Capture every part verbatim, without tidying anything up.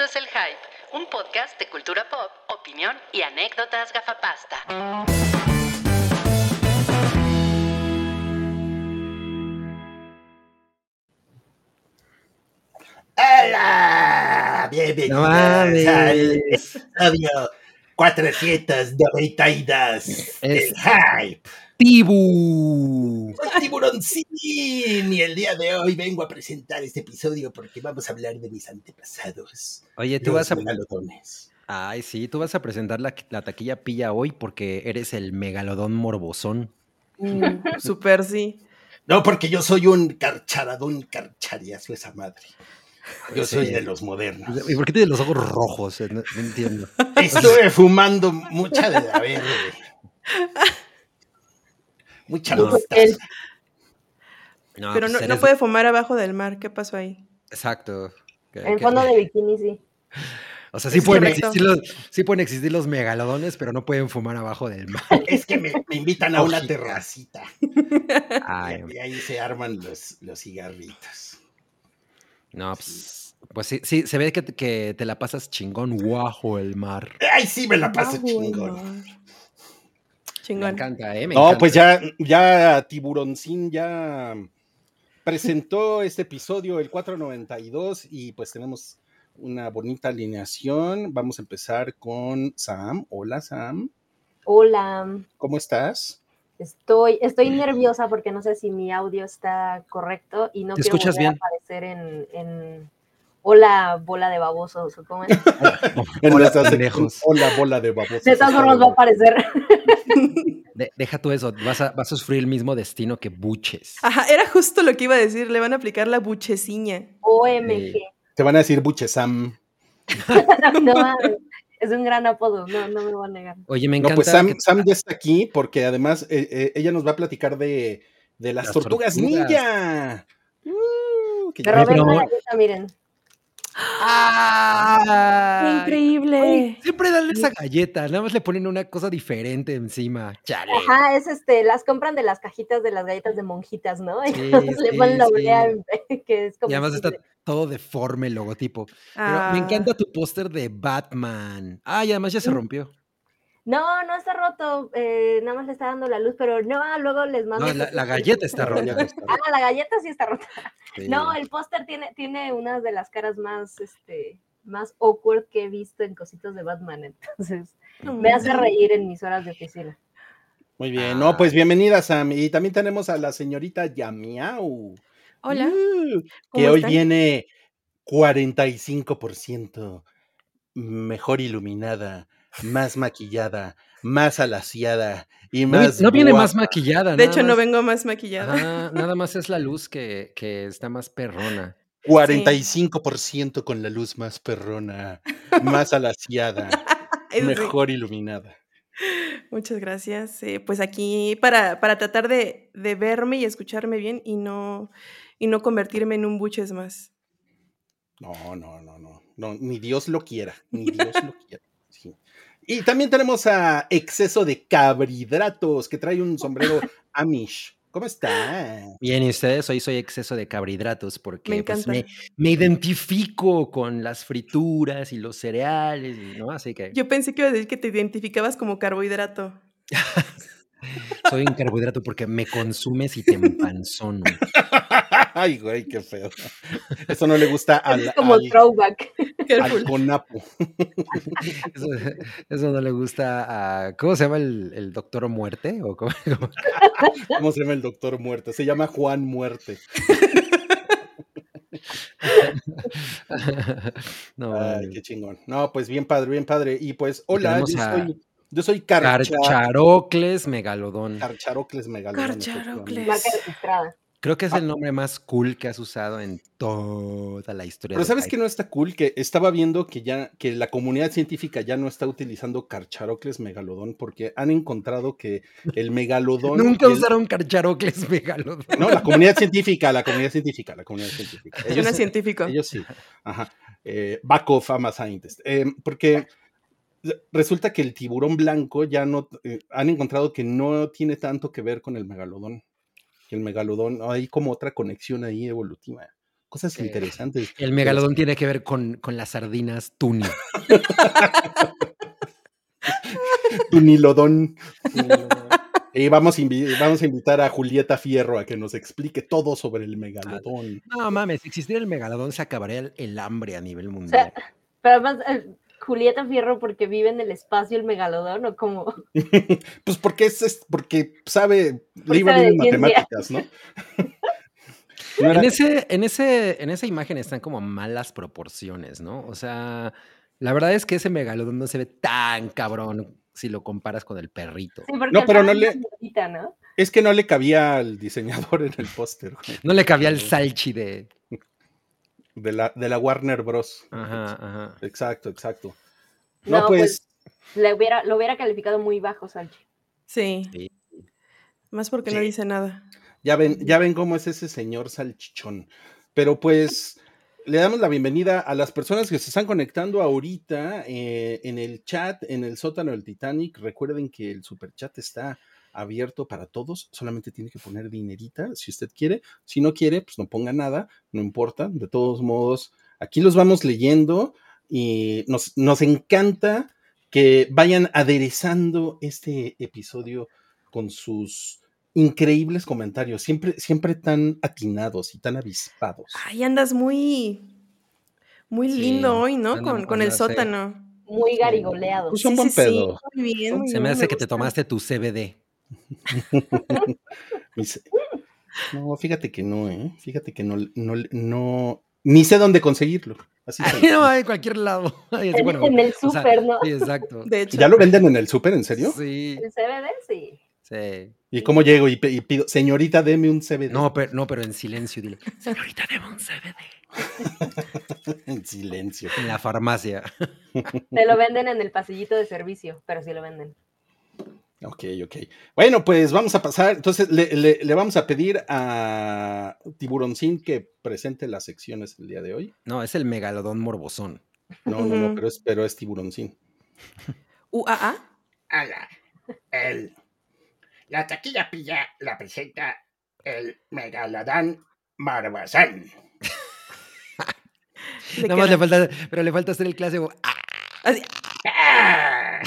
es El Hype, un podcast de cultura pop, opinión y anécdotas gafapasta. ¡Hola! Bienvenidos No al mames. episodio cuatrocientos noventa y dos del Es Hype. Tibu. Soy Tiburoncín y el día de hoy vengo a presentar este episodio porque vamos a hablar de mis antepasados. Oye, tú los vas a... megalodones. Ay, sí, tú vas a presentar la, la taquilla pilla hoy porque eres el megalodón morbosón. Mm, super sí. No, porque yo soy un carcharadón carchariazo esa madre. Yo Sí. soy de los modernos. ¿Y por qué tienes los ojos rojos? No, no entiendo. Estuve fumando mucha de la verde. Mucha No. mostaza. No, Pero pues no, no eres- puede fumar abajo del mar. ¿Qué pasó ahí? Exacto. Que- En que- fondo de bikini, sí. O sea, sí Es pueden, correcto. existir los, sí pueden existir los megalodones, pero no pueden fumar abajo del mar. Es que me, me invitan a una Ojita. terracita. Ay, Y, y ahí se arman los, los cigarritos. no, pues, pues sí, sí, se ve que, te- que te la pasas chingón bajo el mar. Ay, sí, me la paso Bajo el chingón. mar. Me Chingón. encanta, ¿eh? Me No, encanta. pues ya, ya Tiburoncín ya presentó este episodio, el cuatrocientos noventa y dos, y pues tenemos una bonita alineación. Vamos a empezar con Sam. Hola, Sam. Hola, ¿Cómo estás? estoy, estoy nerviosa porque no sé si mi audio está correcto y no ¿Te quiero escuchas volver bien? a aparecer en, en Hola, bola de babosos, ¿o cómo es? En Hola, nuestra pendejos. sección, Hola, bola de babosos. De todas formas va a aparecer. De- deja tú eso, vas a, vas a sufrir el mismo destino que Buches. Ajá, era justo lo que iba a decir. Le van a aplicar la bucheciña. O M G. Te van a decir Buche Sam. No mames, es un gran apodo, no, no me voy a negar. Oye, me No, encanta pues Sam, que- Sam ya está aquí porque además eh, eh, ella nos va a platicar de, de las, Las tortugas, tortugas. ninja. Uh, que Me ya- robé pero- una galleta, miren. ¡Ay! Increíble. Ay, siempre dale esa galleta, nada más le ponen una cosa diferente encima. Chale. Ajá, es este, las compran de las cajitas de las galletas de monjitas, ¿no? Y Sí, le sí, ponen la sí. oblea, que es como. Y además está todo deforme el logotipo. Pero Ah. me encanta tu póster de Batman. Ay, además ya se Mm. rompió. No, no está roto, eh, nada más le está dando la luz, pero no, luego les mando. No, la, fotos. la galleta está La rota. galleta está rota. Ah, la galleta sí está rota. Sí. No, el póster tiene, tiene unas de las caras más, este, más awkward que he visto en cositos de Batman, entonces me hace reír en mis horas de oficina. Muy bien, Ah. no, pues bienvenida, Sam. Y también tenemos a la señorita Yamiau. Hola. Uh, ¿Cómo que hoy están? viene cuarenta y cinco por ciento mejor iluminada, más maquillada, más alaciada y No, vi- más no viene guapa. más maquillada. De nada hecho, no más- vengo más maquillada. Ajá, nada más es la luz que, que está más perrona. cuarenta y cinco por ciento con la luz más perrona, más alaciada, Eso sí. mejor iluminada. Muchas gracias. Eh, pues aquí para, para tratar de, de verme y escucharme bien y no, y no convertirme en un buches más. No, no, no, no, no, ni Dios lo quiera, ni Dios lo quiera. Sí. Y también tenemos a Exceso de Carbohidratos, que trae un sombrero Amish. ¿Cómo está? Bien, y ustedes, hoy soy exceso de carbohidratos porque Me pues, encanta. me, me identifico con las frituras y los cereales, y, ¿no? Así que Yo pensé que iba a decir que te identificabas como carbohidrato. soy un carbohidrato porque me consumes y te empanzono. Ay, güey, qué feo. Eso no le gusta al, Es como al, throwback. al Careful. conapo. Eso, eso no le gusta a... ¿Cómo se llama el, el doctor Muerte? ¿O cómo- cómo? ¿Cómo se llama el doctor Muerte? Se llama Juan Muerte. No, Ay, mames. qué chingón. No, pues bien padre, bien padre. Y pues, hola, tenemos yo a soy, yo soy Carcha, Carcharocles megalodón. Carcharocles Megalodón. Carcharocles. efectivamente. Marca registrada. Creo que es el nombre más cool que has usado en toda la historia. Pero del ¿sabes hype. que no está cool? Que estaba viendo que ya que la comunidad científica ya no está utilizando Carcharocles Megalodón porque han encontrado que el megalodón... Nunca y el- usaron Carcharocles megalodón. No, la comunidad científica, la comunidad científica, la comunidad científica. Ellos, Suena científico. ellos sí. Ajá. Eh, back of I'm a scientist. Eh, porque resulta que el tiburón blanco ya no... eh, han encontrado que no tiene tanto que ver con el megalodón. Que el megalodón, hay como otra conexión ahí evolutiva. cosas Que interesantes. el de las- megalodón tiene que ver con, con las sardinas tuni. Tunilodón. Y vamos a, invi- vamos a invitar a Julieta Fierro a que nos explique todo sobre el megalodón. No mames, si existiera el megalodón se acabaría el, el hambre a nivel O sea, mundial. pero además, eh, Julieta Fierro porque vive en el espacio el megalodón, o como. Pues porque es, es- porque sabe, Porque le iba sabe bien en de ciencia. matemáticas, ¿no? No En, era- ese, en, ese, en esa imagen están como malas proporciones, ¿no? O sea, la verdad es que ese megalodón no se ve tan cabrón si lo comparas con el perrito. Sí, porque No, el pero no perro le- es una gordita, ¿no? Es que no le cabía al diseñador en el póster, güey, No le cabía el salchi de... de la, de la Warner Bros. Ajá, ajá. Exacto, exacto. No, No, pues, Le hubiera, lo hubiera calificado muy bajo, Salchi. Sí. Sí. Más porque no Sí. dice nada. ya ven, ya ven cómo es ese señor salchichón. Pero pues le damos la bienvenida a las personas que se están conectando ahorita eh, en el chat, en el sótano del Titanic. Recuerden que el superchat está abierto para todos, solamente tiene que poner dinerita si usted quiere. Si no quiere, pues no ponga nada, no importa. De todos modos, aquí los vamos leyendo y nos, nos encanta que vayan aderezando este episodio con sus increíbles comentarios, siempre, siempre tan atinados y tan avispados. Ay, andas muy, muy Sí, lindo hoy, ¿no? anda- Con, con el anda, sí. sótano. Muy garigoleado. Pues un buen pedo. Muy bien, muy Se me bien, hace que te gusta. tomaste tu C B D. Mis- No, fíjate que no, ¿eh? Fíjate que no, no, no, ni sé dónde conseguirlo. Así Ay, se- no, en cualquier lado. Ay, así, En, bueno, en el o sea, súper, ¿no? Sí, exacto. De hecho. ¿Ya lo venden en el súper, en serio? Sí, El C B D, sí. sí. ¿Y cómo llego y, pe- y pido, señorita, deme un C B D? No, pero, no, pero en silencio, dile. Señorita, deme un C B D. En silencio. En la farmacia. Te lo venden en el pasillito de servicio, pero sí lo venden. Ok, ok. Bueno, pues vamos a pasar. Entonces, le, le- le vamos a pedir a Tiburoncín que presente las secciones el día de hoy. No, es el megalodón morbosón. No, no, no, Ujú. pero es, pero es Tiburoncín. U A A. Ala, el, la taquilla pilla la presenta el megalodón Morbosón. ¿De Nada qué más le era? falta, pero le falta hacer el clásico. "Ah". Así. ¡Ah!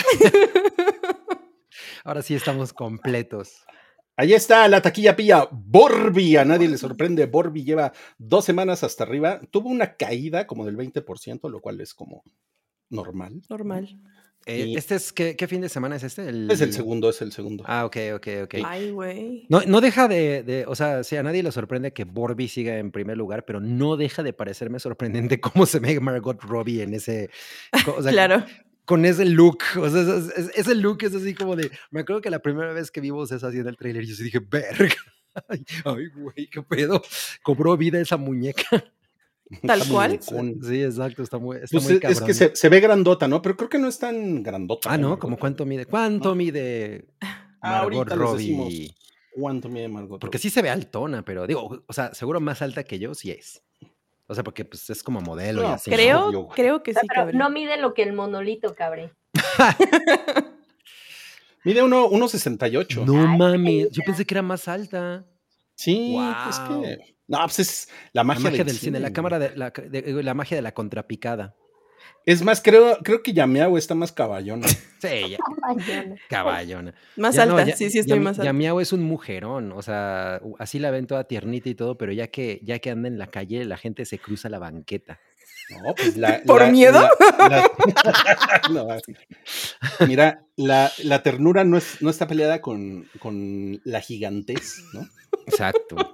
Ahora sí estamos completos. Ahí está la taquilla pilla Borby. A nadie le sorprende. Borby lleva dos semanas hasta arriba. Tuvo una caída como del veinte por ciento, lo cual es como normal. Normal. Eh, Y- ¿Este es qué, qué fin de semana es este? El... Es el segundo, es el segundo. Ah, ok, ok, ok. Ay, güey. No, no deja de, de- o sea, sí, a nadie le sorprende que Borby siga en primer lugar, pero no deja de parecerme sorprendente cómo se ve Margot Robbie en ese, co- o sea, Claro. con ese look, o sea, es- es- ese look es así como de, me acuerdo que la primera vez que vimos eso así en el trailer, yo sí dije, verga, ay, ay, güey, qué pedo, cobró vida esa muñeca. Tal Está cual. muñecón. Sí, exacto, está muy, está Pues muy es, es cabrón. que se, se ve grandota, ¿no? Pero creo que no es tan grandota. Ah, ¿eh, ¿no? Margot? ¿Cómo cuánto mide? ¿Cuánto mide Ah, Margot ahorita les decimos Robbie? cuánto mide Margot Porque Robbie. sí se ve altona, pero digo, o sea, seguro más alta que yo sí es. O sea, porque pues es como modelo y No, así. pues, ¿no? Creo, obvio, güey. creo que sí, Pero cabrón. no mide lo que el monolito, cabrón. Mide uno, uno sesenta y ocho. No Ay, mames, yo pequeñita. pensé que era más alta. Sí, Guau. es que. No, pues es la La magia, magia, del, del cine, la güey. cámara de la, de- la magia de la contrapicada. Es más, creo, creo que Yamiao está más caballona. Sí, ya, Ay, yo no. caballona. Más Ya no, alta. ya- Sí, sí, estoy ya- más alta. Yamiao es un mujerón, o sea, u- así la ven toda tiernita y todo, pero ya que, ya que anda en la calle, la gente se cruza la banqueta. No, pues la. ¿Por la- miedo? la- la- No, así. Mira, la, la ternura no, es, no está peleada con, con la gigantez, ¿no? Exacto.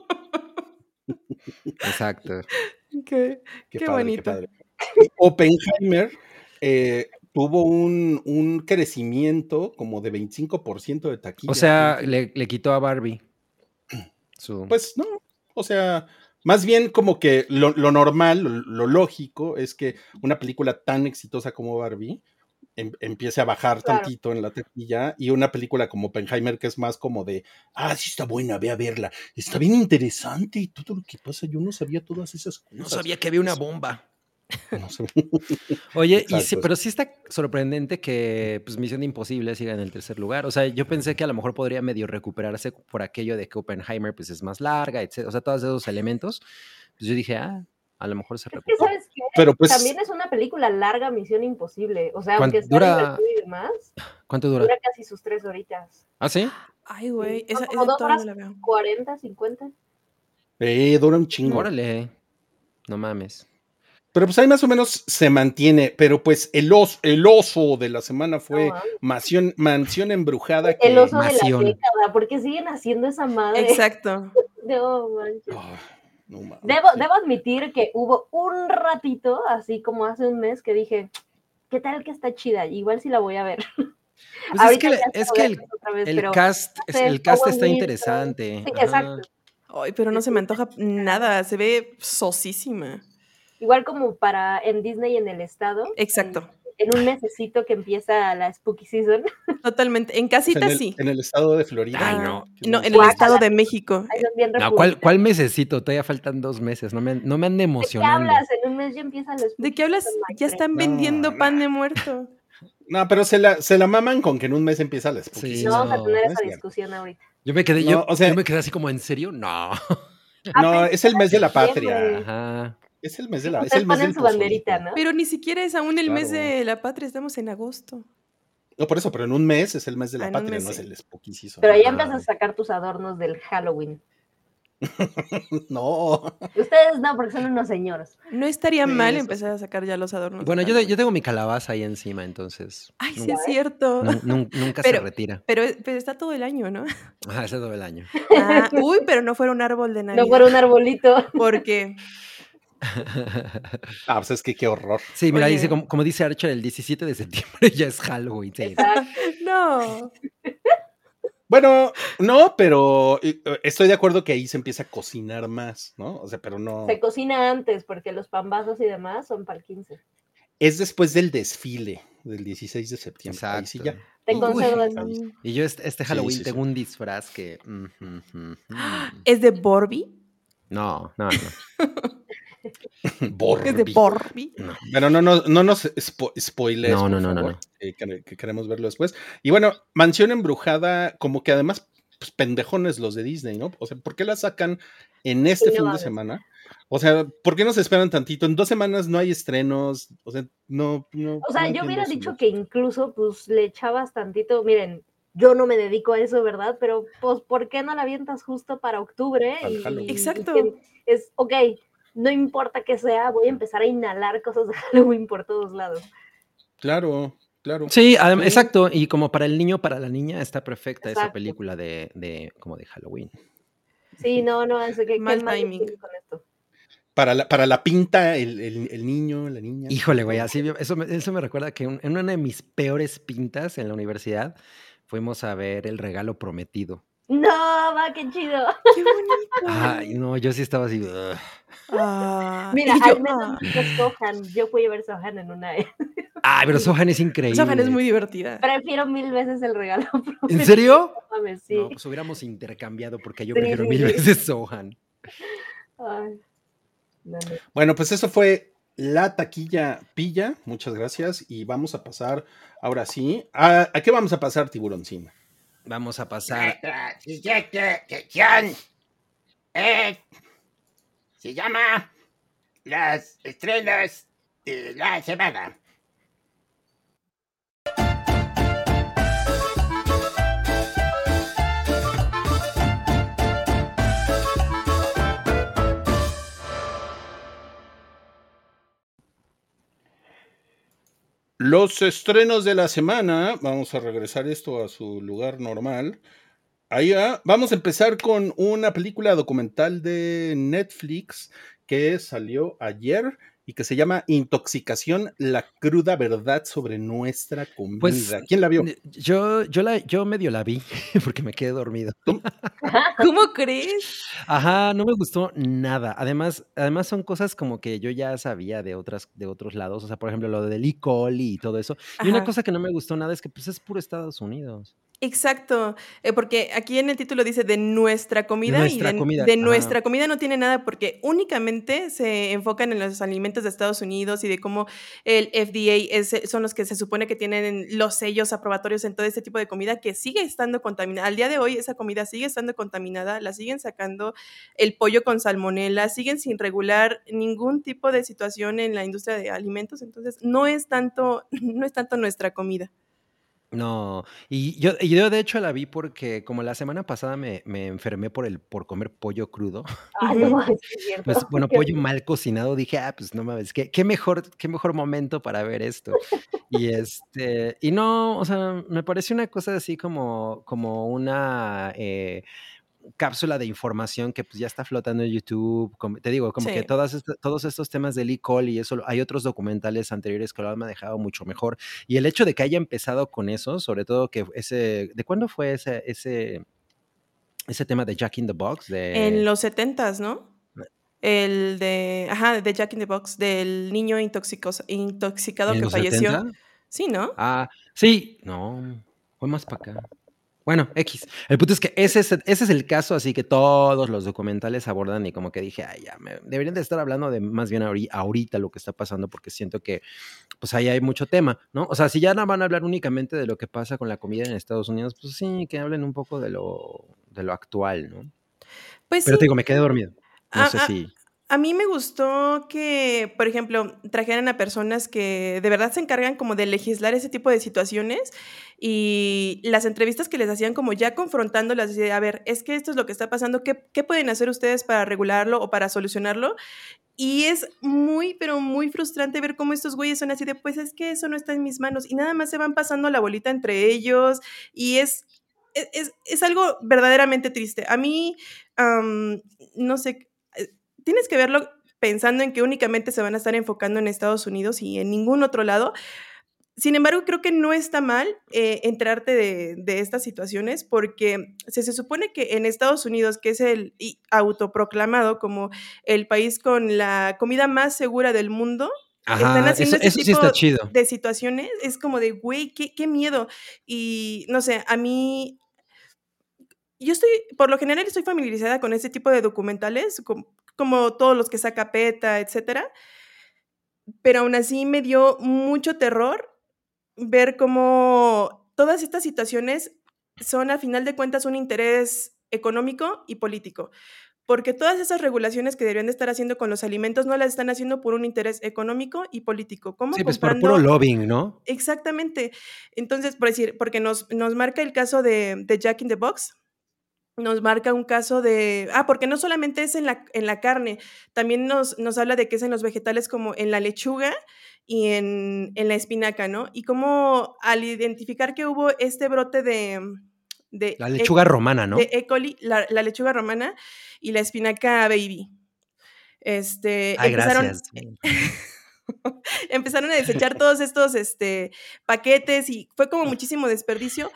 Exacto. Qué, Qué, Qué padre, bonito. qué padre. Oppenheimer eh, tuvo un, un crecimiento como de veinticinco por ciento de taquilla. O sea, le, le quitó a Barbie. Su... Pues no, o sea, más bien como que lo, lo normal, lo, lo lógico es que una película tan exitosa como Barbie em- empiece a bajar Claro. tantito en la taquilla y una película como Oppenheimer que es más como de, ah, sí está buena, ve a verla, está bien interesante y todo lo que pasa, yo no sabía todas esas cosas. no sabía que había una bomba. No sabía. Oye, y sí, Exacto. pero sí está sorprendente que pues, Misión Imposible siga en el tercer lugar. O sea, yo pensé que a lo mejor podría medio recuperarse por aquello de que Oppenheimer pues, es más larga, etcétera. O sea, todos esos elementos. Pues yo dije, ah, A lo mejor se Es que, recupera. ¿sabes qué? Pero pues, También es una película larga, Misión Imposible. O sea, ¿Cuánto aunque sea dura? divertido y demás, ¿Cuánto dura? dura casi sus tres horitas. ¿Ah, sí? Ay, güey, Sí, esa, son como esa dos todavía no horas la veo. cuarenta, cincuenta. eh, dura un chingo. Órale. No mames. Pero pues ahí más o menos se mantiene. Pero pues el oso, el oso de la semana No, fue mames. Mansión, Mansión Embrujada. El Que, oso de la Mansión. década. ¿Por qué siguen haciendo esa madre? Exacto. No manches. Ah, no mames, Debo, sí. debo admitir que hubo un ratito, así como hace un mes, que dije, ¿qué tal que está chida? Igual sí la voy a ver. Pues es Ahorita que, ya le- sé es que el, verlas otra vez, el pero cast, no es- sé, el cast Owen está Wilson. interesante. Sí, Ajá. exacto. Ay, pero no se me antoja nada. Se ve sosísima. Igual como para en Disney en el estado, en, Exacto. en un mesecito que empieza la Spooky Season. Totalmente. En O sea, casita en, el, sí. en el estado de Florida. Ay, Ah, no. ¿Qué no, me en el dices? Estado de México. Ahí son bien No, ¿cuál, republicanos. ¿cuál mesecito? Todavía faltan dos meses. No me, no me ande ¿De qué emocionando. hablas? En un mes ya empieza la Spooky ¿De qué hablas? Season, my Ya friend. están No, vendiendo no. pan de muerto. No, pero se la, se la maman con que en un mes empieza la Spooky Sí, No Season. vamos a no. tener No es esa cierto. discusión ahorita. Yo me quedé, No, yo, o sea- yo me quedé así como, ¿en serio? No. No, Apenas es el mes de la septiembre. patria. Ajá. Es el mes de la, es Ustedes el mes ponen del su banderita, pozolito. ¿no? Pero ni siquiera es aún el mes Claro. de la patria. Estamos en agosto. No, por eso, pero en un mes es el mes de Ah, la en un patria, mes no es sí. el Spooky Season. Pero ya Ah. empiezas a sacar tus adornos del Halloween. No. Ustedes no, porque son unos señores. No estaría Sí, mal eso empezar a sacar ya los adornos. de Bueno, yo, Halloween. yo tengo mi calabaza ahí encima, entonces. Ay, sí nunca, es cierto. nun- nun- nunca Pero- se retira. Pero, pero está todo el año, ¿no? Ajá, ese todo el año. Ah, uy, pero no fuera un árbol de Navidad. No fuera un arbolito. Porque, Ah, pues es que qué horror. Sí, mira, Oye. dice, como, como dice Archer, el diecisiete de septiembre ya es Halloween. Sí. Exacto. no. Bueno, no, pero eh, estoy de acuerdo que ahí se empieza a cocinar más, ¿no? O sea, pero no. Se cocina antes, porque los pambazos y demás son para el quince. Es después del desfile del dieciséis de septiembre. Ahí sí ya. Exacto. Te Uy. concedo eso. Ahí- Y yo este, este Sí, Halloween sí, tengo sí. un disfraz que... mm, mm, mm, mm. ¿Es de Borby? No, no, no. ¿Es de Borbi. Borby? no. Pero no, no, no nos spo spoilees, No, por no, no, no, favor, no. eh, que, que queremos verlo después. Y bueno, Mansión Embrujada, como que además, pues, pendejones los de Disney, ¿no? O sea, ¿por qué la sacan en este Sí, no fin de mames. semana? O sea, ¿por qué no se esperan tantito? En dos semanas no hay estrenos, o sea, no, no. O sea, no yo entiendo hubiera su dicho lógica. que incluso pues le echabas tantito, miren, yo no me dedico a eso, ¿verdad? Pero pues, ¿por qué no la avientas justo para octubre? Para Y, Halloween. y Exacto. que es, ok, no importa que sea, voy a empezar a inhalar cosas de Halloween por todos lados. Claro, claro. Sí, adem- Sí. exacto. Y como para el niño, para la niña, está perfecta esa Exacto. película de, de como de Halloween. Sí, no, no, es que qué Mal mal timing. timing con esto. Para la, para la pinta, el, el, el niño, la niña. Híjole, güey, así, eso me, eso me recuerda que un- en una de mis peores pintas en la universidad fuimos a ver El Regalo Prometido. No, va, qué chido. ¡Qué bonito! Ay, no, yo sí estaba así. "Ugh". Ah, Mira, y yo, al menos ah. no es Sohan. Yo fui a ver Sohan en una. Ay, pero Sohan es increíble. Sohan es muy divertida. Prefiero mil veces el regalo. ¿En prometido. serio? No mames, sí. No, pues hubiéramos intercambiado porque yo Sí, prefiero sí, mil sí. veces Sohan. Ay, no, no. Bueno, pues eso fue la taquilla pilla. Muchas gracias. Y vamos a pasar, ahora sí. ¿A, a qué vamos a pasar, Tiburoncín? Vamos a pasar. Nuestra siguiente sección es- se llama Las estrenos de la semana. Los estrenos de la semana. Vamos a regresar esto a su lugar normal. Ahí va. Vamos a empezar con una película documental de Netflix que salió ayer y que se llama Intoxicación, la cruda verdad sobre nuestra comida. Pues ¿Quién la vio? yo, yo, la, yo medio la vi porque me quedé dormido. ¿Cómo crees? Ajá, no me gustó nada. Además, además son cosas como que yo ya sabía de otras, de otros lados. O sea, por ejemplo, lo del E. coli y todo eso. Y una Ajá. cosa que no me gustó nada es que pues es puro Estados Unidos. Exacto, eh, porque aquí en el título dice de nuestra comida y Nuestra de, comida, de ajá. nuestra comida no tiene nada porque únicamente se enfocan en los alimentos de Estados Unidos y de cómo el F D A es, son los que se supone que tienen los sellos aprobatorios en todo este tipo de comida que sigue estando contaminada. Al día de hoy esa comida sigue estando contaminada, la siguen sacando el pollo con salmonela, siguen sin regular ningún tipo de situación en la industria de alimentos, entonces no es tanto, no es tanto nuestra comida. No, y yo, y yo de hecho la vi porque como la semana pasada me, me enfermé por el, por comer pollo crudo, Ah, no, Ujú. es que es cierto. pues bueno, Qué pollo rico. mal cocinado, dije, ah, pues no mames, qué, qué mejor, qué mejor momento para ver esto. Y este, y no, o sea, me pareció una cosa así como, como una eh, cápsula de información que pues ya está flotando en YouTube. Como, te digo, como que Sí. todas esta- todos estos temas del e-call y eso, hay otros documentales anteriores que lo han manejado mucho mejor. Y el hecho de que haya empezado con eso, sobre todo que ese, ¿de cuándo fue ese, ese, ese tema de Jack in the Box? En De, los setentas, ¿no? El de, ajá, de Jack in the Box, del niño intoxicos- intoxicado ¿En que los falleció. setenta? Sí, ¿no? Ah, sí, no, fue más para acá. Bueno, X. El punto es que ese es, ese es el caso, así que todos los documentales abordan y como que dije, ay, ya, me, deberían de estar hablando de más bien ahori- ahorita lo que está pasando porque siento que pues ahí hay mucho tema, ¿no? O sea, si ya no van a hablar únicamente de lo que pasa con la comida en Estados Unidos, pues sí, que hablen un poco de lo, de lo actual, ¿no? Pues Pero te sí. digo, me quedé dormido. No sé A, a- si... a mí me gustó que, por ejemplo, trajeran a personas que de verdad se encargan como de legislar ese tipo de situaciones y las entrevistas que les hacían como ya confrontándolas, de, a ver, es que esto es lo que está pasando, ¿qué, qué pueden hacer ustedes para regularlo o para solucionarlo? Y es muy, pero muy frustrante ver cómo estos güeyes son así de, pues es que eso no está en mis manos y nada más se van pasando la bolita entre ellos y es, es, es- es algo verdaderamente triste. A mí, am, no sé, eh, tienes que verlo pensando en que únicamente se van a estar enfocando en Estados Unidos y en ningún otro lado. Sin embargo, creo que no está mal eh, enterarte de, de estas situaciones porque se, se supone que en Estados Unidos, que es el y autoproclamado como el país con la comida más segura del mundo, están Ajá, haciendo eso, ese eso sí tipo está chido. de situaciones. Es como de, güey, qué, qué miedo. Y no sé, a mí, yo estoy, por lo general estoy familiarizada con ese tipo de documentales, como, como todos los que saca PETA, etcétera, pero aún así me dio mucho terror ver cómo todas estas situaciones son, a final de cuentas, un interés económico y político, porque todas esas regulaciones que deberían de estar haciendo con los alimentos no las están haciendo por un interés económico y político, como Sí, pues por puro comprando lobbying, ¿no? exactamente. Entonces, por decir, porque nos, nos marca el caso de, de Jack in the Box, nos marca un caso de, ah, porque no solamente es en la, en la carne, también nos, nos habla de que es en los vegetales como en la lechuga y en, en la espinaca, ¿no? Y cómo al identificar que hubo este brote de, de, La E. lechuga romana, de ¿no? E. coli, la, la lechuga romana y la espinaca baby, este, Ay, empezaron, gracias. empezaron a desechar todos estos este, paquetes y fue como muchísimo desperdicio.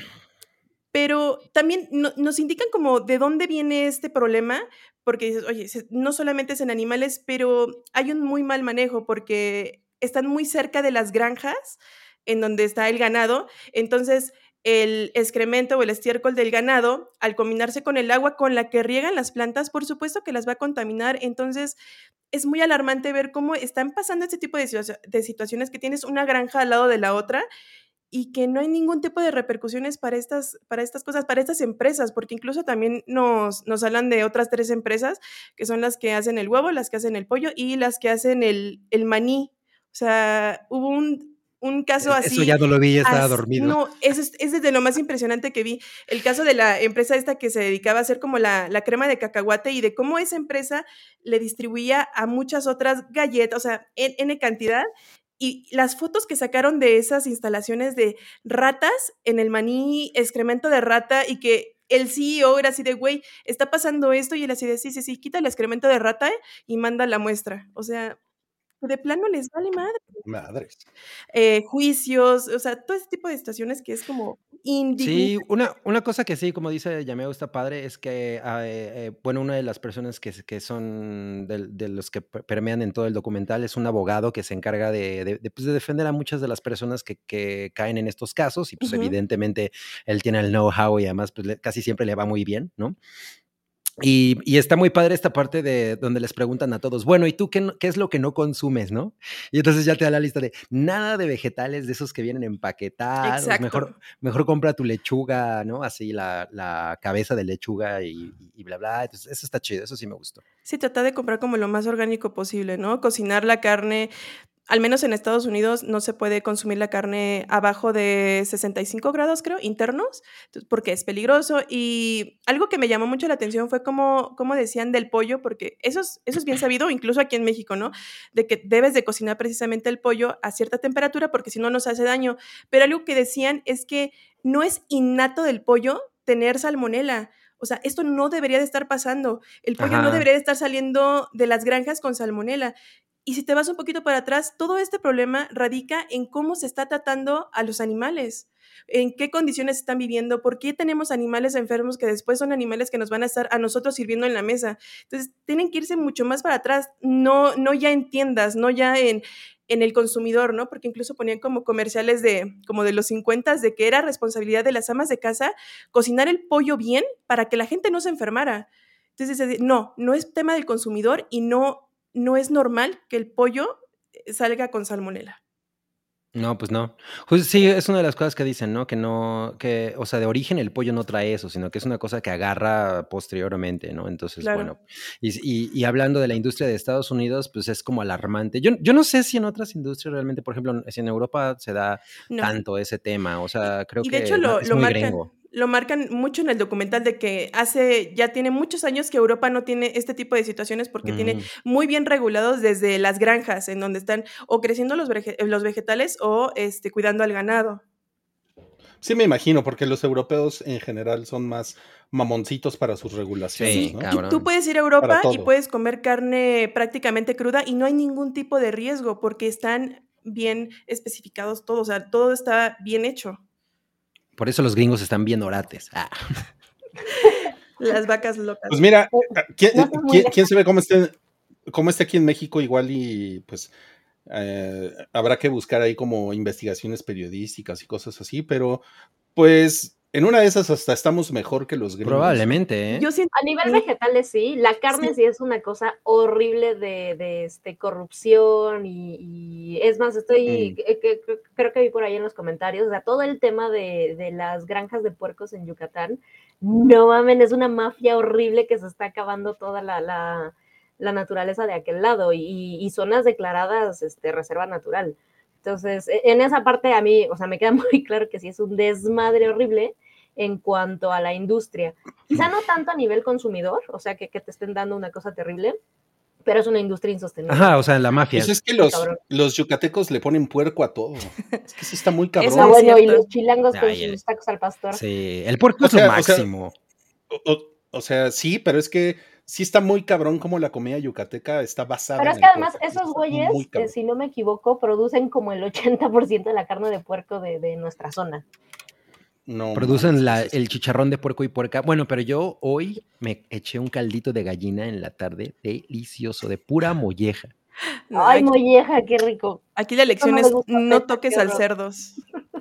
Pero también no, nos indican como de dónde viene este problema, porque dices, oye, se- no solamente es en animales, pero hay un muy mal manejo porque están muy cerca de las granjas en donde está el ganado, entonces el excremento o el estiércol del ganado, al combinarse con el agua con la que riegan las plantas, por supuesto que las va a contaminar, entonces es muy alarmante ver cómo están pasando este tipo de, situa- de situaciones que tienes una granja al lado de la otra y que no hay ningún tipo de repercusiones para estas, para estas cosas, para estas empresas, porque incluso también nos, nos hablan de otras tres empresas, que son las que hacen el huevo, las que hacen el pollo y las que hacen el, el maní. O sea, hubo un, un caso Es- Eso ya así, no lo vi, ya estaba as- dormido. no, eso es, es desde lo más impresionante que vi. El caso de la empresa esta que se dedicaba a hacer como la, la crema de cacahuate y de cómo esa empresa le distribuía a muchas otras galletas, o sea, en N cantidad, y las fotos que sacaron de esas instalaciones de ratas en el maní, excremento de rata, y que el C E O era así de, güey, está pasando esto, y él así de, sí, sí, sí, quita el excremento de rata y manda la muestra. O sea, de plano les vale madre. Madres. Eh, juicios, o sea, todo ese tipo de situaciones que es como indignante. Sí, una, una cosa que sí, como dice Yameo, está padre, es que, ah, eh, eh, bueno, una de las personas que, s- que son de, de los que pe- permean en todo el documental es un abogado que se encarga de, de- de, pues, de defender a muchas de las personas que, que caen en estos casos y pues Ujú. evidentemente él tiene el know-how y además pues le- casi siempre le va muy bien, ¿no? Y, y está muy padre esta parte de donde les preguntan a todos, bueno, ¿y tú qué, no- qué es lo que no consumes, no? Y entonces ya te da la lista de nada de vegetales de esos que vienen empaquetados, mejor, Exacto. mejor compra tu lechuga, ¿no? Así la, la cabeza de lechuga y, y bla, bla. Entonces, eso está chido, eso sí me gustó. Sí, trata de comprar como lo más orgánico posible, ¿no? Cocinar la carne, al menos en Estados Unidos no se puede consumir la carne abajo de sesenta y cinco grados, creo, internos, entonces, porque es peligroso. Y algo que me llamó mucho la atención fue cómo, cómo decían del pollo, porque eso es, eso es bien sabido, incluso aquí en México, ¿no? De que debes de cocinar precisamente el pollo a cierta temperatura porque si no nos hace daño. Pero algo que decían es que no es innato del pollo tener salmonela. O sea, esto no debería de estar pasando. El pollo no Ajá. debería de estar saliendo de las granjas con salmonela. Y si te vas un poquito para atrás, todo este problema radica en cómo se está tratando a los animales, en qué condiciones están viviendo, por qué tenemos animales enfermos que después son animales que nos van a estar a nosotros sirviendo en la mesa. Entonces, tienen que irse mucho más para atrás, no, no ya en tiendas, no ya en, en el consumidor, ¿no? Porque incluso ponían como comerciales de, como de los cincuenta, de que era responsabilidad de las amas de casa cocinar el pollo bien para que la gente no se enfermara. Entonces, no, no es tema del consumidor y no, no es normal que el pollo salga con salmonela. No, pues no. Pues sí, es una de las cosas que dicen, ¿no? Que no, que, o sea, de origen el pollo no trae eso, sino que es una cosa que agarra posteriormente, ¿no? Entonces, Claro. bueno, y, y- y hablando de la industria de Estados Unidos, pues es como alarmante. Yo, yo no sé si en otras industrias realmente, por ejemplo, si en Europa se da No. tanto ese tema, o sea, creo Y de que hecho es ma- lo, es lo muy marcan, gringo. lo marcan mucho en el documental de que hace, ya tiene muchos años que Europa no tiene este tipo de situaciones porque tiene Ujú. muy bien regulados desde las granjas, en donde están o creciendo los, vege- los vegetales o este, cuidando al ganado. Sí, me imagino, porque los europeos en general son más mamoncitos para sus regulaciones, Sí, ¿no? Y tú cabrón. puedes ir a Para Europa y todo. puedes comer carne prácticamente cruda y no hay ningún tipo de riesgo porque están bien especificados todos, o sea, todo está bien hecho. Por eso los gringos están bien orates. Ah. Las vacas locas. Pues mira, ¿quién, No sé muy quién, lejos. quién sabe cómo esté, cómo esté aquí en México? Igual y pues eh, habrá que buscar ahí como investigaciones periodísticas y cosas así, pero pues en una de esas hasta estamos mejor que los gringos. Probablemente, ¿eh? Yo siento A nivel que- vegetales sí, la carne Sí. sí, es una cosa horrible de, de, este, corrupción y, y es más, estoy, Mm. que- que- que- creo que vi por ahí en los comentarios, o sea, todo el tema de, de las granjas de puercos en Yucatán, no mamen, es una mafia horrible que se está acabando toda la, la, la naturaleza de aquel lado y, y zonas declaradas este, reserva natural. Entonces, en esa parte a mí, o sea, me queda muy claro que sí es un desmadre horrible en cuanto a la industria. Quizá no tanto a nivel consumidor, o sea, que, que te estén dando una cosa terrible, pero es una industria insostenible. Ajá, o sea, la mafia. Pues es que Está los, cabrón. los yucatecos le ponen puerco a todo. Es que sí está muy Eso cabrón. Ah, es bueno, y cierto. los chilangos con Ay, sus tacos al pastor. Sí, el puerco O es lo sea, o sea, máximo. O, o- o sea, sí, pero es que sí está muy cabrón como la comida yucateca está basada Pero en es que el además puerco. esos Está güeyes, muy eh, cabrón. si no me equivoco, producen como el ochenta por ciento de la carne de puerco de, de nuestra zona. No Producen mames, la- pues es- el chicharrón de puerco y puerca. Bueno, pero yo hoy me eché un caldito de gallina en la tarde, delicioso, de pura molleja. No, Ay, aquí, molleja, qué rico. aquí la Eso lección no me es gusta, no apesta, toques qué al horror. cerdos.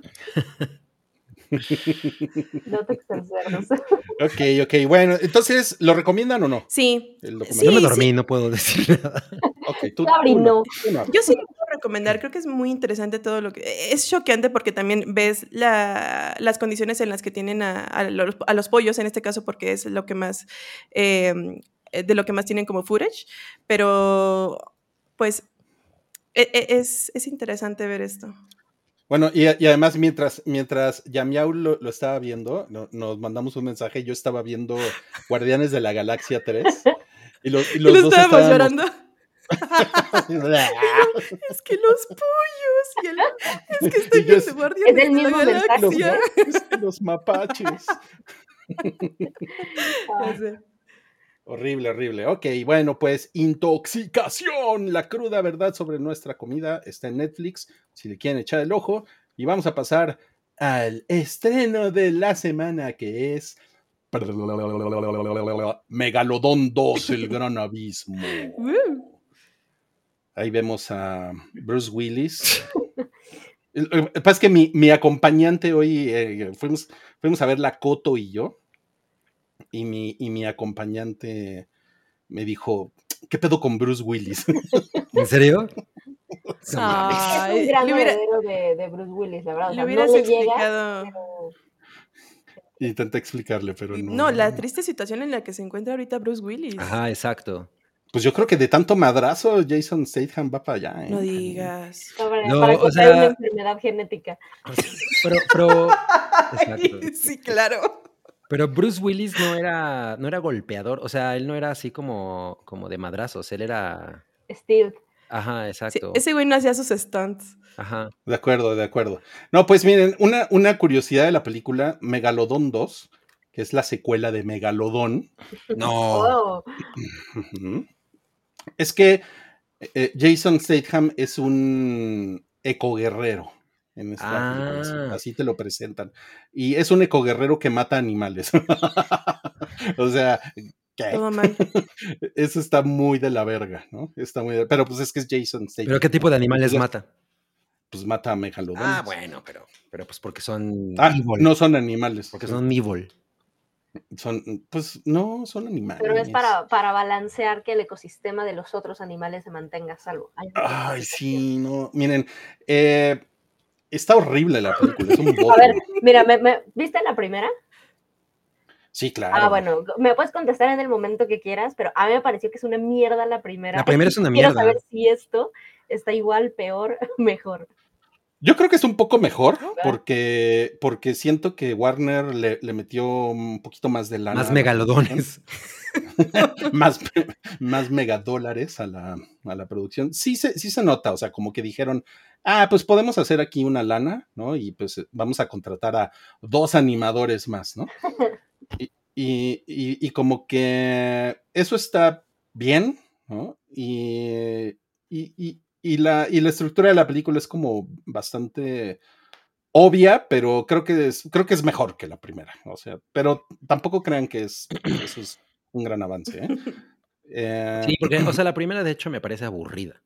No te cerdos. Ok, ok, bueno, entonces, ¿lo recomiendan o no? Sí, El Yo documental. me sí, dormí, sí. no puedo decir nada. Ok, tú, Cabri, tú no, no. tú no. Yo sí lo puedo recomendar, creo que es muy interesante todo lo que... Es choqueante porque también ves la, las condiciones en las que tienen a, a los, a los pollos, en este caso porque es lo que más, eh, de lo que más tienen como footage, pero pues e- e- es, es interesante ver esto. Bueno, y, y además, mientras, mientras Yamiau lo, lo estaba viendo, no- nos mandamos un mensaje, yo estaba viendo Guardianes de la Galaxia tres y, los y Y los lo dos estábamos estábamos... llorando. Y yo, es que los pollos y el, es que estoy Y yo viendo es- Guardianes Es el de la mismo mensaje, los, Galaxia. ¿eh? es que los mapaches. Ya sé. Horrible, horrible. Ok, bueno, pues Intoxicación, la cruda verdad sobre nuestra comida está en Netflix, si le quieren echar el ojo. Y vamos a pasar al estreno de la semana, que es Megalodón dos, el gran abismo. Uh. Ahí vemos a Bruce Willis. Lo que pasa es que mi, mi acompañante hoy, eh, fuimos, fuimos a ver la Coto y yo, y mi, y mi acompañante me dijo, ¿qué pedo con Bruce Willis? ¿En serio? No mames. Es un Ay, gran le hubiera, heredero de, de Bruce Willis, la verdad. O le sea, no hubieras le llega, explicado. pero Intenté explicarle, pero no. No, la triste situación en la que se encuentra ahorita Bruce Willis. Ajá, exacto. Pues yo creo que de tanto madrazo Jason Statham va para allá. ¿eh? No digas. para, No, para o contraer una sea- enfermedad genética. Pero, pero, exacto. Sí, claro. Pero Bruce Willis no era, no era golpeador, o sea, él no era así como, como de madrazos, él era... Steel. Ajá, Sí, exacto. ese güey no hacía sus stunts. Ajá. De acuerdo, de acuerdo. No, pues miren, una, una curiosidad de la película Megalodón dos, que es la secuela de Megalodón, No. Oh, ujú, es que eh, Jason Statham es un ecoguerrero en esta película, así, Ah. así te lo presentan. Y es un ecoguerrero que mata animales. O sea, ¿qué? Todo mal. Eso está muy de la verga, ¿no? Está muy de- Pero pues es que es Jason Statham. ¿Pero qué tipo ¿no? de animales Entonces, mata? Pues mata a megalodones. Ah, bueno, pero, pero pues porque son Ah, evil, no son animales. porque sí. son evil. Son, pues no, son animales. pero es para, para balancear que el ecosistema de los otros animales se mantenga a salvo. Ay, Ay, sí, no. Miren, eh, está horrible la película, es un A bote. ver, mira, ¿me, me- ¿viste la primera? Sí, claro. Ah, bueno, me puedes contestar en el momento que quieras, pero a mí me pareció que es una mierda la primera. La primera es una Quiero mierda. saber si esto está igual, peor, mejor. Yo creo que es un poco mejor, porque, porque siento que Warner le, le metió un poquito más de lana. Más a la megalodones. producción. más, más megadólares a la, a la producción. Sí se, sí se nota, o sea, como que dijeron, ah, pues podemos hacer aquí una lana, ¿no? Y pues vamos a contratar a dos animadores más, ¿no? Y, y, y, y como que eso está bien, ¿no? Y, y, y, y la, y la estructura de la película es como bastante obvia, pero creo que es, creo que es mejor que la primera. O sea, pero tampoco crean que es, eso es un gran avance. ¿eh? Eh, Sí, porque, o sea, la primera de hecho me parece aburrida.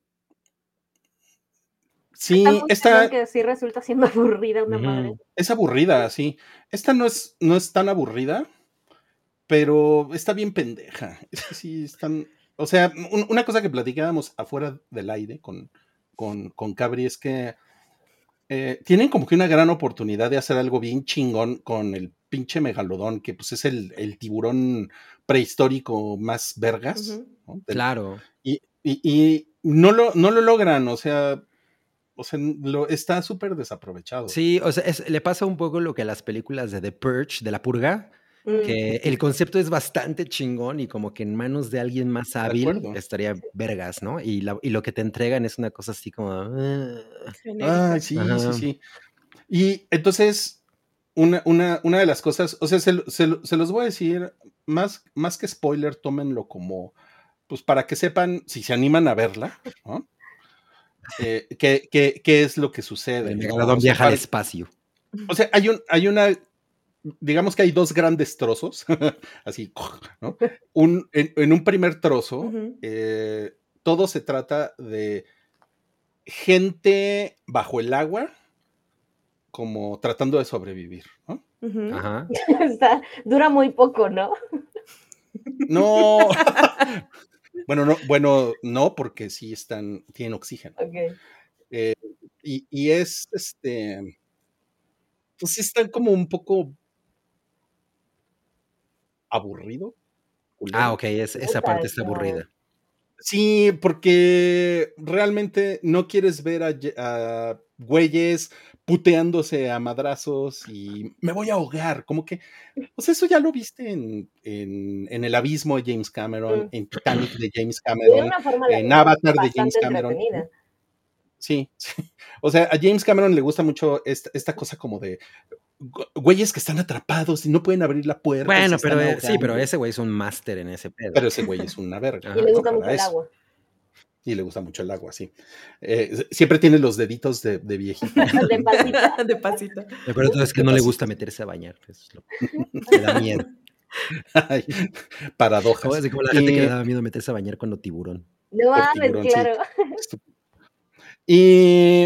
sí, Está muy esta cañón que sí resulta siendo aburrida una Ujú. madre. es aburrida, sí. Esta no es, no es tan aburrida, pero está bien pendeja. Es que sí, están. O sea, un- una cosa que platicábamos afuera del aire con, con, con Cabri es que eh, tienen como que una gran oportunidad de hacer algo bien chingón con el pinche megalodón, que pues es el, el tiburón prehistórico más vergas. Ujú. ¿no? Del- Claro. y, y- y no, lo, no lo logran, o sea, o sea lo, está súper desaprovechado. Sí, o sea, es- le pasa un poco lo que a las películas de The Purge, de la purga, Mm. que el concepto es bastante chingón y como que en manos de alguien más hábil acuerdo. estaría vergas, ¿no? Y, la- y lo que te entregan es una cosa así como... "Ah". Genérica. Ay, sí, Ajá. sí, sí. Y entonces, una, una, una de las cosas, o sea, se, lo- se lo- se los voy a decir, más, más que spoiler, tómenlo como, pues para que sepan, si se animan a verla, ¿no? Eh, qué, qué- qué es lo que sucede. El ¿no? megalodón O sea, viaja al para- espacio. o sea, hay, un, hay una, digamos que hay dos grandes trozos, así, ¿no? Un, en, en un primer trozo, Ujú. eh, todo se trata de gente bajo el agua, como tratando de sobrevivir, ¿no? Ujú. Ajá. Está- dura muy poco, ¿no? No. Bueno, no, bueno, no, porque sí están, tienen oxígeno. Ok. Y, y es este, pues sí están como un poco aburrido. culero. Ah, ok, es- esa Puta, parte está no. aburrida. Sí, porque realmente no quieres ver a, ye- a güeyes puteándose a madrazos y me voy a ahogar, como que, o sea, eso ya lo viste en, en, en El Abismo de James Cameron, Mm. en Titanic de James Y de Cameron, una forma la en verdad, Avatar de James bastante Cameron. entretenida. Sí, sí. O sea, a James Cameron le gusta mucho esta, esta cosa como de güeyes que están atrapados y no pueden abrir la puerta. Bueno, y se pero están eh, sí, pero ahogando. ese güey es un máster en ese pedo. Pero ese güey es una verga. Ajá. Y le ¿no? gusta Para mucho el eso. agua. Y le gusta mucho el agua, sí. Eh, siempre tiene los deditos de, de viejito. De pasita. De pasito. Lo peor de todo es que De no le pasito. gusta meterse a bañar. Eso es lo que le da miedo. Ay, paradojas. Como, así como la gente Y- que le daba miedo meterse a bañar cuando tiburón. No Por mames, tiburón, sí. claro. Y,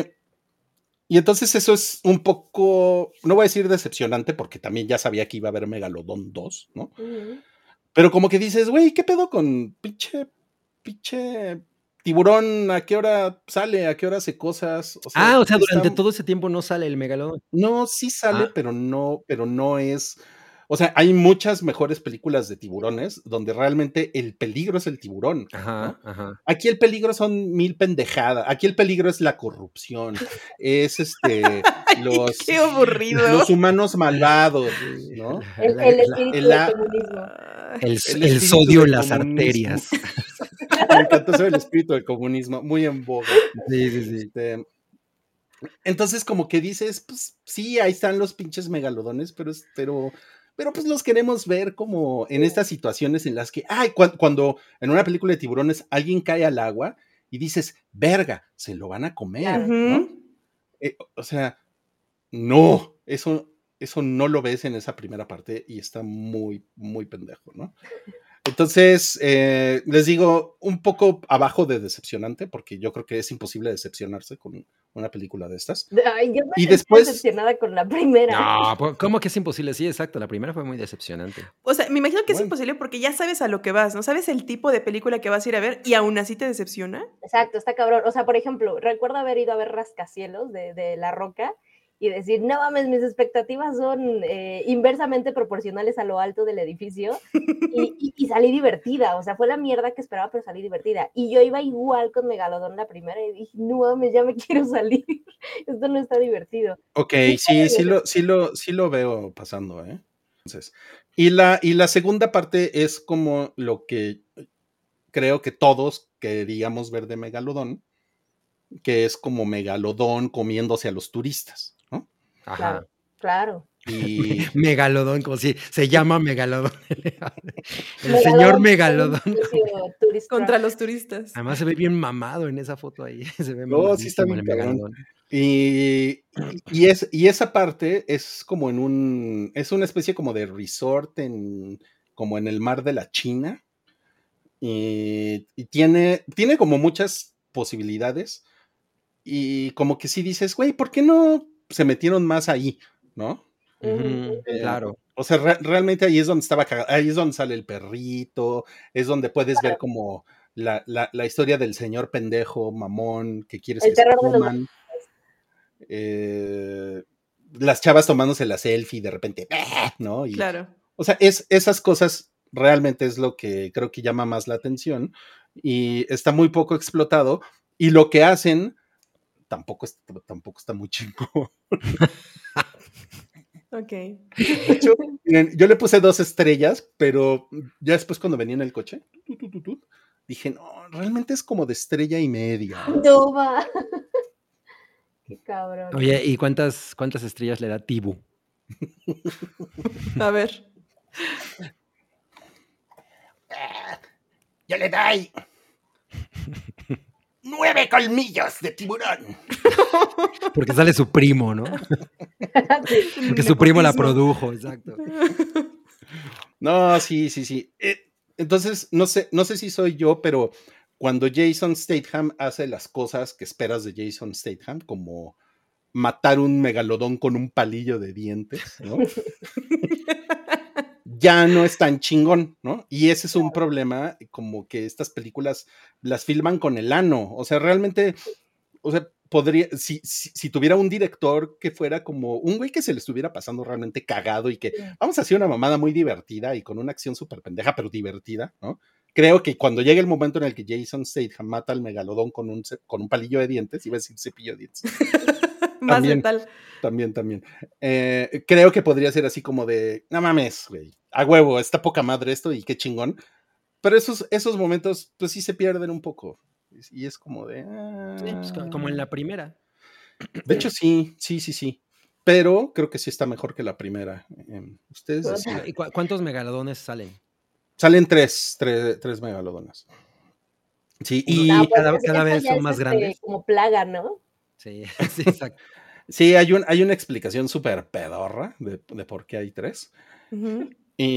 y entonces eso es un poco, no voy a decir decepcionante, porque también ya sabía que iba a haber Megalodón dos, ¿no? Ujú. Pero como que dices, güey, ¿qué pedo con pinche, pinche tiburón? ¿A qué hora sale? ¿A qué hora hace cosas? O Ah, o sea, está- durante todo ese tiempo no sale el megalodón. No, sí sale, Ah. pero no, pero no es. O sea, hay muchas mejores películas de tiburones donde realmente el peligro es el tiburón. Ajá, ¿no? ajá. Aquí el peligro son mil pendejadas. Aquí el peligro es la corrupción. Es este los, Qué aburrido. los humanos malvados, ¿no? El, La- el la- espíritu la- del comunismo. Ay, el, el el espíritu sodio del en las comunismo. arterias. Me encantó eso del espíritu del comunismo, muy en boga. Sí, sí, sí. Este, entonces, como que dices, pues sí, ahí están los pinches megalodones, pero, es- pero, pero pues los queremos ver como en estas situaciones en las que, ay, cuan- cuando en una película de tiburones alguien cae al agua y dices, verga, se lo van a comer, Claro. ¿no? ujú. Eh, o sea, no, eso, eso no lo ves en esa primera parte y está muy, muy pendejo, ¿no? Entonces, eh, les digo, un poco abajo de decepcionante, porque yo creo que es imposible decepcionarse con una película de estas. Ay, yo me Y sentí después- decepcionada con la primera. No, po- ¿cómo que es imposible? Sí, exacto. La primera fue muy decepcionante. O sea, me imagino que es Bueno. imposible porque ya sabes a lo que vas, ¿no? Sabes el tipo de película que vas a ir a ver y aún así te decepciona. Exacto, está cabrón. O sea, por ejemplo, recuerdo haber ido a ver Rascacielos de, de La Roca y decir, no mames, mis expectativas son eh, inversamente proporcionales a lo alto del edificio y, y- y salí divertida. O sea, fue la mierda que esperaba, pero salí divertida. Y yo iba igual con Megalodón la primera y dije, no mames, ya me quiero salir. Esto no está divertido. Ok, Sí, sí, sí lo, sí lo, sí lo veo pasando, ¿eh? Entonces, y la, y la segunda parte es como lo que creo que todos queríamos ver de Megalodón, que es como Megalodón comiéndose a los turistas, ¿no? Ajá. Claro, claro. Y Megalodón, como si se llama Megalodón. El Megalodón, señor Megalodón. un precio turista. Contra los turistas. Además se ve bien mamado en esa foto ahí. Se ve No, sí está mamadísimo bien el cabrón. Megalodón. Y, y, es, y esa parte es como en un, es una especie como de resort en, como en el mar de la China. Y, y tiene, tiene como muchas posibilidades. Y como que sí dices, güey, ¿por qué no se metieron más ahí? ¿No? Ujú. Ujú, Eh, claro. O sea, re- realmente ahí es donde estaba cagado, ahí es donde sale el perrito, es donde puedes ver como la, la, la historia del señor pendejo, mamón, que quieres El que se terror de los coman. Eh, las chavas tomándose la selfie de repente, ¿no? Y, Claro. o sea, es, esas cosas realmente es lo que creo que llama más la atención y está muy poco explotado y lo que hacen tampoco, es- tampoco está muy chingón. Ok. De hecho, miren, yo le puse dos estrellas, pero ya después cuando venía en el coche, tu, tu, tu, tu, dije, no, realmente es como de estrella y media. No va. Qué cabrón. Oye, ¿y cuántas, cuántas estrellas le da Tibu? A ver. Yo le doy nueve colmillos de tiburón. Porque sale su primo, ¿no? Sí. Porque su primo la Nepotismo. produjo, exacto. No, sí, sí, sí. Eh, entonces, no sé, no sé si soy yo, pero cuando Jason Statham hace las cosas que esperas de Jason Statham, como matar un megalodón con un palillo de dientes, ¿no? Ya no es tan chingón, ¿no? Y ese es un problema, como que estas películas las filman con el ano, o sea, realmente, o sea, podría, si, si, si tuviera un director que fuera como un güey que se le estuviera pasando realmente cagado y que Sí. vamos a hacer una mamada muy divertida y con una acción súper pendeja, pero divertida, ¿no? Creo que cuando llegue el momento en el que Jason Statham mata al megalodón con un, ce- con un palillo de dientes, iba a decir cepillo de dientes, Más También. letal. también, también. Eh, creo que podría ser así como de, no mames, güey, a huevo, está poca madre esto y qué chingón. Pero esos, esos momentos, pues sí se pierden un poco. Y es como de... Ah... Sí, pues, como en la primera. De hecho, sí, sí, sí, sí. Pero creo que sí está mejor que la primera. Eh, ustedes decían. ¿Y cu- cuántos megalodones salen? Salen tres, tres, tres megalodones. Sí, y No, pues cada, es- cada eso vez ya son es más este, grandes. como plaga, ¿no? Sí, sí, exacto. sí, hay, un, hay una explicación súper pedorra de, de por qué hay tres. Ujú.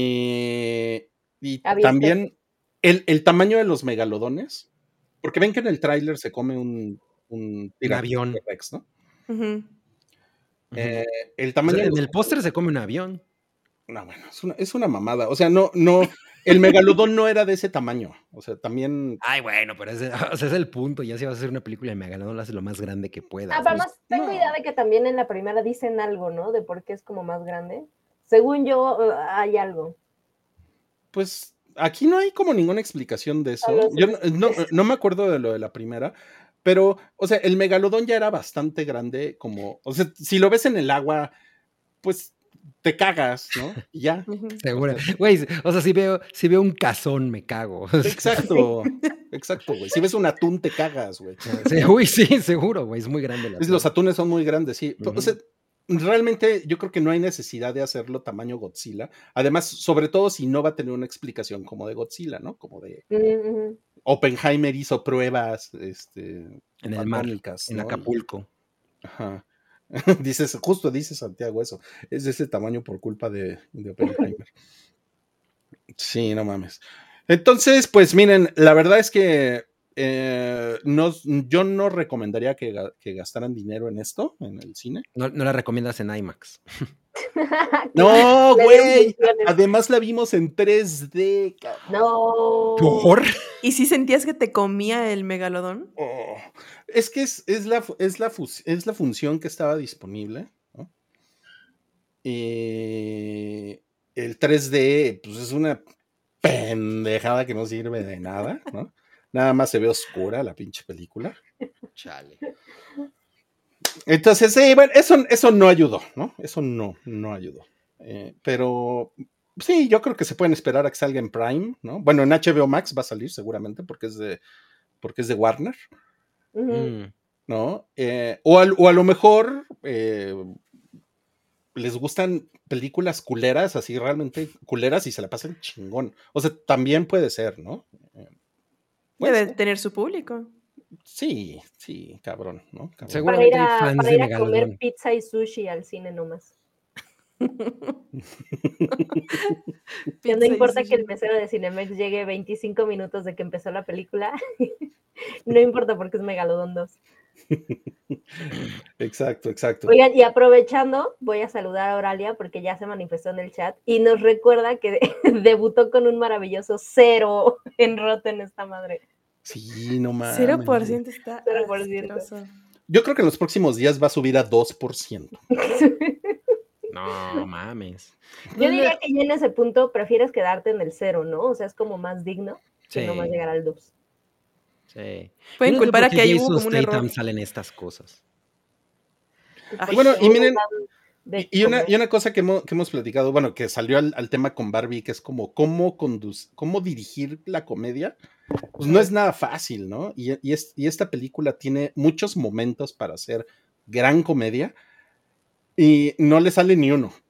Y, y Había también el, el tamaño de los megalodones, porque ven que en el tráiler se come un, un Un avión. Tiranosaurio Rex, ¿no? Ujú. Eh, Ujú. el O tamaño sea, de en los el póster se come un avión. No, bueno, es una, es una mamada. O sea, no, no, el megalodón no era de ese tamaño. O sea, también. Ay, bueno, pero ese, o sea, es el punto. Ya si vas a hacer una película de megalodón, lo haces lo más grande que puedas. Ah, pero ¿no? además tengo no. idea de que también en la primera dicen algo, ¿no? De por qué es como más grande. Según yo, uh, hay algo. Pues aquí no hay como ninguna explicación de eso. Solo Yo se- no, no, no me acuerdo de lo de la primera, pero, o sea, el megalodón ya era bastante grande, como, o sea, si lo ves en el agua, pues te cagas, ¿no? Y ya. Ujú. Seguro. O sea, Güey, o sea, si veo, si veo un cazón, me cago. O sea, exacto, exacto, güey. Si ves un atún, te cagas, güey. sí, uy, sí, seguro, güey. Es muy grande el Es, los atún. atunes son muy grandes, sí. Ujú. O sea, realmente yo creo que no hay necesidad de hacerlo tamaño Godzilla. Además, sobre todo si no va a tener una explicación como de Godzilla, ¿no? Como de Ujú, ujú. Oppenheimer hizo pruebas este, En el mar, atómicas, en ¿no? Y- Acapulco. ajá. Dices, justo dice Santiago eso. Es de ese tamaño por culpa de, de Oppenheimer. Sí, no mames. Entonces, pues miren, la verdad es que eh, no, yo no recomendaría que, ga- que gastaran dinero en esto, en el cine. No, no la recomiendas en IMAX. No, Le dieron güey. funciones. Además la vimos en tres D, cabrón. No. ¿Por? ¿Y si sentías que te comía el megalodón? Oh, es que es, es la, fu- es, la fus- es la función que estaba disponible, ¿no? Y el tres D, pues es una pendejada que no sirve de nada, ¿no? Nada más se ve oscura la pinche película. Chale. Entonces, sí, bueno, eso, eso no ayudó, ¿no? Eso no, no ayudó. Eh, pero sí, yo creo que se pueden esperar a que salga en Prime, ¿no? Bueno, en H B O Max va a salir seguramente porque es de, porque es de Warner, Ujú. Mm. ¿no? Eh, o, al- o a lo mejor eh, les gustan películas culeras, así realmente culeras y se la pasan chingón. O sea, también puede ser, ¿no? Eh, puede Debe ser. tener su público. Sí, sí, cabrón, ¿no? Cabrón. Para ir, Seguramente hay a, fans para de ir a comer Megalodón. pizza y sushi al cine nomás. Que no Pizza y importa que el sushi. mesero de Cinemex llegue veinticinco minutos de que empezó la película. No importa porque es Megalodón dos. Exacto, exacto. Oigan, y aprovechando, voy a saludar a Oralia porque ya se manifestó en el chat y nos recuerda que debutó con un maravilloso cero en Rotten esta madre. Sí, no mames. Cero por ciento está Cero por ciento. asqueroso. Yo creo que en los próximos días va a subir a dos por ciento. No mames. Yo diría que ya en ese punto prefieres quedarte en el cero, ¿no? O sea, es como más digno que Sí. nomás llegar al dos. Sí. Pueden Yo no sé culpar por a qué que ahí Jason hubo como un error. Statham salen estas cosas. Ay, Bueno, y miren, De y, y una, comer. y una cosa que hemos, que hemos platicado, bueno, que salió al, al tema con Barbie, que es como cómo, conduc- cómo dirigir la comedia, pues no es nada fácil, ¿no? Y, y, es, y esta película tiene muchos momentos para hacer gran comedia y no le sale ni uno.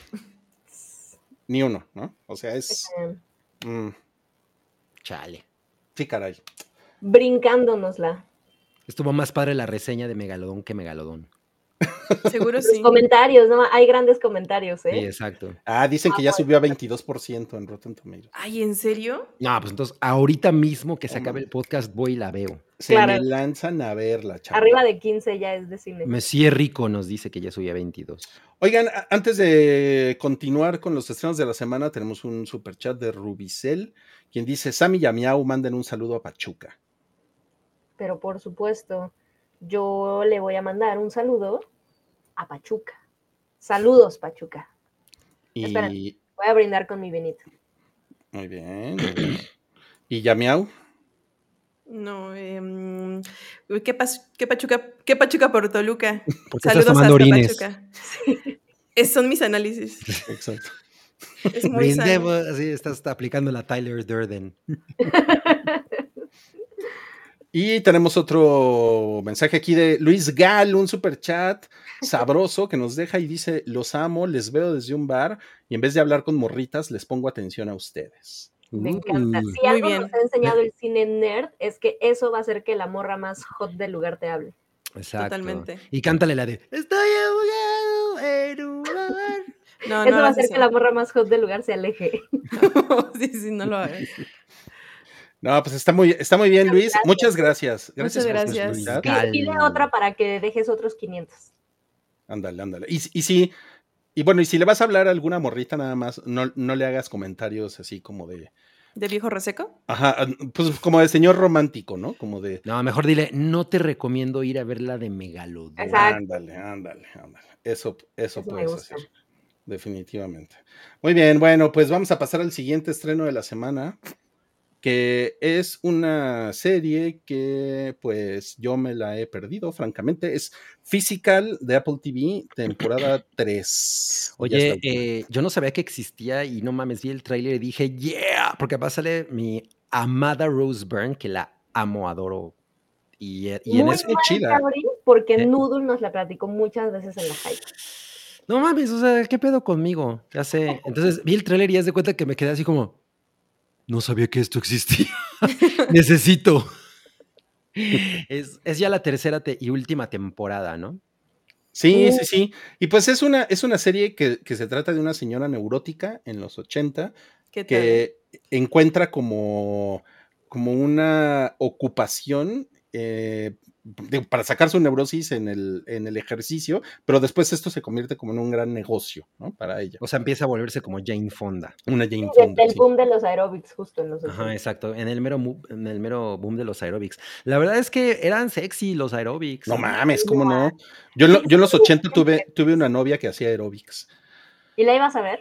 Ni uno, ¿no? O sea, es... mm, Chale. sí, caray. Brincándonosla. Estuvo más padre la reseña de Megalodón que Megalodón. seguro Los sí. comentarios, ¿no? Hay grandes comentarios, Sí, ¿eh? exacto. Ah, dicen que ya subió a veintidós por ciento en Rotten Tomatoes. Ay, ¿en serio? No, pues entonces ahorita mismo que se Oh, acabe man. el podcast voy y la veo. Se Claro. me lanzan a verla, chaval. Arriba de quince ya es de cine. Monsieur Rico nos dice que ya subía a veintidós. Oigan, a- antes de continuar con los estrenos de la semana, tenemos un superchat de Rubicel, quien dice, Sammy y Miau manden un saludo a Pachuca. Pero por supuesto, yo le voy a mandar un saludo a Pachuca. Saludos, Pachuca. Esperen. Y Voy a brindar con mi Benito. muy bien, muy bien. ¿Y Yamiau? No, eh, ¿qué, pas- qué Pachuca, qué Pachuca por Toluca? ¿Por qué estás Saludos tomando hasta orines? Pachuca. Es- son mis análisis. Exacto. Es muy sano. Brindemos, así estás aplicando la Tyler Durden. Y tenemos otro mensaje aquí de Luis Gal, un super chat sabroso que nos deja y dice: los amo, les veo desde un bar y en vez de hablar con morritas, les pongo atención a ustedes. Me encanta. Uh, Si Muy algo bien. nos ha enseñado el cine nerd es que eso va a hacer que la morra más hot del lugar te hable. Exacto. Totalmente. Y cántale la de Estoy ahogado en un bar. No, Eso no va a hagas hacer eso. que la morra más hot del lugar se aleje. Sí, sí, no lo hagas. No, pues está muy, está muy bien, Luis. Gracias. Muchas gracias. Gracias Muchas por tu gracias. superchat. Gal. Pide, pide otra para que dejes otros quinientos. Ándale, ándale. Y, y si, y bueno, y si le vas a hablar a alguna morrita nada más, no, no le hagas comentarios así como de, ¿De viejo reseco? ajá, pues como de señor romántico, ¿no? Como de, No, mejor dile, no te recomiendo ir a ver la de Megalodon. Exacto. ándale, ándale, ándale. Eso, eso Eso me puedes gusta. hacer. Definitivamente. Muy bien, bueno, pues vamos a pasar al siguiente estreno de la semana, que es una serie que pues yo me la he perdido, francamente. Es Physical de Apple T V, temporada tres. Ya es la Oye, última. eh, yo no sabía que existía y no mames, vi el tráiler y dije, yeah, porque va a salir mi amada Rose Byrne, que la amo, adoro. Y, eh, y en Muy eso, muy mal, chida. Cabri, porque ¿Eh? Noodle nos la platicó muchas veces en la hype. no mames, o sea, ¿qué pedo conmigo? Ya sé. Entonces vi el tráiler y ya de cuenta que me quedé así como, no sabía que esto existía. Necesito. es, es ya la tercera te- y última temporada, ¿no? Sí, Uh, sí, sí. Y pues es una, es una serie que, que se trata de una señora neurótica en los ochenta ¿Qué tal? que encuentra como, como una ocupación eh, de- para sacar su neurosis en el, en el ejercicio, pero después esto se convierte como en un gran negocio, ¿no? Para ella. O sea, empieza a volverse como Jane Fonda. Una Jane Desde Fonda, el sí. boom de los aerobics justo en los Ajá, ochenta. exacto. En el mero, mu- en el mero boom de los aerobics. La verdad es que eran sexy los aerobics. No ¿no? mames, ¿cómo no? Yo, en lo- yo en los ochenta tuve, tuve una novia que hacía aerobics. ¿Y la ibas a ver?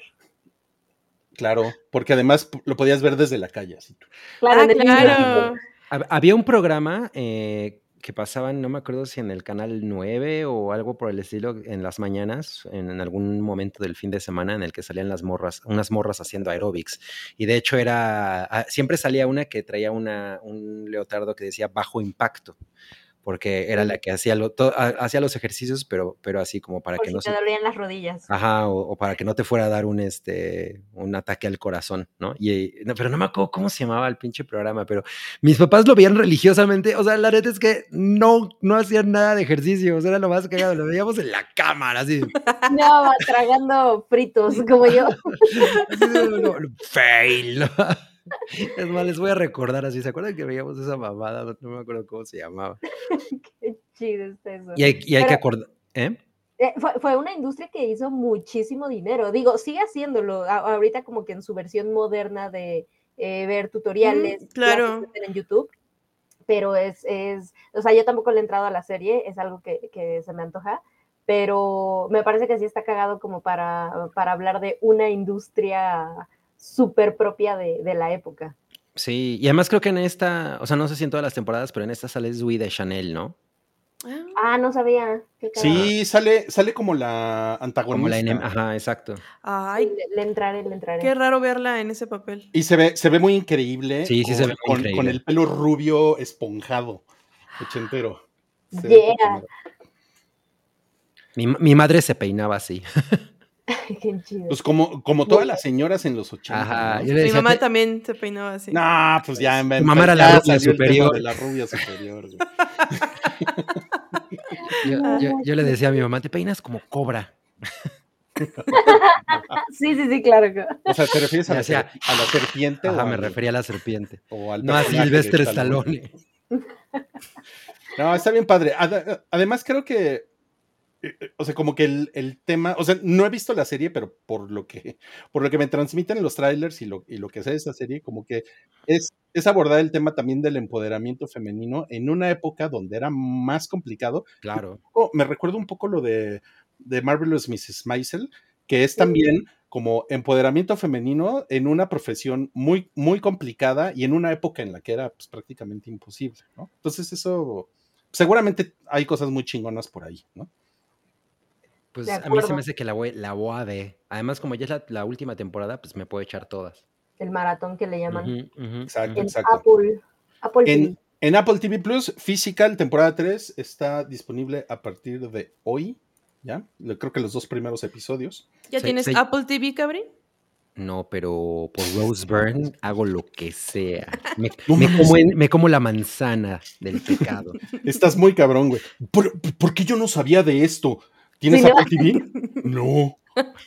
Claro, porque además p- lo podías ver desde la calle. Así. Claro, Ah, en el claro. Hab- Había un programa eh, que pasaban, no me acuerdo si en el canal nueve o algo por el estilo, en las mañanas, en, en algún momento del fin de semana, en el que salían las morras, unas morras haciendo aerobics. Y de hecho era, ah, siempre salía una que traía una, un leotardo que decía bajo impacto, porque era la que hacía, lo, to- ha- hacía los ejercicios, pero, pero así como para Por que si no te se... dolían las rodillas. Ajá, o, o para que no te fuera a dar un, este, un ataque al corazón, ¿no? Y, no, pero no me acuerdo cómo se llamaba el pinche programa, pero mis papás lo veían religiosamente, o sea, la neta es que no, no hacían nada de ejercicio, o sea, era lo más cagado, lo veíamos en la cámara, así, No, tragando fritos como yo. así de, no, no, fail. Es más, les voy a recordar así, ¿se acuerdan que veíamos esa mamada? No, no me acuerdo cómo se llamaba. Qué chido está eso. Y hay, y hay que Pero, acordar, ¿eh? eh, fue, fue una industria que hizo muchísimo dinero. Digo, sigue haciéndolo. A- ahorita como que en su versión moderna de eh, ver tutoriales, Mm, clases claro. que hacen en YouTube. Pero es, es, o sea, yo tampoco le he entrado a la serie, es algo que, que se me antoja, pero me parece que sí está cagado como para, para hablar de una industria súper propia de, de la época. Sí, y además creo que en esta, o sea, no sé si en todas las temporadas, pero en esta sale Zooey de Chanel, ¿no? Ah, Ah, no sabía. Qué cagado. Sí, sale, sale como la Como la antagonista. enem- Ajá, exacto. Sí, Ay, le, le entraré, le entraré. qué raro verla en ese papel. Y se ve, se ve muy increíble. Sí, sí con, se ve muy con- increíble. con el pelo rubio esponjado, ochentero. Se ve Yeah. poca madre. Mi, mi madre se peinaba así. Qué chido. Pues como, como todas las señoras en los ochenta. Ajá, ¿no? yo le Mi decía, mamá "Te- también se peinaba así. No, pues ya, en Tu mamá era la ya rubia salió el tema superior. de la rubia superior. güey. yo, yo- yo le decía a mi mamá, te peinas como cobra. Sí, sí, sí, claro. que- O sea, ¿te refieres a Me la, hacía- ser- a la serpiente Ajá, o, me al, refería a la serpiente. o al No a personaje Sylvester de Stallone? Stallone. No, está bien padre. Ad- Además, creo que, eh, eh, o sea, como que el, el tema, o sea, no he visto la serie, pero por lo que, por lo que me transmiten los trailers y lo, y lo que sé de esa serie, como que es, es abordar el tema también del empoderamiento femenino en una época donde era más complicado. Claro. Oh, me recuerdo un poco lo de, de Marvelous missus Maisel, que es también como empoderamiento femenino en una profesión muy, muy complicada y en una época en la que era pues, prácticamente imposible, ¿no? Entonces eso, seguramente hay cosas muy chingonas por ahí, ¿no? Pues De a mí se acuerdo. me hace que la voy, la voy a ver. Además, como ya es la, la última temporada, pues me puedo echar todas. El maratón que le llaman. Ujú, ujú, Exacto, En ujú. exacto. Apple. Apple En, T V. En Apple T V Plus, Physical, temporada tres, está disponible a partir de hoy, ¿ya? Creo que los dos primeros episodios. ¿Ya Sí, tienes sí. Apple T V, Cabri? No, pero por Rose Byrne hago lo que sea. Me, No me mames. como en- me como la manzana del pecado. Estás muy cabrón, güey. ¿Por, por qué yo no sabía de esto? ¿Tienes Sí, ¿no? Apple T V? No.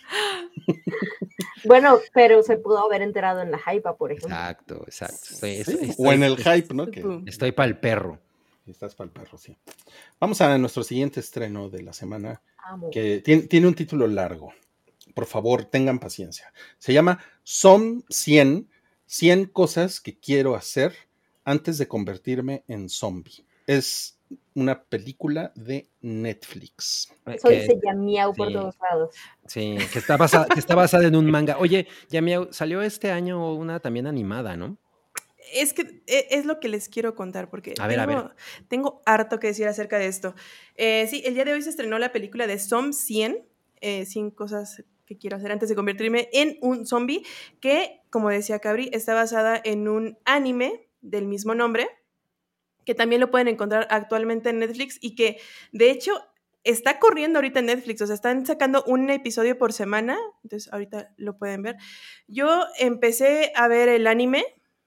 Bueno, pero se pudo haber enterado en la Hypa, por ejemplo. Exacto, exacto. Estoy, Sí, estoy- o en el estoy- hype, ¿no? Que Pum. Estoy para el perro. estás para el perro, sí. Vamos a nuestro siguiente estreno de la semana, Amo. que tiene, tiene un título largo. Por favor, tengan paciencia. Se llama Som cien, cien cosas que quiero hacer antes de convertirme en zombie. Es una película de Netflix. Eso Que- dice ya miau por sí. todos lados. Sí, que está, basada, que está basada en un manga. Oye, Yamiau, salió este año una también animada, ¿no? Es que e- es lo que les quiero contar, porque A ver, a tengo, ver. tengo harto que decir acerca de esto. Eh, sí, el día de hoy se estrenó la película de Som cien, eh, cien cosas que quiero hacer antes de convertirme en un zombie, que, como decía Cabri, está basada en un anime del mismo nombre, que también lo pueden encontrar actualmente en Netflix y que, de hecho, está corriendo ahorita en Netflix, o sea, están sacando un episodio por semana, entonces ahorita lo pueden ver. Yo empecé a ver el anime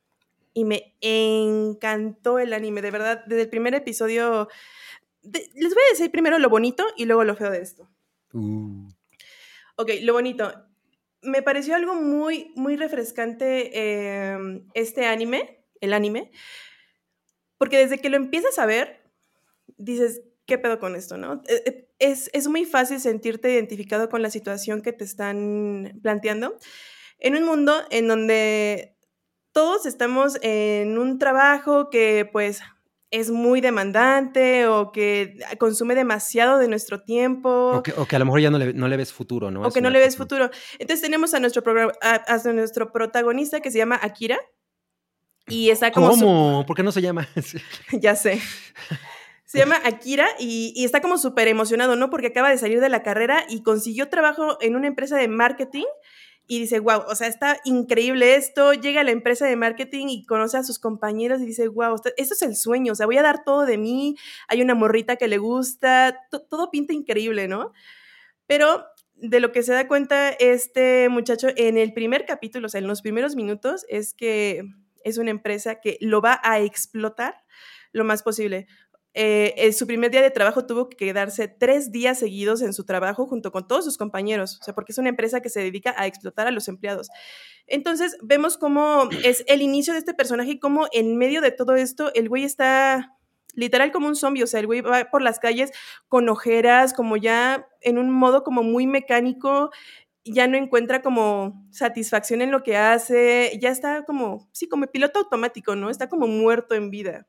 y me encantó el anime, de verdad, desde el primer episodio. de- les voy a decir primero lo bonito y luego lo feo de esto. Uh, Ok, lo bonito. Me pareció algo muy, muy refrescante eh, este anime, el anime, porque desde que lo empiezas a ver, dices, ¿qué pedo con esto, no? Eh, eh, Es, es muy fácil sentirte identificado con la situación que te están planteando en un mundo en donde todos estamos en un trabajo que pues es muy demandante o que consume demasiado de nuestro tiempo o, que, o que a lo mejor ya no le, no le ves futuro, ¿no? o Es que no una le ves cosa- futuro. Entonces tenemos a nuestro, programa, a, a nuestro protagonista que se llama Akira y está como... su- ¿Cómo? ¿Por qué no se llama? ya sé. Se llama Akira y, y está como súper emocionado, ¿no? Porque acaba de salir de la carrera y consiguió trabajo en una empresa de marketing y dice, wow, o sea, está increíble esto. Llega a la empresa de marketing y conoce a sus compañeros y dice, wow, esto es el sueño, o sea, voy a dar todo de mí. Hay una morrita que le gusta, to- todo pinta increíble, ¿no? Pero de lo que se da cuenta este muchacho en el primer capítulo, o sea, en los primeros minutos, es que es una empresa que lo va a explotar lo más posible. Eh, en su primer día de trabajo tuvo que quedarse tres días seguidos en su trabajo junto con todos sus compañeros, o sea, porque es una empresa que se dedica a explotar a los empleados. Entonces, vemos cómo es el inicio de este personaje y cómo en medio de todo esto el güey está literal como un zombie, o sea, el güey va por las calles con ojeras, como ya en un modo como muy mecánico, ya no encuentra como satisfacción en lo que hace, ya está como, sí, como piloto automático, ¿no? Está como muerto en vida.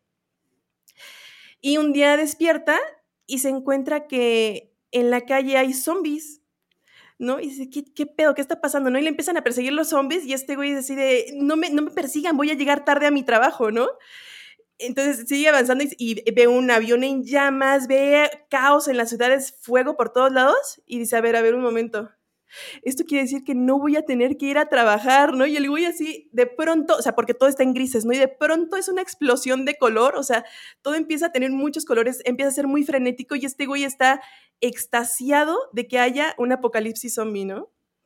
Y un día despierta y se encuentra que en la calle hay zombies, ¿no? Y dice, ¿qué, qué pedo? ¿Qué está pasando? ¿No? Y le empiezan a perseguir los zombies y este güey decide, no me, no me persigan, voy a llegar tarde a mi trabajo, ¿no? Entonces sigue avanzando y, y ve un avión en llamas, ve caos en las ciudades, fuego por todos lados y dice, a ver, a ver un momento. Esto quiere decir que no voy a tener que ir a trabajar, ¿no? Y el güey así, de pronto, o sea, porque todo está en grises, ¿no? Y de pronto es una explosión de color, o sea, todo empieza a tener muchos colores, empieza a ser muy frenético y este güey está extasiado de que haya un apocalipsis zombie, ¿no?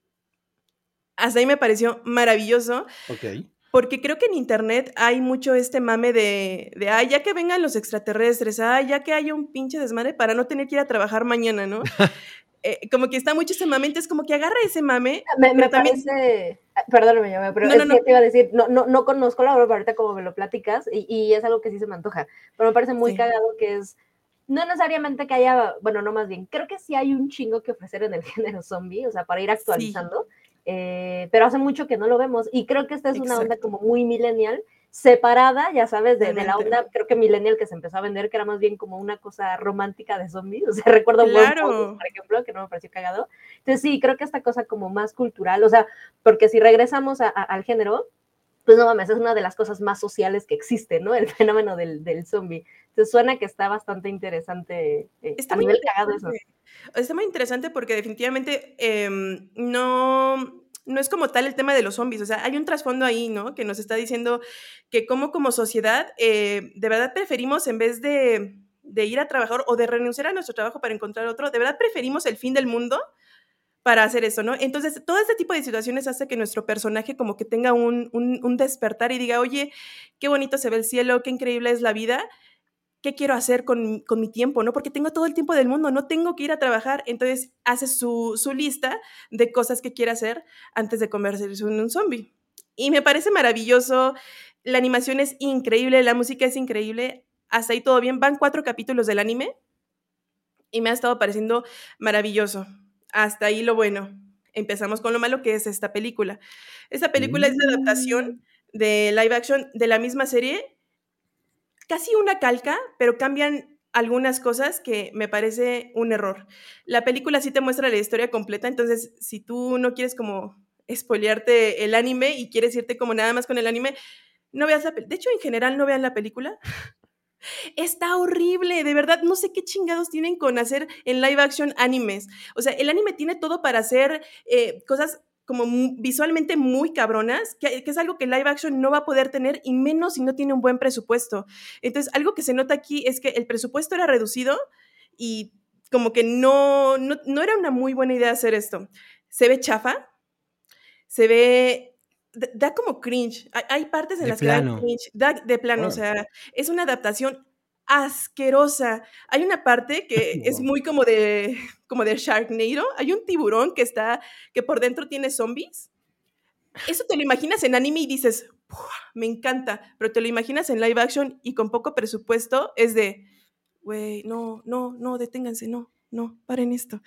Hasta ahí me pareció maravilloso. Ok. Porque creo que en internet hay mucho este mame de, de, ay, ya que vengan los extraterrestres, ay, ya que haya un pinche desmadre para no tener que ir a trabajar mañana, ¿no? Eh, como que está mucho ese mame, entonces como que agarra ese mame. Me, me también... parece, perdóname, yo, pero no, es no, que no. te iba a decir, no, no, no conozco la obra, pero ahorita como me lo platicas, y, y es algo que sí se me antoja, pero me parece muy Sí. cagado que es, no necesariamente que haya, bueno, no más bien, creo que sí hay un chingo que ofrecer en el género zombie, o sea, para ir actualizando, sí. eh, pero hace mucho que no lo vemos, y creo que esta es Exacto. una onda como muy millennial, separada, ya sabes, de, de la Realmente. onda, creo que millennial que se empezó a vender, que era más bien como una cosa romántica de zombies, o sea, recuerdo Claro. World, por ejemplo, que no me pareció cagado. Entonces sí, creo que esta cosa como más cultural, o sea, porque si regresamos a, a, al género, pues no mames, es una de las cosas más sociales que existe, ¿no? El fenómeno del, del zombie. Entonces suena que está bastante interesante, eh, Está a muy nivel cagado eso. Está muy interesante porque definitivamente eh, no... no es como tal el tema de los zombies, o sea, hay un trasfondo ahí, ¿no? Que nos está diciendo que como como sociedad, eh, de verdad preferimos en vez de, de ir a trabajar o de renunciar a nuestro trabajo para encontrar otro, de verdad preferimos el fin del mundo para hacer eso, ¿no? Entonces, todo este tipo de situaciones hace que nuestro personaje como que tenga un, un, un despertar y diga, oye, qué bonito se ve el cielo, qué increíble es la vida, ¿qué quiero hacer con, con mi tiempo, no? Porque tengo todo el tiempo del mundo, no tengo que ir a trabajar. Entonces, hace su, su lista de cosas que quiere hacer antes de convertirse en un zombie. Y me parece maravilloso, la animación es increíble, la música es increíble, hasta ahí todo bien. Van cuatro capítulos del anime y me ha estado pareciendo maravilloso. Hasta ahí lo bueno. Empezamos con lo malo, que es esta película. Esta película mm. es la adaptación de live action de la misma serie, casi una calca, pero cambian algunas cosas que me parece un error. La película sí te muestra la historia completa, entonces si tú no quieres como spoilearte el anime y quieres irte como nada más con el anime, no veas la película. De hecho, en general, no vean la película. Está horrible, de verdad, no sé qué chingados tienen con hacer en live action animes. O sea, el anime tiene todo para hacer eh, cosas como visualmente muy cabronas, que, que es algo que live action no va a poder tener, y menos si no tiene un buen presupuesto. Entonces, algo que se nota aquí es que el presupuesto era reducido y como que no, no, no era una muy buena idea hacer esto. Se ve chafa, se ve... da como cringe. Hay, hay partes en de las plano. que da cringe, da de plano, oh. O sea, es una adaptación asquerosa. Hay una parte que wow. es muy como de, como de Sharknado. Hay un tiburón que está, que por dentro tiene zombies. Eso te lo imaginas en anime y dices, me encanta, pero te lo imaginas en live action y con poco presupuesto es de, güey, no, no, no, deténganse, no, no, paren esto.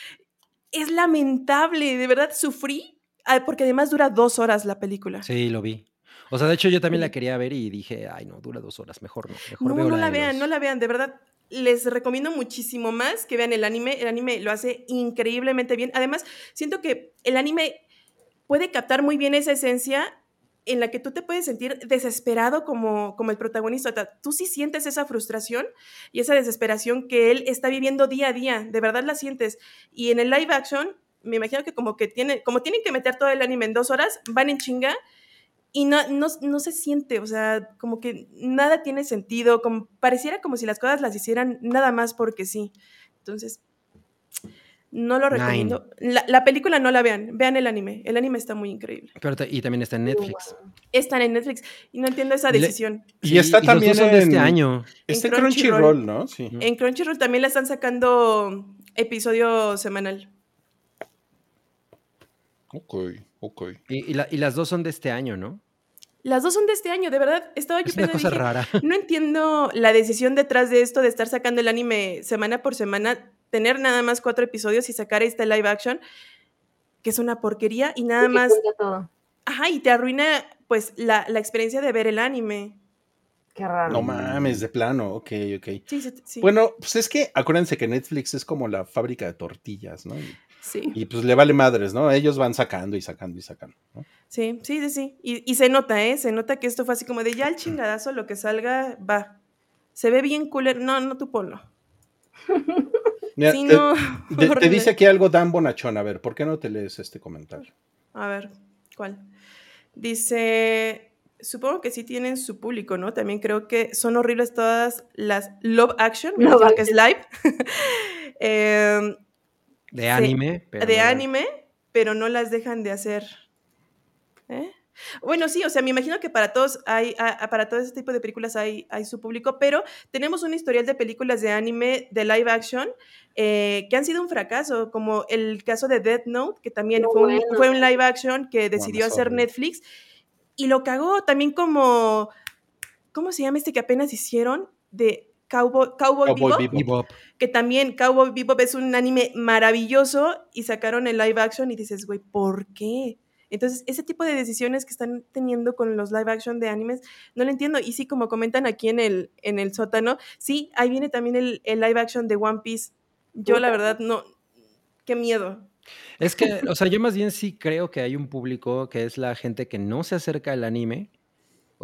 Es lamentable, de verdad sufrí, porque además dura dos horas la película. Sí, lo vi. O sea, de hecho yo también la quería ver y dije, ay no, dura dos horas, mejor no. Mejor no, veo no la, la vean, los... no la vean, de verdad. Les recomiendo muchísimo más que vean el anime. El anime lo hace increíblemente bien. Además, siento que el anime puede captar muy bien esa esencia en la que tú te puedes sentir desesperado como, como el protagonista. Tú sí sientes esa frustración y esa desesperación que él está viviendo día a día. De verdad la sientes. Y en el live action, me imagino que como que tiene, como tienen que meter todo el anime en dos horas, van en chinga y no, no, no se siente, o sea, como que nada tiene sentido, como, pareciera como si las cosas las hicieran nada más porque sí. Entonces, no lo recomiendo. La, la película no la vean, vean el anime. El anime está muy increíble. Pero te, y también está en Netflix. Están en Netflix y no entiendo esa decisión. Y sí, está y también los dos son en, de este año. Está en Crunchyroll, Crunchyroll, ¿no? Sí. En Crunchyroll también la están sacando episodio semanal. Ok, ok. Y, y, la, y las dos son de este año, ¿no? Las dos son de este año, de verdad. Estaba yo es una cosa dije, rara. No entiendo la decisión detrás de esto de estar sacando el anime semana por semana, tener nada más cuatro episodios y sacar este live action, que es una porquería y nada y más. Todo. Ajá, y te arruina pues la, la experiencia de ver el anime. Qué raro. No mames, de plano, ok, ok. Sí, sí, sí. Bueno, pues es que acuérdense que Netflix es como la fábrica de tortillas, ¿no? Y, sí. Y pues le vale madres, ¿no? Ellos van sacando y sacando y sacando, ¿no? Sí, sí, sí, sí. Y, y se nota, ¿eh? Se nota que esto fue así como de ya el chingadazo, lo que salga, va. Se ve bien culero. No, no, tú ponlo. Mira, sí, te, no. te, te dice aquí algo Dan Bonachón. A ver, ¿por qué no te lees este comentario? A ver, ¿cuál? Dice, supongo que sí tienen su público, ¿no? También creo que son horribles todas las Love Action, me Love imagino que es live. eh, de sí, anime. Pero de no anime, la... pero no las dejan de hacer. ¿Eh? Bueno, sí, o sea, me imagino que para todos hay, a, para todo ese tipo de películas hay, hay su público, pero tenemos un historial de películas de anime de live action eh, que han sido un fracaso, como el caso de Death Note, que también no, fue, un, bueno. fue un live action que decidió bueno, hacer Netflix y lo cagó también como, ¿cómo se llama este que apenas hicieron? De Cowboy, Cowboy, Cowboy Bebop, Bebop, que también Cowboy Bebop es un anime maravilloso y sacaron el live action y dices, güey, ¿por qué? Entonces, ese tipo de decisiones que están teniendo con los live action de animes, no lo entiendo. Y sí, como comentan aquí en el, en el sótano, sí, ahí viene también el, el live action de One Piece. Yo, la verdad, no, qué miedo. Es que, o sea, yo más bien sí creo que hay un público que es la gente que no se acerca al anime.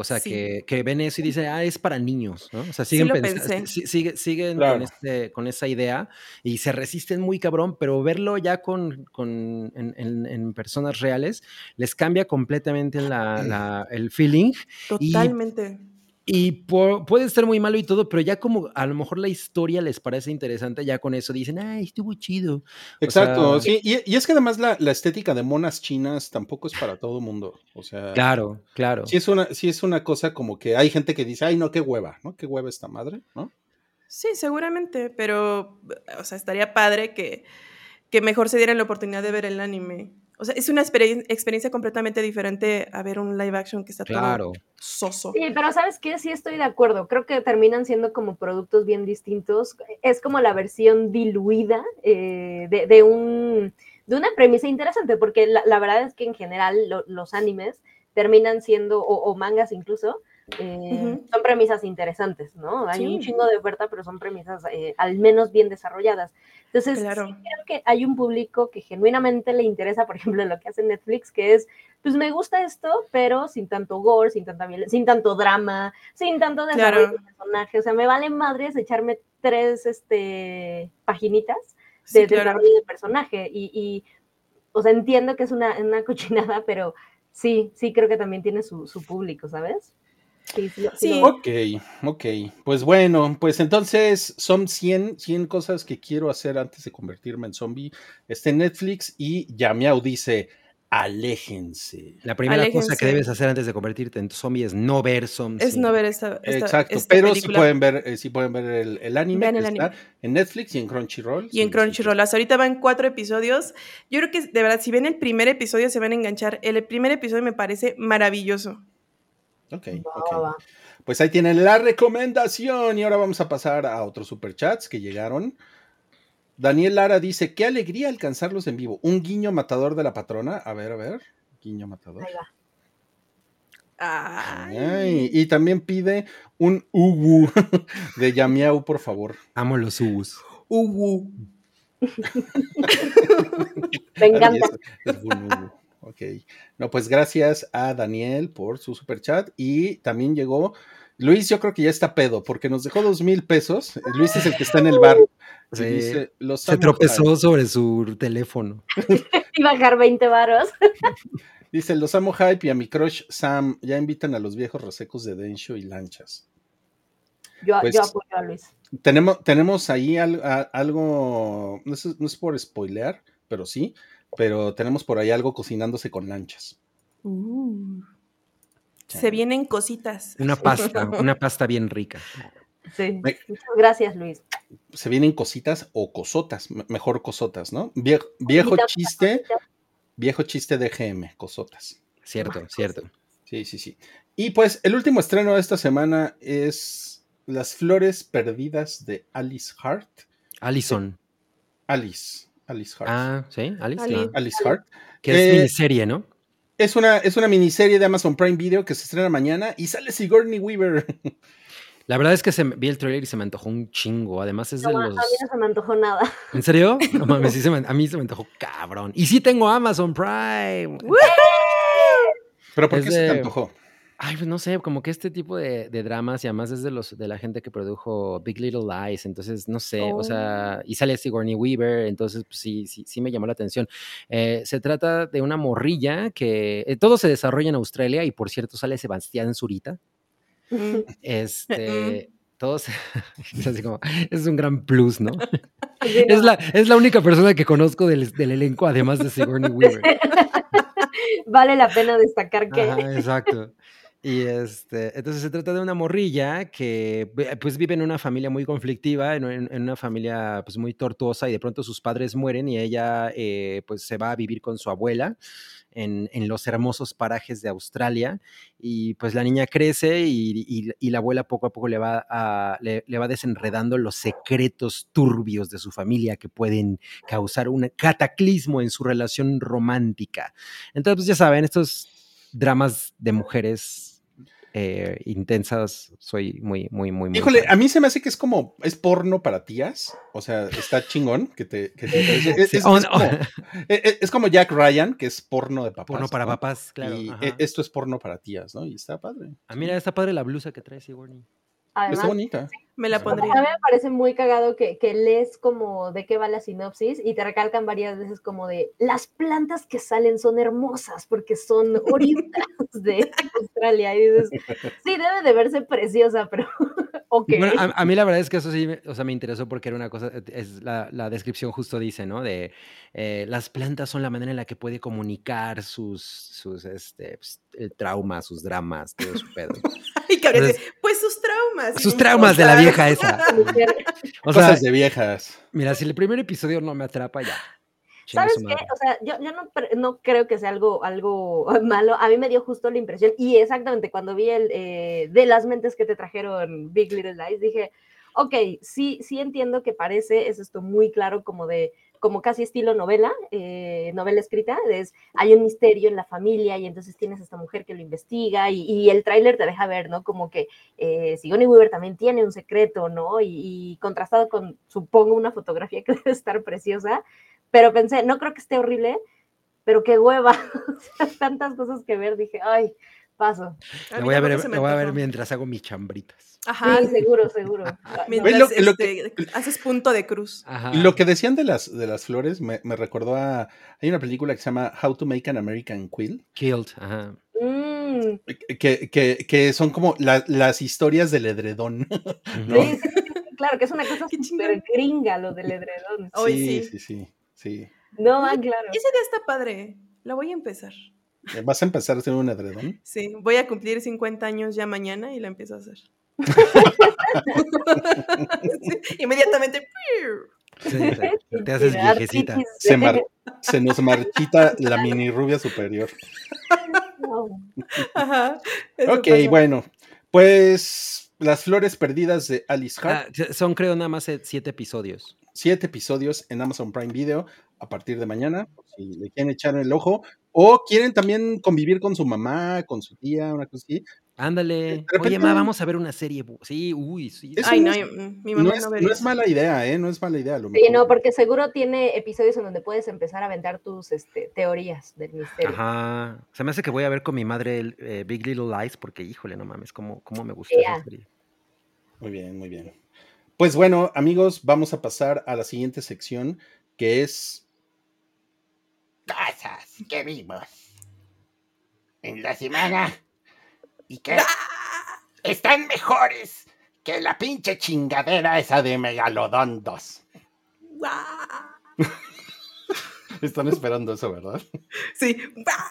O sea, Sí. que, que ven eso y dicen, ah, es para niños, ¿no? O sea, Sí siguen, lo pensa- pensé. si- sigue- siguen Claro. con, este, con esa idea y se resisten muy cabrón, pero verlo ya con, con, en, en- en personas reales les cambia completamente la, la- el feeling. Y Totalmente. y po- puede estar muy malo y todo, pero ya como a lo mejor la historia les parece interesante, ya con eso dicen, ay, estuvo chido. O Exacto, sea, sí, y, y es que además la, la estética de monas chinas tampoco es para todo mundo. O sea, claro, claro. sí es una, sí es una cosa como que hay gente que dice, ay, no, qué hueva, ¿no? Qué hueva esta madre, ¿no? Sí, seguramente, pero, o sea, estaría padre que, que mejor se dieran la oportunidad de ver el anime. O sea, es una experien- experiencia completamente diferente a ver un live action que está Claro. todo soso. Sí, pero ¿sabes qué? Sí estoy de acuerdo. Creo que terminan siendo como productos bien distintos. Es como la versión diluida eh, de, de, un, de una premisa interesante, porque la, la verdad es que en general lo, los animes terminan siendo, o, o mangas incluso, eh, Ujú. son premisas interesantes, ¿no? Hay Sí. un chingo de oferta, pero son premisas eh, al menos bien desarrolladas. Entonces, Claro. sí creo que hay un público que genuinamente le interesa, por ejemplo, lo que hace Netflix, que es, pues me gusta esto, pero sin tanto gore, sin tanta violencia, sin tanto drama, sin tanto desarrollo Claro. de personaje. O sea, me vale madres echarme tres este, paginitas Sí, de claro. desarrollo de personaje. Y, y, o sea, entiendo que es una, una cochinada, pero sí, sí creo que también tiene su, su público, ¿sabes? Sí, sí, lo- sí Sí. lo- Ok, ok. Pues bueno, pues entonces son cien, cien cosas que quiero hacer antes de convertirme en zombie. Está en Netflix y Yamiao dice, aléjense. La primera cosa que Aléjense. debes hacer antes de convertirte en zombie es no ver Som Es cien. no ver esta, esta, Exacto, esta pero sí película. pueden ver, eh, sí pueden ver el, el anime Vean que el está anime. en Netflix y en Crunchyroll. Y en si les Crunchyroll. Hasta ahorita van cuatro episodios. Yo creo que, de verdad, si ven el primer episodio, se van a enganchar. El primer episodio me parece maravilloso. interesa. Ok, Va, ok. va, va. Pues ahí tienen la recomendación y ahora vamos a pasar a otros superchats que llegaron. Daniel Lara dice, qué alegría alcanzarlos en vivo. Un guiño matador de la patrona. A ver, a ver. Guiño matador. Ahí va. Ay. Ay, y también pide un uwu de Yamiau, por favor. Amo los ubus. Uwu. Me encanta. Es, es un uwu. Ok. No, pues gracias a Daniel por su superchat. Y también llegó Luis, yo creo que ya está pedo, porque nos dejó dos mil pesos. Luis es el que está en el bar. Y Sí. dice, los Se amo, tropezó Hype. sobre su teléfono. Y bajar veinte varos. Dice, los amo Hype y a mi crush Sam. Ya invitan a los viejos resecos de Densho y lanchas. Yo, Pues- yo apoyo a Luis. Tenemos, tenemos ahí al- a- algo, no es, no es por spoilear, pero sí, pero tenemos por ahí algo cocinándose con lanchas. Uh. Se vienen cositas. Una pasta, una pasta bien rica. Sí. Me- Muchas gracias, Luis. Se vienen cositas o cosotas, me- mejor cosotas, ¿no? Viejo, viejo Cositas, chiste, cositas. viejo chiste de G M, cosotas. Cierto, cierto. Sí, sí, sí. Y pues el último estreno de esta semana es Las Flores Perdidas de Alice Hart. Allison. Alice, Alice Hart. Ah, ¿sí? Alice. Ali. Ah, Alice Hart. que es Eh, miniserie, ¿no? Es una, es una miniserie de Amazon Prime Video que se estrena mañana y sale Sigourney Weaver. La verdad es que se me- vi el trailer y se me antojó un chingo. Además es de No, a los... a mí no se me antojó nada. ¿En serio? No mames, sí se me- a mí se me antojó cabrón. Y sí tengo Amazon Prime. ¿Pero por Es qué se te de- antojó? Ay, pues no sé, como que este tipo de, de dramas y además es de, los, de la gente que produjo Big Little Lies, entonces no sé, o sea, y sale Sigourney Weaver, entonces pues, sí, sí, sí me llamó la atención. Eh, se trata de una morrilla que eh, todo se desarrolla en Australia y por cierto sale Sebastián Zurita. Mm. Este, todos, es así como, es un gran plus, ¿no? Sí, Es no. la, es la única persona que conozco del, del elenco, además de Sigourney Weaver. Vale la pena destacar que Ajá, exacto. Y este, entonces se trata de una morrilla que ve- pues vive en una familia muy conflictiva, en, en- en una familia pues muy tortuosa y de pronto sus padres mueren y ella eh, pues se va a vivir con su abuela en, en los hermosos parajes de Australia y pues la niña crece y, y- y la abuela poco a poco le va, a, le, le va desenredando los secretos turbios de su familia que pueden causar un cataclismo en su relación romántica. Entonces pues ya saben, estos dramas de mujeres eh, intensas, soy muy, muy, muy, muy Híjole, fan. a mí se me hace que es como, es porno para tías, o sea, está chingón que te, que te interese. Es, Sí, es- oh, es no. como, es, es como Jack Ryan, que es porno de papás, Porno para ¿no? papás, claro. Y Ajá. e- esto es porno para tías, ¿no? Y está padre. Ah, mira, está padre la blusa que trae Sigourney. Está Además, bonita. Me la a mí pondría. me parece muy cagado que, que lees como de qué va la sinopsis y te recalcan varias veces como de las plantas que salen son hermosas porque son oriundas de Australia. Y dices, sí, debe de verse preciosa, pero ok. Bueno, a, a mí la verdad es que eso sí, me- o sea, me interesó porque era una cosa, eh, es la, la descripción justo dice, ¿no? De eh, las plantas son la manera en la que puede comunicar sus, sus, este, pues, el trauma, sus dramas, todo su pedo. Y que ahora dice, Entonces, pues sus traumas. sus sin traumas de la importar. vieja esa. Mujer. O sea, Cosas de viejas. mira, si el primer episodio no me atrapa, ya. Chingue ¿Sabes su qué? madre. O sea, yo, yo no, pre- no creo que sea algo, algo malo. A mí me dio justo la impresión, y exactamente cuando vi el eh, de las mentes que te trajeron Big Little Lies, dije, ok, sí, sí entiendo que parece, es esto muy claro como de, como casi estilo novela, eh, novela escrita, es, hay un misterio en la familia y entonces tienes a esta mujer que lo investiga y, y el tráiler te deja ver, ¿no? Como que eh, Sigourney Weaver también tiene un secreto, ¿no? Y, y contrastado con, supongo, una fotografía que debe estar preciosa, pero pensé, no creo que esté horrible, pero qué hueva, o sea, tantas cosas que ver, dije, ay, paso. A La mí voy a tampoco ver, se me la voy a ver antojó. mientras hago mis chambritas. Ajá. Sí, seguro, seguro. Ay, no. Mientras Lo- lo que- este, haces punto de cruz. Ajá. Lo que decían de las, de las flores me, me recordó a. Hay una película que se llama How to Make an American Quilt, Killed, ajá. Mm, que, que, que son como la- las historias del edredón, ¿no? sí, sí, sí, sí, claro, que es una cosa Qué súper chingón. gringa lo del edredón. Hoy Sí, sí. sí, sí, sí. No, Oye, ah, claro. Esa idea está padre. La voy a empezar. ¿Vas a empezar a hacer un edredón? Sí, voy a cumplir cincuenta años ya mañana y la empiezo a hacer. Sí, inmediatamente. Sí, te, te haces viejecita. Artritis. Se, mar- se nos marchita la mini rubia superior. No. Ajá. eso Ok, pasa. bueno, pues Las Flores Perdidas de Alice Hart. Ah, son creo nada más eh, siete episodios. Siete episodios en Amazon Prime Video a partir de mañana, por si le quieren echar el ojo, o quieren también convivir con su mamá, con su tía, una cosa así. Ándale. De repente- Oye, ma, vamos a ver una serie. bu- Sí, uy, sí. Eso Ay, no no, es- yo- mm, mi No mamá es, no, no vería es eso. mala idea, ¿eh? No es mala idea. A lo Sí, mejor. no, porque seguro tiene episodios en donde puedes empezar a aventar tus este, teorías del misterio. Ajá. Se me hace que voy a ver con mi madre el, eh, Big Little Lies porque, híjole, no mames, cómo, cómo me gusta Yeah. esa serie. Muy bien, muy bien. Pues bueno, amigos, vamos a pasar a la siguiente sección, que es Cosas que vimos en la semana y que están mejores que la pinche chingadera esa de Megalodon dos. ¡Guau! Están esperando eso, ¿verdad? Sí. ¡Guau!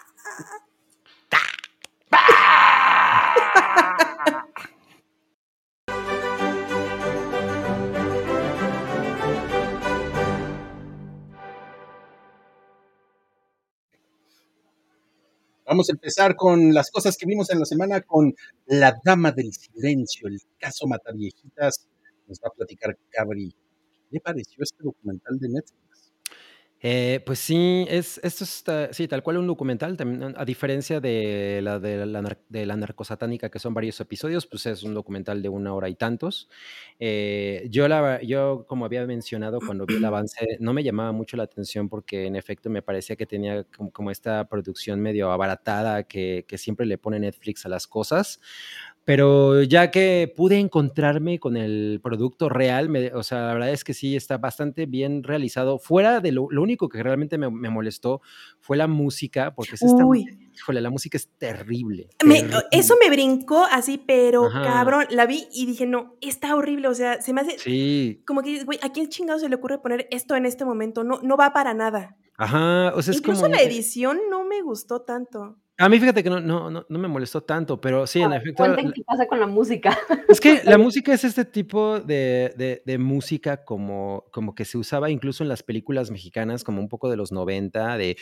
Vamos a empezar con las cosas que vimos en la semana con La Dama del Silencio, el caso Mataviejitas. Nos va a platicar Cabri. ¿Qué le pareció este documental de Netflix? Eh, pues sí, es, esto es ta- sí, tal cual un documental, también, a diferencia de la de la, nar- de la narcosatánica, que son varios episodios, pues es un documental de una hora y tantos. Eh, yo, la, yo, como había mencionado cuando vi el avance, no me llamaba mucho la atención porque en efecto me parecía que tenía como, como esta producción medio abaratada que, que siempre le pone Netflix a las cosas. Pero ya que pude encontrarme con el producto real, me- o sea, la verdad es que sí está bastante bien realizado. Fuera de lo, lo único que realmente me, me molestó fue la música, porque es esta, Uy. híjole, la música es terrible. Me- terrible. eso me brincó así, pero Ajá. cabrón, la vi y dije, no, está horrible, o sea, se me hace Sí, como que, güey, ¿a quién chingado se le ocurre poner esto en este momento? No, no va para nada. ajá, o sea, es Incluso como... la edición no me gustó tanto. A mí fíjate que no, no, no, no me molestó tanto, pero sí, en efecto... Cuenten la- qué pasa con la música. Es que la música es este tipo de, de- de música como, como que se usaba incluso en las películas mexicanas, como un poco de los noventa, de...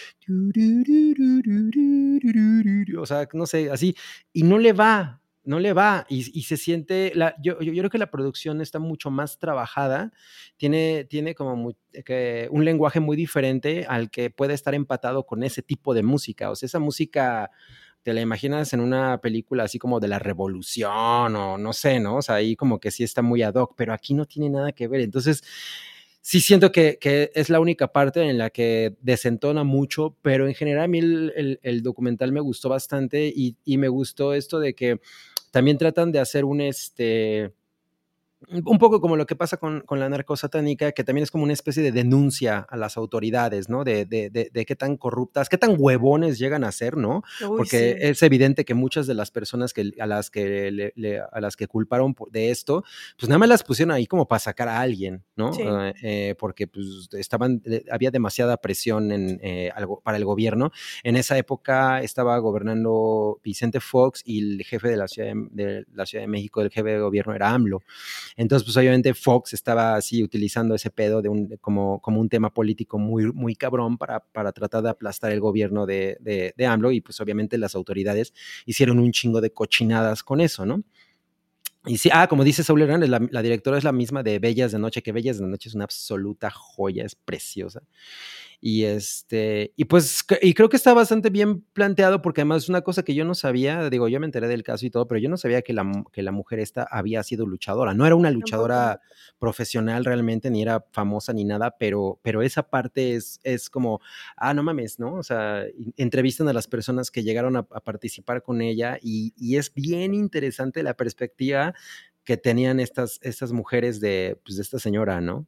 O sea, no sé, así. Y no le va, no le va. Y, y se siente... La, yo, yo, yo creo que la producción está mucho más trabajada, tiene, tiene como muy- que un lenguaje muy diferente al que puede estar empatado con ese tipo de música. O sea, esa música... te la imaginas en una película así como de la revolución o no sé, ¿no? O sea, ahí como que sí está muy ad hoc, pero aquí no tiene nada que ver. Entonces, sí siento que, que es la única parte en la que desentona mucho, pero en general a mí el, el, el documental me gustó bastante y, y me gustó esto de que también tratan de hacer un, este, un poco como lo que pasa con, con la narcosatánica, que también es como una especie de denuncia a las autoridades, ¿no? De, de, de, de qué tan corruptas, qué tan huevones llegan a ser, ¿no? Uy, Porque sí. es evidente que muchas de las personas que, a, las que le, le, a las que culparon de esto, pues nada más las pusieron ahí como para sacar a alguien, ¿no? Sí. Eh, eh, porque pues estaban, había demasiada presión en, eh, algo, para el gobierno. En esa época estaba gobernando Vicente Fox y el jefe de la Ciudad de, de, la Ciudad de México, el jefe de gobierno era AMLO. Entonces, pues obviamente Fox estaba así utilizando ese pedo de un, como, como un tema político muy, muy cabrón para, para tratar de aplastar el gobierno de, de, de AMLO y pues obviamente las autoridades hicieron un chingo de cochinadas con eso, ¿no? Y sí, ah, como dice Saúl Hernández, la, la directora es la misma de Bellas de Noche, que Bellas de Noche es una absoluta joya, es preciosa. Y este, y pues, y creo que está bastante bien planteado, porque además es una cosa que yo no sabía, digo, yo me enteré del caso y todo, pero yo no sabía que la, que la mujer esta había sido luchadora, no era una luchadora Tampoco. profesional realmente, ni era famosa ni nada, pero, pero esa parte es, es como, ah, no mames, ¿no? O sea, entrevistan a las personas que llegaron a, a participar con ella y, y es bien interesante la perspectiva que tenían estas, estas mujeres de, pues, de esta señora, ¿no?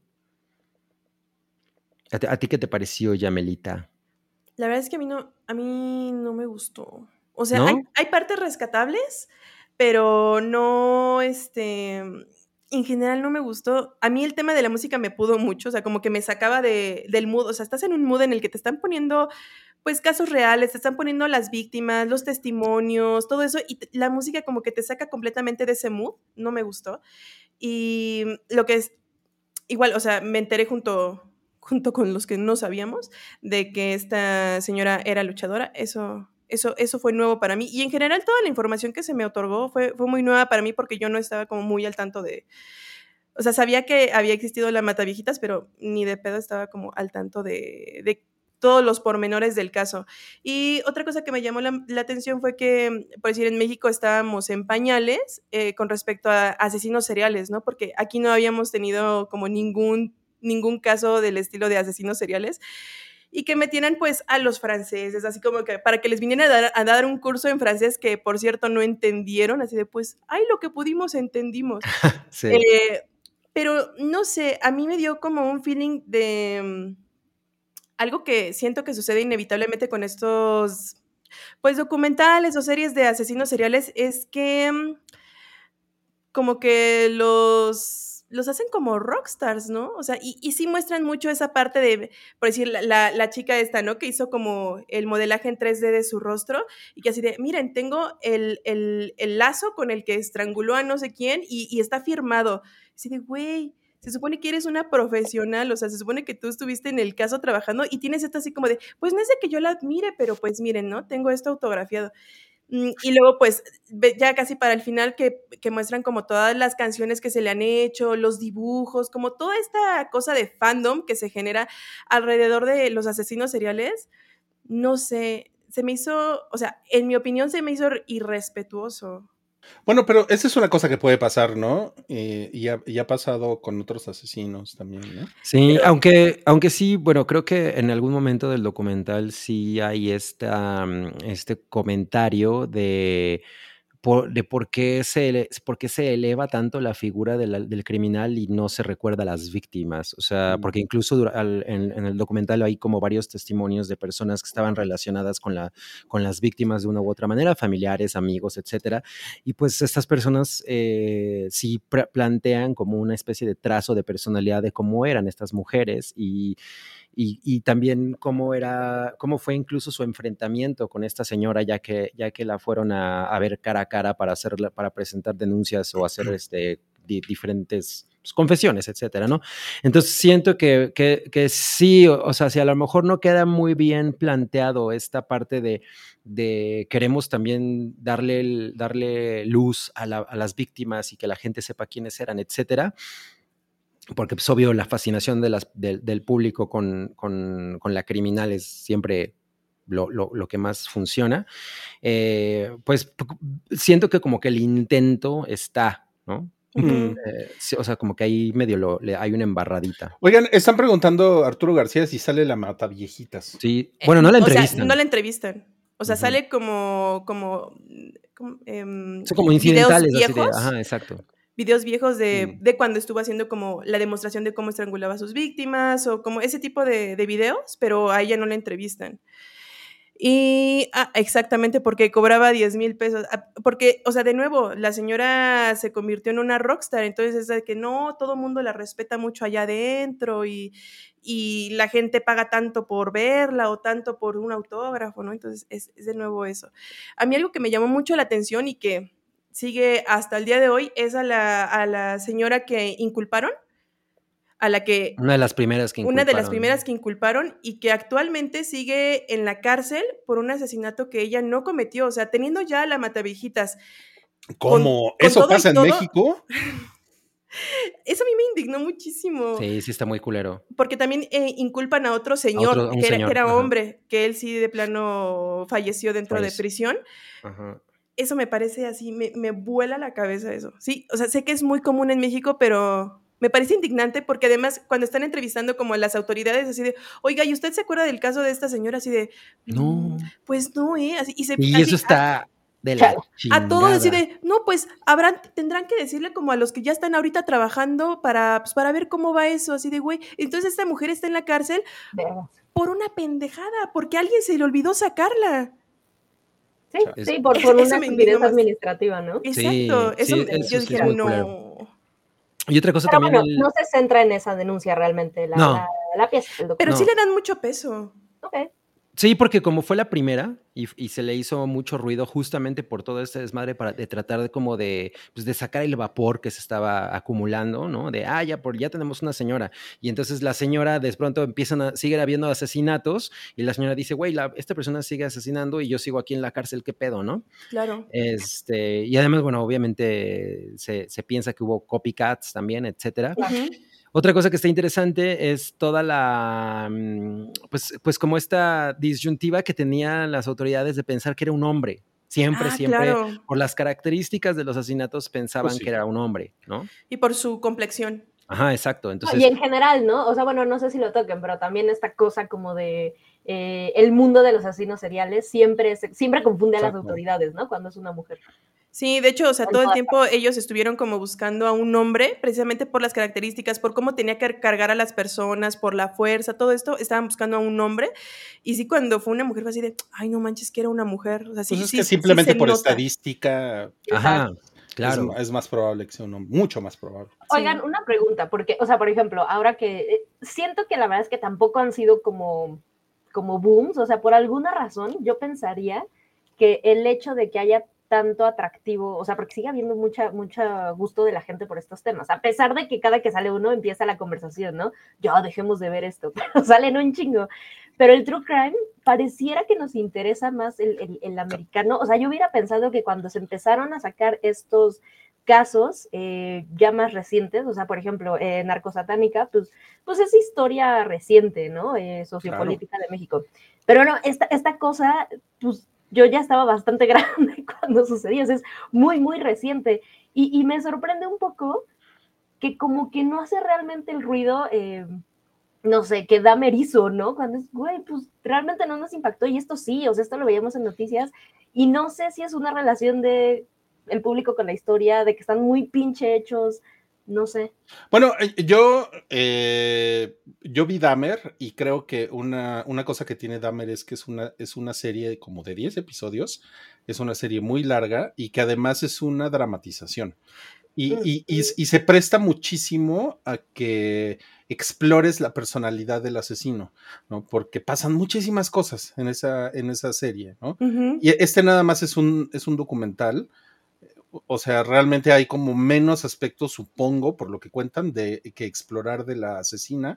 ¿A ti, ¿A ti qué te pareció, Yamelita? La verdad es que a mí no, a mí no me gustó. O sea, hay, ¿No? hay partes rescatables, pero no, este, en general no me gustó. A mí el tema de la música me pudo mucho, o sea, como que me sacaba de, del mood, o sea, estás en un mood en el que te están poniendo, pues, casos reales, te están poniendo las víctimas, los testimonios, todo eso, y la música como que te saca completamente de ese mood, no me gustó. Y lo que es, igual, o sea, me enteré junto, junto con los que no sabíamos de que esta señora era luchadora. Eso, eso, eso fue nuevo para mí. Y en general toda la información que se me otorgó fue, fue muy nueva para mí porque yo no estaba como muy al tanto de... O sea, sabía que había existido la Mataviejitas, pero ni de pedo estaba como al tanto de, de todos los pormenores del caso. Y otra cosa que me llamó la, la atención fue que, por decir, en México estábamos en pañales eh, con respecto a asesinos seriales, ¿no? Porque aquí no habíamos tenido como ningún, ningún caso del estilo de asesinos seriales y que metieran pues a los franceses, así como que para que les vinieran a dar, a dar un curso en francés que, por cierto, no entendieron, así de pues, ay, lo que pudimos entendimos. Sí. Eh, pero no sé, a mí me dio como un feeling de um, algo que siento que sucede inevitablemente con estos, pues, documentales o series de asesinos seriales, es que um, como que los, los hacen como rockstars, ¿no? O sea, y, y sí muestran mucho esa parte de, por decir, la, la, la chica esta, ¿no? Que hizo como el modelaje en tres D de su rostro y que así de, miren, tengo el, el, el lazo con el que estranguló a no sé quién y, y está firmado. Así de, güey, se supone que eres una profesional, o sea, se supone que tú estuviste en el caso trabajando y tienes esto así como de, pues no es de que yo la admire, pero pues miren, ¿no? Tengo esto autografiado. Y luego, pues, ya casi para el final que, que muestran como todas las canciones que se le han hecho, los dibujos, como toda esta cosa de fandom que se genera alrededor de los asesinos seriales, no sé, se me hizo, o sea, en mi opinión se me hizo irrespetuoso. Bueno, pero esa es una cosa que puede pasar, ¿no? Eh, y, ha, y ha pasado con otros asesinos también, ¿no? Sí, Pero, aunque, aunque sí, bueno, creo que en algún momento del documental sí hay esta, mm, este comentario de por, de por qué se, ele- por qué se eleva tanto la figura de la- del criminal y no se recuerda a las víctimas. O sea, Mm. porque incluso dura- al- en, en el documental hay como varios testimonios de personas que estaban relacionadas con, la, con las víctimas de una u otra manera, familiares, amigos, etcétera. Y pues estas personas eh, sí pr- plantean como una especie de trazo de personalidad de cómo eran estas mujeres y y, y también cómo era, cómo fue incluso su enfrentamiento con esta señora, ya que, ya que la fueron a, a ver cara a cara para hacerla, para presentar denuncias o hacer este, di, diferentes pues, confesiones, etcétera, ¿no? Entonces siento que, que, que sí, o, o sea, si a lo mejor no queda muy bien planteado esta parte de, de queremos también darle, el, darle luz a, la, a las víctimas y que la gente sepa quiénes eran, etcétera, porque pues obvio la fascinación de las, de, del público con, con, con la criminal es siempre lo, lo, lo que más funciona, eh, pues p- siento que como que el intento está, ¿no? Ujú. Eh, sí, o sea, como que ahí medio lo, le, hay una embarradita. Oigan, están preguntando a Arturo García si sale la Mataviejitas. Sí, Eh, bueno, no la o sea, entrevistan. no la entrevistan. O sea, Ujú. sale como, como, como, em, Son como videos incidentales así de, viejos, ajá, exacto. videos viejos de, Mm. de cuando estuvo haciendo como la demostración de cómo estrangulaba a sus víctimas o como ese tipo de, de videos, pero a ella no la entrevistan. Y ah, exactamente porque cobraba diez mil pesos. Ah, porque, o sea, de nuevo, la señora se convirtió en una rockstar. Entonces es de que no, todo el mundo la respeta mucho allá adentro y, y la gente paga tanto por verla o tanto por un autógrafo, ¿no? Entonces es, es de nuevo eso. A mí algo que me llamó mucho la atención y que sigue hasta el día de hoy es a la, a la señora que inculparon, a la que Una de las primeras que una de las inculparon. primeras que inculparon y que actualmente sigue en la cárcel por un asesinato que ella no cometió. O sea, teniendo ya la Mataviejitas. ¿Cómo? Con, con ¿Eso todo pasa y en todo, México? eso a mí me indignó muchísimo. Sí, sí está muy culero. Porque también eh, inculpan a otro A señor, otro, a un que, era, señor. que era Ajá, hombre, que él sí de plano falleció dentro de falleció. prisión. Ajá. Eso me parece así, me, me vuela la cabeza eso. Sí, o sea, sé que es muy común en México, pero me parece indignante porque además cuando están entrevistando como a las autoridades así de, oiga, ¿y usted se acuerda del caso de esta señora? Así de, No. "Mm, pues no, ¿eh?" Así, y se, Y eso así, a, está de la Chale. a todos así chingada. de, no, pues habrán, tendrán que decirle como a los que ya están ahorita trabajando para, pues, para ver cómo va eso, así de, güey. Entonces esta mujer está en la cárcel Vergas. por una pendejada, porque a alguien se le olvidó sacarla. Sí, Es- sí, por, Eso- por eso una me indignó estupidez más. administrativa, ¿no? Exacto, Sí, eso, sí, me- eso yo sí dije, es muy culero. no. Y otra cosa Pero también bueno, el... no se centra en esa denuncia realmente, la, No. la, la pieza, el Pero documento. sí No. le dan mucho peso. Ok. Sí, porque como fue la primera y, y se le hizo mucho ruido justamente por todo este desmadre para de tratar de como de, pues de sacar el vapor que se estaba acumulando, ¿no? De, ah, ya, por, ya tenemos una señora. Y entonces la señora de pronto empiezan a, sigue habiendo asesinatos y la señora dice, güey, la- esta persona sigue asesinando y yo sigo aquí en la cárcel, ¿qué pedo, no? Claro. Este, y además, bueno, obviamente se, se piensa que hubo copycats también, etcétera. Ujú. Otra cosa que está interesante es toda la, mm, pues, pues como esta disyuntiva que tenían las autoridades de pensar que era un hombre. Siempre, Ah, siempre, claro. por las características de los asesinatos, pensaban Pues sí. que era un hombre, ¿no? Y por su complexión. Ajá, exacto. No, Entonces, y en general, ¿no? O sea, bueno, no sé si lo toquen, pero también esta cosa como de eh, el mundo de los asesinos seriales siempre, se- siempre confunde a las Exacto. autoridades, ¿no? Cuando es una mujer. Sí, de hecho, o sea, En todo el todas tiempo ellos estuvieron como buscando a un hombre, precisamente por las características, por cómo tenía que cargar a las personas, por la fuerza, todo esto, estaban buscando a un hombre. Y sí, cuando fue una mujer fue así de, ay, no manches, que era una mujer. O sea, sí, Pues es sí, que sí simplemente se por nota. estadística ajá, es, claro. es más probable que sea un hombre, mucho más probable. Oigan, Sí. una pregunta, porque, o sea, por ejemplo, ahora que eh, siento que la verdad es que tampoco han sido como, como booms, o sea, por alguna razón yo pensaría que el hecho de que haya tanto atractivo, o sea, porque sigue habiendo mucha, mucho gusto de la gente por estos temas, a pesar de que cada que sale uno empieza la conversación, ¿no? Ya dejemos de ver esto, pero salen un chingo. Pero el true crime pareciera que nos interesa más el, el, el americano, o sea, yo hubiera pensado que cuando se empezaron a sacar estos casos eh, ya más recientes, o sea, por ejemplo, eh, Narcosatánica, pues, pues es historia reciente, ¿no? Eh, sociopolítica claro. de México. Pero no, esta, esta cosa, pues yo ya estaba bastante grande cuando sucedió, o sea, es muy, muy reciente. Y, y me sorprende un poco que como que no hace realmente el ruido, eh, no sé, que da merizo, ¿no? Cuando es, güey, pues realmente no nos impactó y esto sí, o sea, esto lo veíamos en noticias y no sé si es una relación de el público con la historia, de que están muy pinche hechos, no sé. Bueno, yo, eh, yo vi Dahmer y creo que una, una cosa que tiene Dahmer es que es una, es una serie como de diez episodios, es una serie muy larga y que además es una dramatización. Y, y, y, y se presta muchísimo a que explores la personalidad del asesino, ¿no? Porque pasan muchísimas cosas en esa, en esa serie, ¿no? Uh-huh. Y este nada más es un, es un documental. O sea, realmente hay como menos aspectos, supongo, por lo que cuentan, de que explorar de la asesina.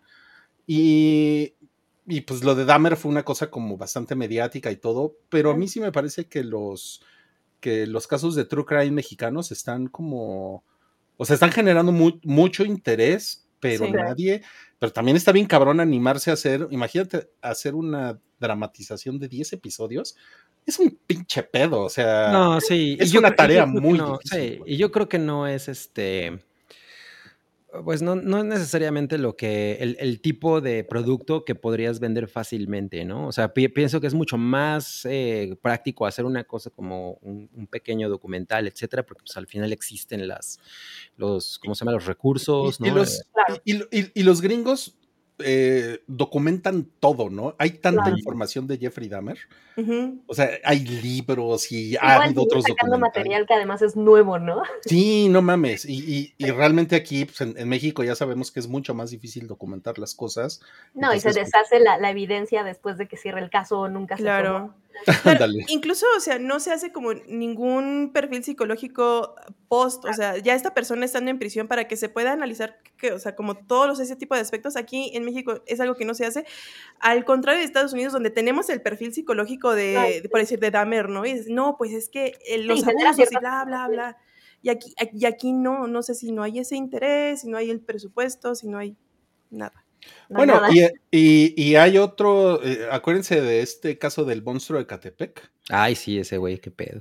Y, y pues lo de Dahmer fue una cosa como bastante mediática y todo, pero a mí sí me parece que los, que los casos de true crime mexicanos están como, o sea, están generando muy, mucho interés, pero Sí. nadie, pero también está bien cabrón animarse a hacer, imagínate, hacer una dramatización de diez episodios, es un pinche pedo, o sea, No, sí, y es yo, una cre- y yo tarea creo que muy no, difícil, sí, güey. y yo creo que no es este, pues no, no es necesariamente lo que, el, el tipo de producto que podrías vender fácilmente, ¿no? O sea, pi- pienso que es mucho más eh, práctico hacer una cosa como un, un pequeño documental, etcétera, porque pues al final existen las, los, ¿cómo se llama? Los recursos, Y, y ¿no? Eh, los, Claro, y, y- y- y los gringos eh, documentan todo, ¿no? Hay tanta claro. ujú. información de Jeffrey Dahmer, Ujú. o sea, hay libros y ha Igual habido sigue otros sacando documentales. material que además es nuevo, ¿no? Sí, no mames. Y, y- y realmente aquí, pues, en, en México ya sabemos que es mucho más difícil documentar las cosas. No, y se Entonces, pues, deshace la, la evidencia después de que cierre el caso o nunca se tomó. Claro. Claro, ándale. incluso, o sea, no se hace como ningún perfil psicológico post, o sea, ya esta persona estando en prisión para que se pueda analizar, que, o sea, como todos los, ese tipo de aspectos, aquí en México es algo que no se hace, al contrario de Estados Unidos, donde tenemos el perfil psicológico Ay, de, de, sí. por decir, de Dahmer, ¿no? Y es, no, pues es que eh, Sí, los genera abusos y ciertas bla, bla, expectativas. bla. Y aquí, y aquí no, no sé si no hay ese interés, si no hay el presupuesto, si no hay nada. No hay Bueno, nada. y, y- y hay otro, eh, acuérdense de este caso del monstruo de Catepec, Ay, sí, ese güey, qué pedo.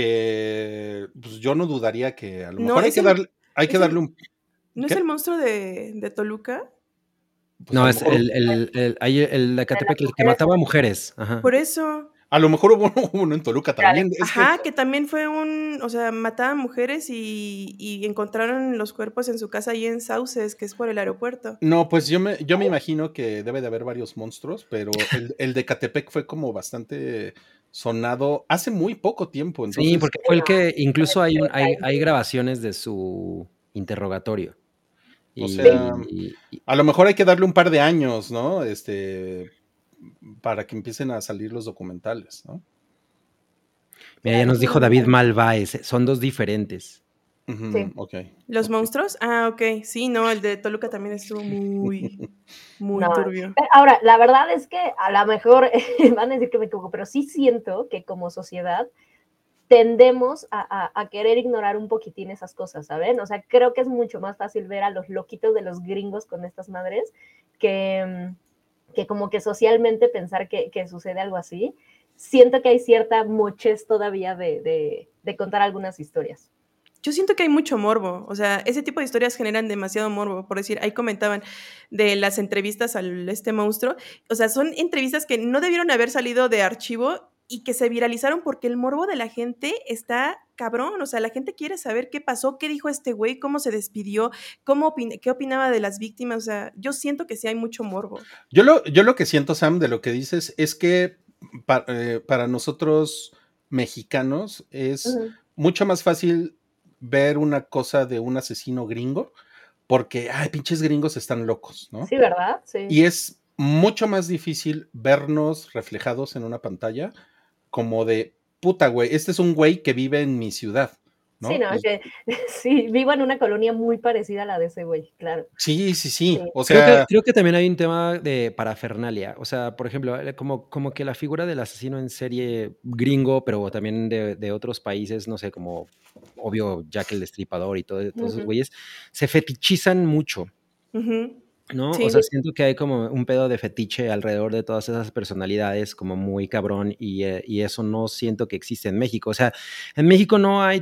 que pues, yo no dudaría que a lo No, mejor hay es que el, darle, hay que es darle el, un, ¿no es ¿qué? el monstruo de, de Toluca? Pues a No, lo es mejor, el, el, el, ahí el de De las Catepec, el que mujeres mataba mujeres. Ajá. Por eso. a lo mejor hubo uno, uno en Toluca reales. también. Es que Ajá, que también fue un, o sea, mataban mujeres y, y encontraron los cuerpos en su casa ahí en Sauces, que es por el aeropuerto. no, pues yo me, yo me imagino que debe de haber varios monstruos, pero el, el de Catepec fue como bastante sonado hace muy poco tiempo. Sí, Entonces, porque fue el que incluso hay, un, treinta hay, y hay nueve. grabaciones de su interrogatorio. o Sí, sea, Y, y- a lo mejor hay que darle un par de años, ¿no? Este, para que empiecen a salir los documentales, ¿no? mira, ya nos dijo David Malváez, son dos diferentes. Ujú, sí. ok. ¿Los ok. monstruos? Ah, ok. Sí, no, el de Toluca también estuvo muy, muy No, turbio. pero ahora, la verdad es que a lo mejor van a decir que me equivoco, pero sí siento que como sociedad tendemos a, a, a querer ignorar un poquitín esas cosas, ¿saben? O sea, creo que es mucho más fácil ver a los loquitos de los gringos con estas madres que, que como que socialmente pensar que, que sucede algo así. Siento que hay cierta mochez todavía de, de, de contar algunas historias. Yo siento que hay mucho morbo, o sea, ese tipo de historias generan demasiado morbo, por decir, ahí comentaban de las entrevistas al este monstruo, o sea, son entrevistas que no debieron haber salido de archivo y que se viralizaron porque el morbo de la gente está cabrón, o sea, la gente quiere saber qué pasó, qué dijo este güey, cómo se despidió, cómo opin- qué opinaba de las víctimas, o sea, yo siento que sí hay mucho morbo. Yo lo, yo lo que siento, Sam, de lo que dices es que pa- eh, para nosotros mexicanos es Ujú. mucho más fácil ver una cosa de un asesino gringo porque, ay, pinches gringos están locos, ¿no? Sí, ¿verdad? Sí. Y es mucho más difícil vernos reflejados en una pantalla como de, puta, güey, este es un güey que vive en mi ciudad, ¿no? Sí, no, Pues, que sí, vivo en una colonia muy parecida a la de ese güey, claro. sí, sí, sí. Sí. O Creo que, sea, creo que también hay un tema de parafernalia. O sea, por ejemplo, eh, como, como que la figura del asesino en serie gringo, pero también de, de otros países, no sé, como obvio Jack el Destripador y todo- todos esos Ujú. güeyes, se fetichizan mucho, Ujú. ¿no? Sí. O sea, siento que hay como un pedo de fetiche alrededor de todas esas personalidades, como muy cabrón, y, eh, y eso no siento que existe en México. O sea, en México no hay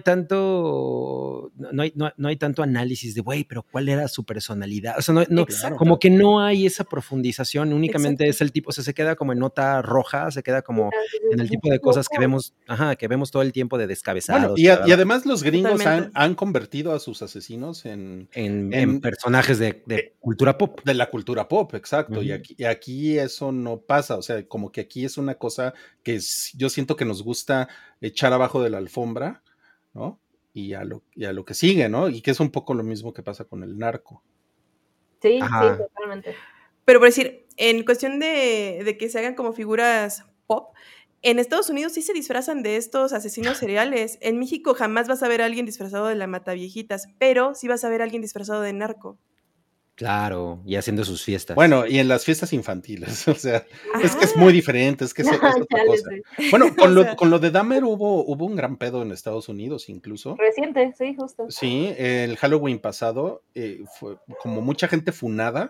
tanto, no no hay, no, no hay tanto análisis de, güey, pero ¿cuál era su personalidad? O sea, no, no, Exacto. como que no hay esa profundización, únicamente Exacto. es el tipo, o sea, se queda como en nota roja, se queda como en el tipo de Como cosas que vemos, ajá, que vemos todo el tiempo de bueno, descabezados, y, a- bla, bla, y bla, además los gringos han, Totalmente. han convertido a sus asesinos en, en, en en personajes de, de eh, cultura pop. de la cultura pop, exacto. Y Ujú. aquí, y aquí eso no pasa. O sea, como que aquí es una cosa que es- yo siento que nos gusta echar abajo de la alfombra, ¿no? Y a lo, y a lo que sigue, ¿no? Y que es un poco lo mismo que pasa con el narco. Sí, sí, Ajá. totalmente. Pero por decir, en cuestión de, de que se hagan como figuras pop, en Estados Unidos sí se disfrazan de estos asesinos seriales. En México jamás vas a ver a alguien disfrazado de la Mataviejitas, pero sí vas a ver a alguien disfrazado de narco. Claro, y haciendo sus fiestas. Bueno, y en las fiestas infantiles, o sea, es que es Ah, muy diferente, es que es, es Ah, otra chale, cosa. sí. Bueno, o con lo, sea, con lo de Dahmer hubo, hubo un gran pedo en Estados Unidos incluso. Reciente, sí, justo. Sí, el Halloween pasado eh, fue como mucha gente funada,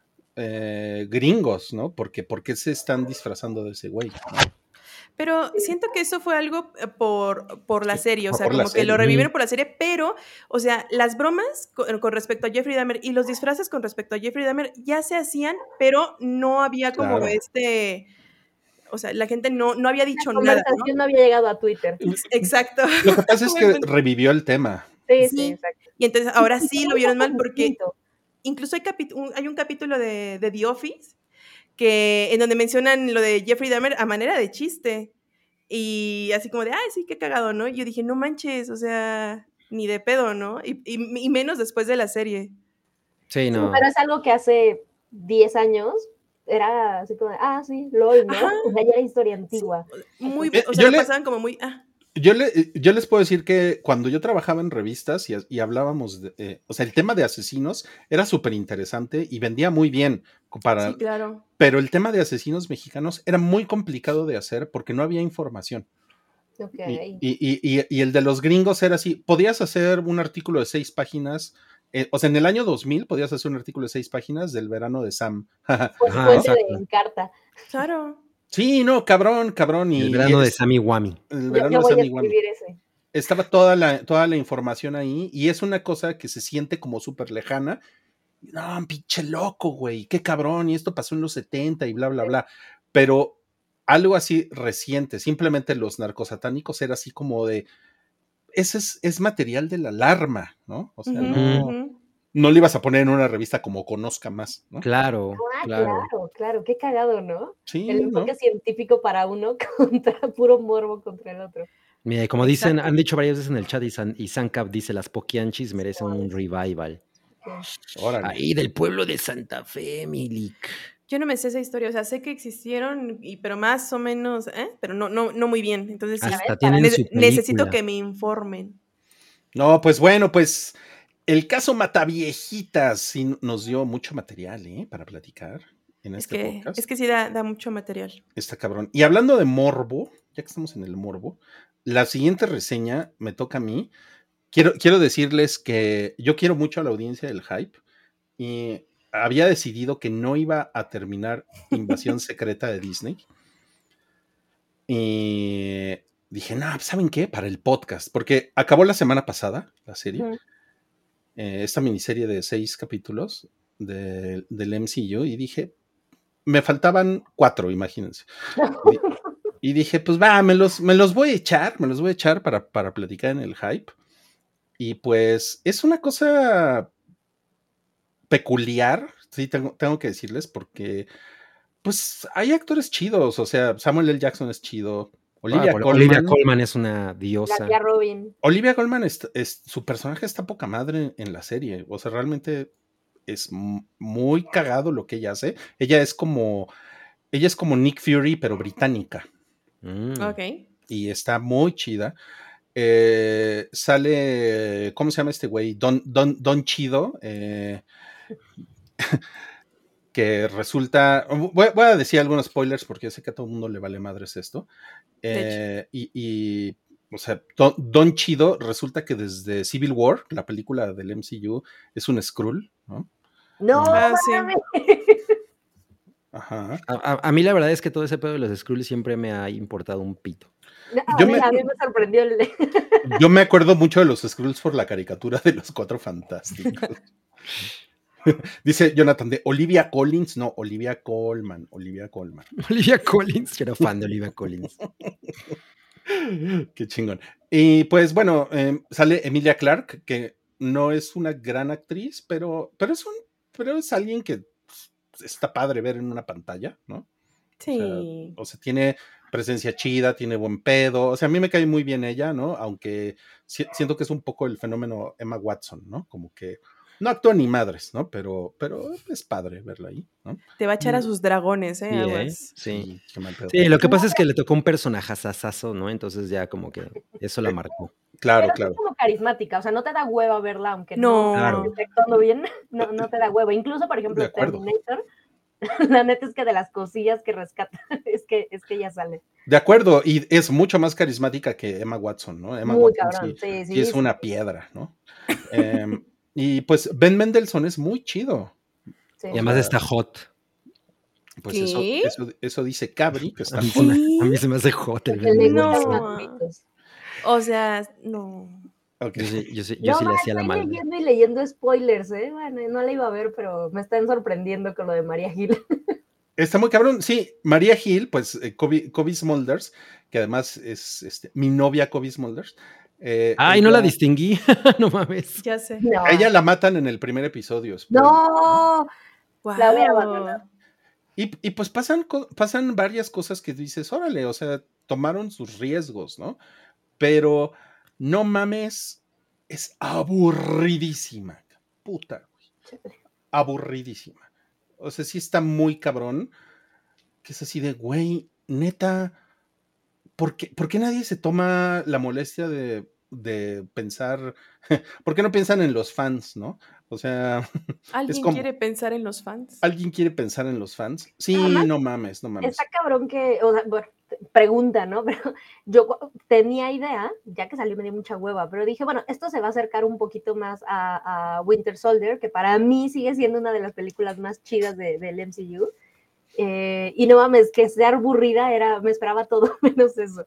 eh, gringos, ¿no? Porque, ¿por qué se están disfrazando de ese güey? ¿no? pero Sí. siento que eso fue algo eh, por, por la serie, o Por, sea, por la como que lo serie. revivieron Ujú. por la serie, pero, o sea, las bromas con, con respecto a Jeffrey Dahmer y los disfraces con respecto a Jeffrey Dahmer ya se hacían, pero no había como Claro. este, o sea, la gente no, no había La dicho nada, ¿no? conversación no había llegado a Twitter. Ex- Exacto. Lo que pasa es Buen que punto. revivió el tema. Sí, sí, Sí, exacto. y entonces Y ahora y sí todo lo vieron está mal tan porque distinto. incluso hay, capi- un, hay un capítulo de, de The Office que, en donde mencionan lo de Jeffrey Dahmer a manera de chiste. Y así como de, ay, sí, qué cagado, ¿no? Y yo dije, no manches, o sea, ni de pedo, ¿no? Y, y- y menos después de la serie. Sí, Sí, no. pero es algo que hace diez años era así como, de, ah, sí, LOL, ¿no? Ajá, O sea, ya era historia sí, antigua. muy, Eh, o sea, yo lo le, pasaban como muy, ah, Yo, le, yo les puedo decir que cuando yo trabajaba en revistas y, y hablábamos, de, eh, o sea, el tema de asesinos era súper interesante y vendía muy bien, para, sí, claro. pero el tema de asesinos mexicanos era muy complicado de hacer porque no había información. Ok. Y, y, y, y el de los gringos era así, podías hacer un artículo de seis páginas, eh, o sea, en el año dos mil podías hacer un artículo de seis páginas del verano de Sam. Fu- Ajá, Fuente ¿no? de exacto. Encarta. Claro. Sí, no, cabrón, cabrón, El y, y verano de es Sammy Wami. el Yo, verano yo de voy Sam a y Wami. escribir ese. Estaba toda la, toda la información ahí y es una cosa que se siente como súper lejana. No, pinche loco, güey, qué cabrón, y esto pasó en los setenta y bla, bla, bla. Pero algo así reciente, simplemente los narcosatánicos era así como de, ese es, es material de la alarma, ¿no? O sea, Ujú, Ujú. no, ujú. no le ibas a poner en una revista como Conozca Más, ¿no? Claro, Ah, claro. claro, claro, qué cagado, ¿no? El Sí, enfoque ¿no? científico para uno contra puro morbo contra el otro. Mira, y como dicen, Exacto. han dicho varias veces en el chat y, San, y Sancap dice, las poquianchis merecen un revival. Sí. Órale. Ahí del pueblo de Santa Fe, Milik. Yo no me sé esa historia, o sea, sé que existieron, y, pero más o menos, ¿eh? Pero no, no, no muy bien. Entonces sí, Hasta para- tienen nece- su necesito película. que me informen. No, pues bueno, pues el caso Mataviejitas sí nos dio mucho material, ¿eh? Para platicar en Es este que, podcast. es que sí da, da mucho material. Está cabrón. Y hablando de morbo, ya que estamos en el morbo, la siguiente reseña me toca a mí. Quiero, quiero decirles que yo quiero mucho a la audiencia del hype y había decidido que no iba a terminar Invasión Secreta de Disney. Y dije, no, pues, ¿saben qué? Para el podcast, porque acabó la semana pasada la serie, Ujú. eh, esta miniserie de seis capítulos de, del M C U, y dije, me faltaban cuatro, imagínense. Y, y dije, pues va, me los, me los voy a echar, me los voy a echar para, para platicar en el hype. Y pues es una cosa peculiar, sí, tengo, tengo que decirles, porque pues hay actores chidos, o sea, Samuel L. Jackson es chido, Ah, Olivia por- Olivia Colman, Colman es una La diosa. tía Robin. Olivia Colman, es, es- su personaje está poca madre en la serie, o sea, realmente es m- muy cagado lo que ella hace. Ella es como, ella es como Nick Fury, pero británica, Mm. Ok. y está muy chida. Eh, sale, ¿cómo se llama este güey? Don, Don, Don Chido, eh, que resulta, voy, voy a decir algunos spoilers porque sé que a todo el mundo le vale madres esto. De hecho. Eh, y, y, o sea, Don, Don Chido resulta que desde Civil War, la película del M C U, es un Skrull, ¿no? No, Mm. Ah, sí. mames. Ajá. A, a- a mí la verdad es que todo ese pedo de los Skrulls siempre me ha importado un pito. No, a, Yo mí, me, a mí me sorprendió el... yo me acuerdo mucho de los Skrulls por la caricatura de los Cuatro Fantásticos. Dice Jonathan de Olivia Collins, no, Olivia Colman, Olivia Colman. Olivia Collins, yo era fan de Olivia Collins. Qué chingón. Y pues bueno, eh, sale Emilia Clarke, que no es una gran actriz, pero, pero, es, un, pero es alguien que pues, está padre ver en una pantalla, ¿no? O sea, Sí. o sea, tiene presencia chida, tiene buen pedo. O sea, a mí me cae muy bien ella, ¿no? Aunque si, siento que es un poco el fenómeno Emma Watson, ¿no? Como que No actúa ni madres, ¿no? Pero, pero es padre verla ahí, ¿no? Te va a echar a sus dragones, ¿eh? Sí, ¿eh? Aguas. Sí. Sí, qué mal pedo. Sí, lo que pasa es que le tocó un personaje asasazo, ¿no? Entonces ya como que eso la marcó. Claro, Pero sí claro. es como carismática, o sea, no te da hueva verla, aunque No. no Claro. esté actuando bien, no, no te da hueva. Incluso, por De ejemplo, acuerdo. Terminator, la neta es que de las cosillas que rescata es que, es que ella sale. De acuerdo, y es mucho más carismática que Emma Watson, ¿no? Emma Muy Watson sí, cabrón, sí, sí sí, es sí. una piedra, ¿no? Em, y pues Ben Mendelsohn es muy chido. Sí. Y O además sea, está hot. pues ¿Qué? eso, eso, eso dice Cabri, que A está mí, hot. se me, ¿Qué? a mí se me hace hot el Porque le Ben gustan Mendelsohn. los No. maduritos. O sea, no. Ok. Yo sí, yo sí, yo No, sí le ma, hacía la estoy maldad. leyendo y leyendo spoilers, ¿eh? Bueno, no la iba a ver, pero me están sorprendiendo con lo de María Gil. Está muy cabrón. Sí, María Hill, pues eh, Kobe, Kobe Smulders, que además es este, mi novia Kobe Smulders. eh, Ay, no la ella, distinguí. No mames. Ya sé. No. a ella la matan en el primer episodio. spoiler. No, la hubiera abandonado. Wow. Y, y pues pasan, co- pasan varias cosas que dices, órale, o sea, tomaron sus riesgos, ¿no? Pero no mames, es aburridísima. Puta, güey. Aburridísima. O sea, sí está muy cabrón, que es así de, güey, neta, ¿por qué, por qué nadie se toma la molestia de, de pensar, por qué no piensan en los fans, ¿no? O sea, es ¿Alguien como, quiere pensar en los fans? ¿alguien quiere pensar en los fans? Sí, Además, no mames, no mames. está cabrón que, o sea, bueno, pregunta, ¿no? Pero yo cu- tenía idea, ya que salió me dio mucha hueva, pero dije, bueno, esto se va a acercar un poquito más a, a Winter Soldier, que para mí sigue siendo una de las películas más chidas de- del M C U. Eh, y no mames, que ser aburrida era, me esperaba todo menos eso.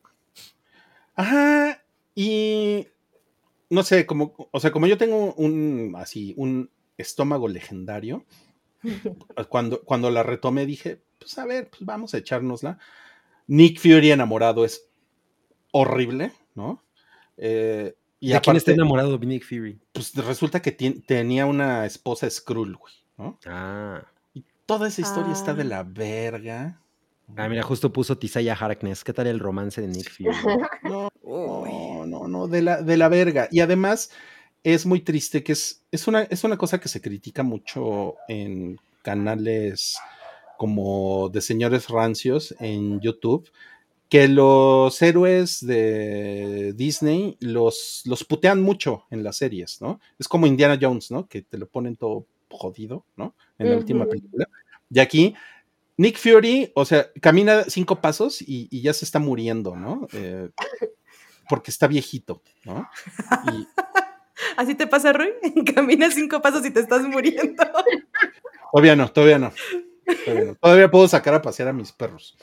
Ajá, y no sé, como, o sea, como yo tengo un, así, un estómago legendario, cuando, cuando la retomé dije, pues a ver, pues vamos a echárnosla. Nick Fury enamorado es horrible, ¿no? Eh, y ¿De quién está aparte, enamorado Nick Fury? pues resulta que tien- tenía una esposa Skrull, güey, ¿no? Ah. Y toda esa historia está de Ah. la verga. Ah, mira, justo puso Tisaya Harkness. ¿Qué tal el romance de Nick Fury? No, Uy. no, no, no, de la, de la verga. Y además es muy triste que es, es, una, es una cosa que se critica mucho en canales como de señores rancios en YouTube, que los héroes de Disney los, los putean mucho en las series, ¿no? Es como Indiana Jones, ¿no? Que te lo ponen todo jodido, ¿no? En la última Ujú. película. Y aquí, Nick Fury, o sea, camina cinco pasos y, y ya se está muriendo, ¿no? Eh, porque está viejito, ¿no? Y ¿Así te pasa, Rui? Caminas cinco pasos y te estás muriendo. todavía no, todavía no. Todavía no. Todavía puedo sacar a pasear a mis perros.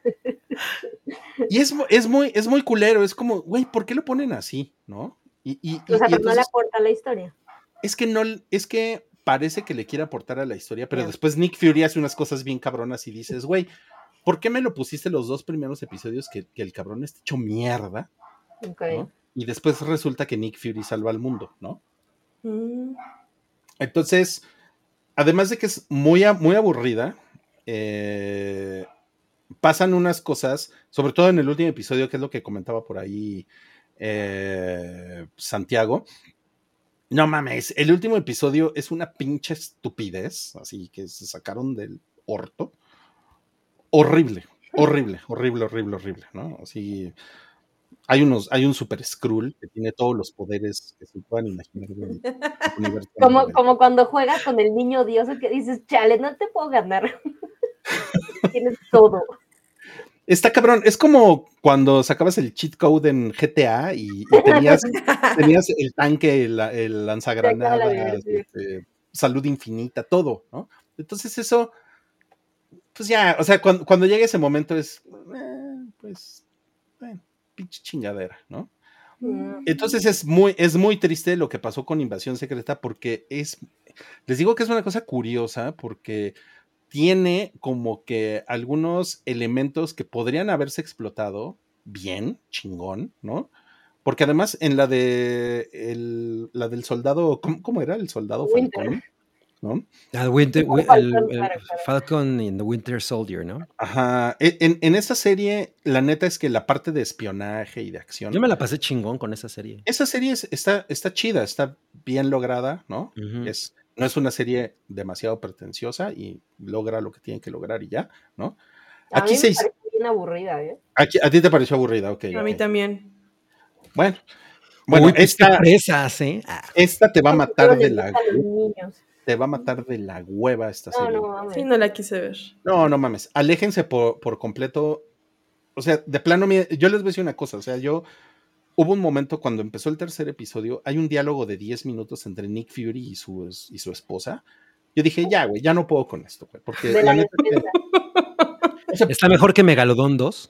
Y es, mu- es, muy, es muy culero, es como, güey, ¿por qué lo ponen así? ¿No? Y, y, O sea, y, y pero no le entonces, aporta la historia. es que no, es que parece que le quiere aportar a la historia, pero Ya. después Nick Fury hace unas cosas bien cabronas y dices, güey, ¿por qué me lo pusiste los dos primeros episodios que, que el cabrón está hecho mierda? Ok. ¿No? Y después resulta que Nick Fury salva al mundo, ¿no? Mm. Entonces, además de que es muy, a- muy aburrida, eh, pasan unas cosas, sobre todo en el último episodio, que es lo que comentaba por ahí eh, Santiago. No mames, el último episodio es una pinche estupidez, así que se sacaron del orto. Horrible, horrible, horrible, horrible, horrible, ¿no? Así, hay unos, hay un super Skrull que tiene todos los poderes que se puedan imaginar del universo Como, Marvel. como cuando juegas con el niño odioso que dices, chale, no te puedo ganar. Tienes todo. Está cabrón, es como cuando sacabas el cheat code en G T A y, y tenías, tenías el tanque, el, el Se acaba la lanzagranadas, diversión. este, salud infinita, todo, ¿no? Entonces eso, pues ya, o sea, cuando, cuando llega ese momento es, eh, pues, bueno, pinche chingadera, ¿no? Mm. Entonces es muy, es muy triste lo que pasó con Invasión Secreta porque es, les digo que es una cosa curiosa porque tiene como que algunos elementos que podrían haberse explotado bien, chingón, ¿no? Porque además en la de el, la del soldado, ¿cómo, cómo era? El soldado Winter. Falcón, ¿no? Ah, Winter, wi- el, Falcon, el claro, claro. Falcon in the Winter Soldier, ¿no? Ajá. E- En, en esa serie, la neta es que la parte de espionaje y de Yo acción, me la pasé chingón con esa serie. esa serie es- está, está chida, está, bien lograda, ¿no? Ujú. Es, no es una serie demasiado pretenciosa y logra lo que tiene que lograr y ya, ¿no? A Aquí mí se me hizo- parece bien aburrida, ¿eh? aquí- a ti te pareció aburrida, ok. A mí ok. también. Bueno, bueno, Uy, pues qué esta, presas, ¿eh? Ah, esta te va a Porque matar solo de les la gusta a los hu- niños. te va a matar de la hueva esta No, serie. no mames. Sí, no la quise ver. No, no mames. Aléjense por, por completo. O sea, de plano, mire, yo les voy a decir una cosa. O sea, yo hubo un momento cuando empezó el tercer episodio, hay un diálogo de diez minutos entre Nick Fury y su, y su esposa. Yo dije, ya, güey, ya no puedo con esto, güey. Porque De la la neta que- defensa. o sea, Está mejor que Megalodón dos.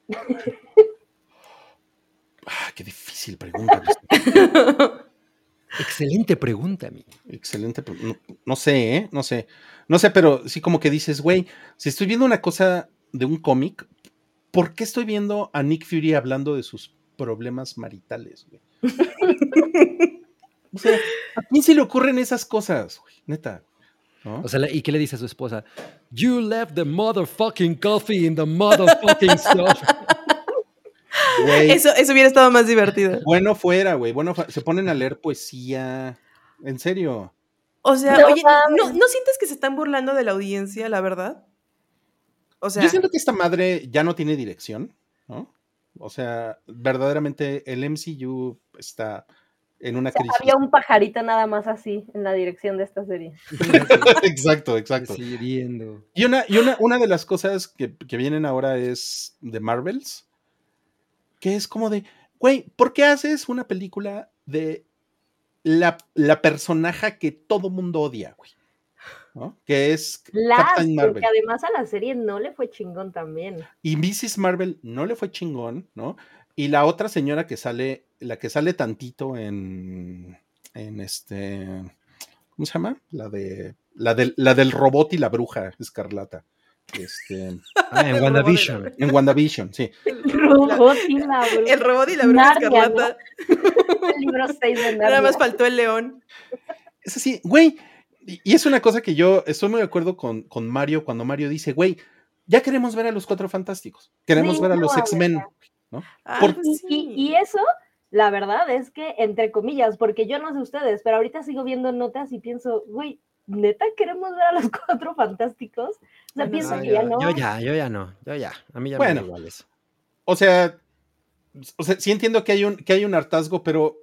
ah, qué difícil pregunta. Excelente pregunta, amigo. Excelente. pre- No, no sé, ¿eh? No sé. No sé, pero sí como que dices, güey, si estoy viendo una cosa de un cómic, ¿por qué estoy viendo a Nick Fury hablando de sus problemas maritales, güey? O sea, ¿a quién se le ocurren esas cosas, güey? Neta, ¿no? O sea, ¿y qué le dice a su esposa? You left the motherfucking coffee in the motherfucking stove. Güey, Eso, eso hubiera estado más divertido. bueno fuera, güey. Bueno, fu- se ponen a leer poesía. En serio. O sea, No oye, mames. ¿no, ¿no sientes que se están burlando de la audiencia, la verdad? O sea, Yo siento que esta madre ya no tiene dirección, ¿no? O sea, verdaderamente el M C U está en una O sea, crisis. había un pajarito nada más así en la dirección de esta serie. Exacto, exacto. Así riendo. Y una, y una, una de las cosas que, que vienen ahora es de Marvels, que es como de, güey, ¿por qué haces una película de la, la personaje que todo mundo odia, güey? ¿No? Que es Las, Captain Marvel. porque además a la serie no le fue chingón también. Y missus Marvel no le fue chingón, ¿no? Y la otra señora que sale, la que sale tantito en, en este, ¿cómo se llama? La de, la del, la del robot y la bruja escarlata. Este, Ah, en El WandaVision. robot en WandaVision, sí. El robot y la bruja. el robot y la bruja Narnia, escarlata. El libro seis de Nada Narnia. más faltó el león. Es así, güey. Y, y es una cosa que yo estoy muy de acuerdo con, con Mario cuando Mario dice, güey, ya queremos ver a los Cuatro Fantásticos. Queremos Sí, ver a no, los a ver, X-Men, ya. ¿no? Ay, Por- pues Y, sí. y- y eso, la verdad es que, entre comillas, porque yo no sé ustedes, pero ahorita sigo viendo notas y pienso, güey, ¿neta queremos ver a los Cuatro Fantásticos? O sea, Bueno, pienso No, que yo, ya no. yo ya, yo ya no. Yo ya. A mí ya Bueno. me da igual eso. O sea, o sea, sí entiendo que hay un, que hay un hartazgo, pero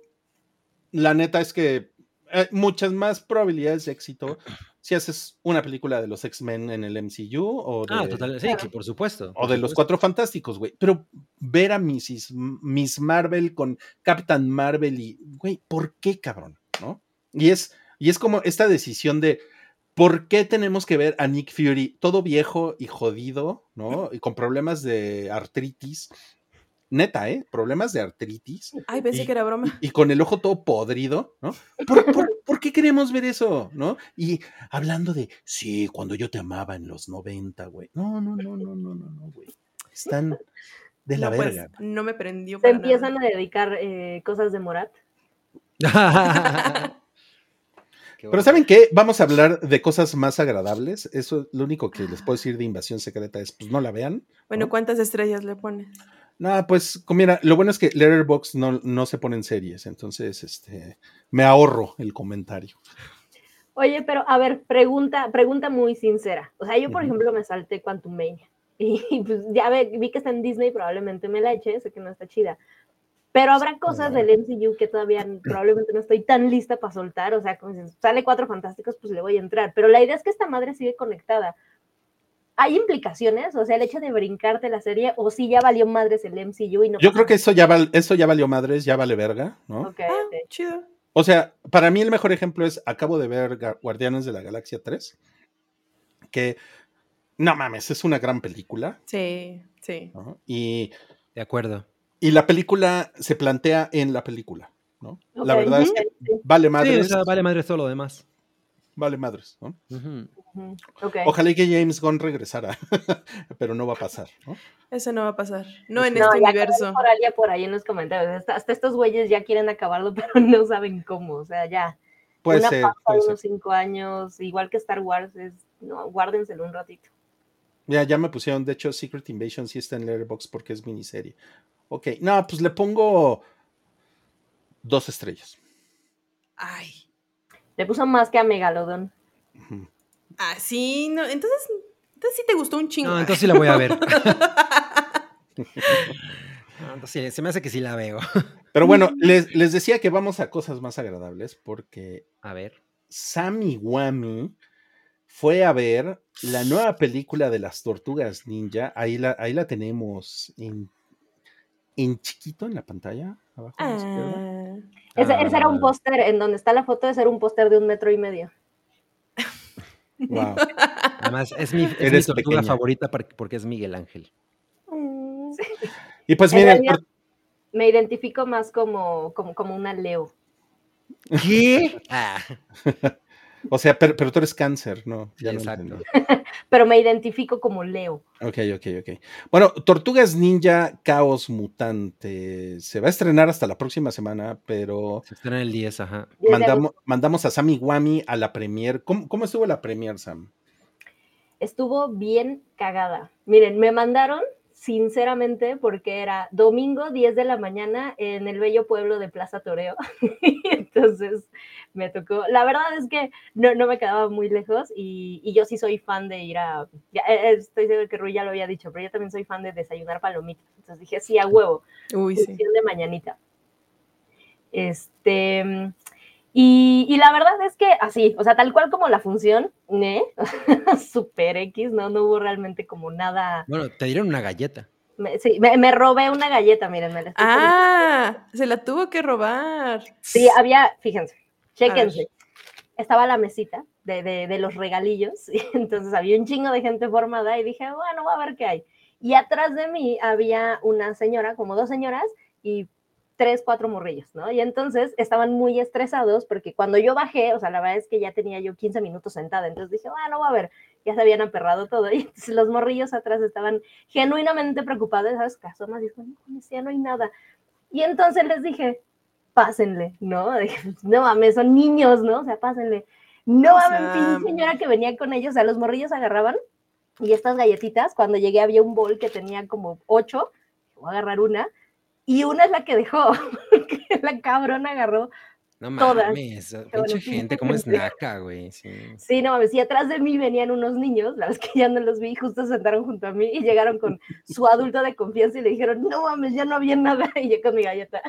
la neta es que hay muchas más probabilidades de éxito si haces una película de los X-Men en el M C U o de, Ah, total. Sí, que por supuesto. o por de los supuesto. Cuatro Fantásticos, güey. Pero ver a Missus Miss Marvel con Captain Marvel y, güey, ¿por qué, cabrón? ¿No? Y es, y es como esta decisión de, ¿por qué tenemos que ver a Nick Fury todo viejo y jodido, ¿no? Y con problemas de artritis. Neta, ¿eh? Problemas de artritis. Ay, pensé Y- que era broma. Y con el ojo todo podrido, ¿no? ¿Por, por, por qué queremos ver eso, no? Y hablando de, sí, cuando yo te amaba en los noventa, güey. No, no, no, no, no, no, no, güey. Están de la No, pues, verga. no me prendió Se para empiezan nada. a dedicar eh, cosas de Morat. Pero ¿saben qué? Vamos a hablar de cosas más agradables. Eso, lo único que les puedo decir de Invasión Secreta es, pues no la vean. Bueno, ¿no? ¿cuántas estrellas le pones? No, pues, mira, lo bueno es que Letterboxd no, no se ponen series, entonces, este, me ahorro el comentario. Oye, pero a ver, pregunta, pregunta muy sincera. O sea, yo, por Ujú. ejemplo, me salté Quantum Mania. Y pues ya ve, vi que está en Disney, probablemente me la eche, sé que no está chida. Pero habrá cosas Bueno. del M C U que todavía probablemente no estoy tan lista para soltar. O sea, como si sale Cuatro Fantásticos, pues le voy a entrar. Pero la idea es que esta madre sigue conectada. ¿Hay implicaciones? O sea, el hecho de brincarte la serie, o si ya valió madres el M C U y no Yo pasa creo que eso ya, val- eso ya valió madres, ya vale verga, ¿no? nada? Ok, Ah, ok. chido. O sea, para mí el mejor ejemplo es, acabo de ver Ga- Guardianes de la Galaxia tres, que, no mames, es una gran película, Sí, sí. ¿no? Y, De acuerdo. y la película se plantea en la película, ¿no? La Ok, verdad es ujú. que Sí. vale Sí, madres, o sea, vale madre todo lo demás. vale madres, ¿no? Ujú. Ujú, ok. Ojalá que James Gunn regresara, pero no va a pasar, ¿no? Eso no va a pasar. No en No, este ya universo. por ahí, por ahí en los comentarios. Hasta, hasta estos güeyes ya quieren acabarlo, pero no saben cómo. O sea, ya. Puede una ser, pausa puede de ser. unos cinco años, igual que Star Wars, es, no, guárdenselo un ratito. Ya, ya me pusieron, de hecho, Secret Invasion sí está en Letterboxd porque es miniserie. Ok, no, pues le pongo dos estrellas. Ay. Le puso más que a Megalodón. Ujú. Ah, sí, no, entonces, entonces sí te gustó un chingo. No, entonces sí la voy a ver. No, entonces sí, se me hace que sí la veo. Pero bueno, les, les decía que vamos a cosas más agradables porque A ver. Sammy Wami fue a ver la nueva película de las Tortugas Ninja. Ahí la, ahí la tenemos en, en chiquito en la pantalla, abajo a la izquierda. Ah, Ese, ese era un Ah, póster, en donde está la foto, ese era un póster de un metro y medio. Wow, además, es mi, es mi eres tortuga pequeña. favorita par- porque es Miguel Ángel. mm, Y pues En miren, realidad tor- me identifico más como, como, como una Leo. ¿Qué? Ah, o sea, pero, pero tú eres cáncer, ¿no? sí, Ya lo exacto. entendí. Pero me identifico como Leo. Ok, ok, ok. Bueno, Tortugas Ninja Caos Mutante se va a estrenar hasta la próxima semana, pero Se estrena el diez, ajá. diez de mandamos, agosto. mandamos a Sammy Wami a la premier. ¿Cómo, cómo estuvo la premier, Sam? Estuvo bien cagada. Miren, me mandaron, sinceramente, porque era domingo diez de la mañana en el bello pueblo de Plaza Toreo. Entonces me tocó. La verdad es que no, no me quedaba muy lejos y, y yo sí soy fan de ir a. Ya, estoy seguro que Rui ya lo había dicho, pero yo también soy fan de desayunar palomitas. Entonces dije, sí, a huevo. Uy, sí. Función de mañanita. Este. Y, y, la verdad es que así, o sea, tal cual como la función, ¿eh? Super X, ¿no? No hubo realmente como nada. Bueno, te dieron una galleta. Me, sí, me, me robé una galleta, miren, me la estoy Ah, comiendo. se la tuvo que robar. Sí, había, fíjense, A chéquense. ver. Estaba la mesita de, de, de los regalillos, y entonces había un chingo de gente formada y dije, bueno, voy a ver qué hay. Y atrás de mí había una señora, como dos señoras, y tres, cuatro morrillos, ¿no? Y entonces estaban muy estresados porque cuando yo bajé, o sea, la verdad es que ya tenía yo quince minutos sentada, entonces dije, bueno, voy a ver, ya se habían aperrado todo, y entonces los morrillos atrás estaban genuinamente preocupados, ¿sabes? Caso más, dijo, no, ya no hay nada. Y entonces les dije, pásenle, ¿no? Dije, no mames, son niños, ¿no? O sea, pásenle. No O mames, sea, pinche señora que venía con ellos, o sea, los morrillos agarraban y estas galletitas, cuando llegué había un bol que tenía como ocho, voy a agarrar una, y una es la que dejó, porque la cabrona agarró No todas. mames, Bueno, pinche pinche gente, ¿cómo es gente. naca, güey? Sí. Sí, no mames, y atrás de mí venían unos niños, la verdad es que ya no los vi, justo se sentaron junto a mí y llegaron con su adulto de confianza y le dijeron, no mames, ya no había nada, y yo con mi galleta.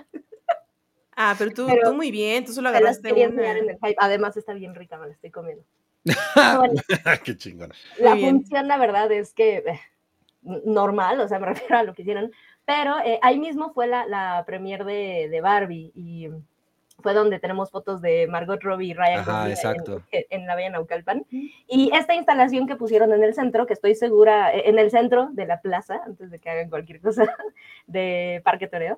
ah, pero tú, Pero tú muy bien, tú solo se las agarraste quería enseñar en una. el hype, además está bien rica, me la estoy comiendo. Pero bueno, Qué chingón. Muy la bien. función, la verdad, es que eh, normal, o sea, me refiero a lo que hicieron, pero eh, ahí mismo fue la, la premier de, de Barbie y fue donde tenemos fotos de Margot Robbie y Ryan Ajá, Gosling exacto. en, en la Bella Naucalpan. Y esta instalación que pusieron en el centro, que estoy segura, en el centro de la plaza, antes de que hagan cualquier cosa de Parque Toreo,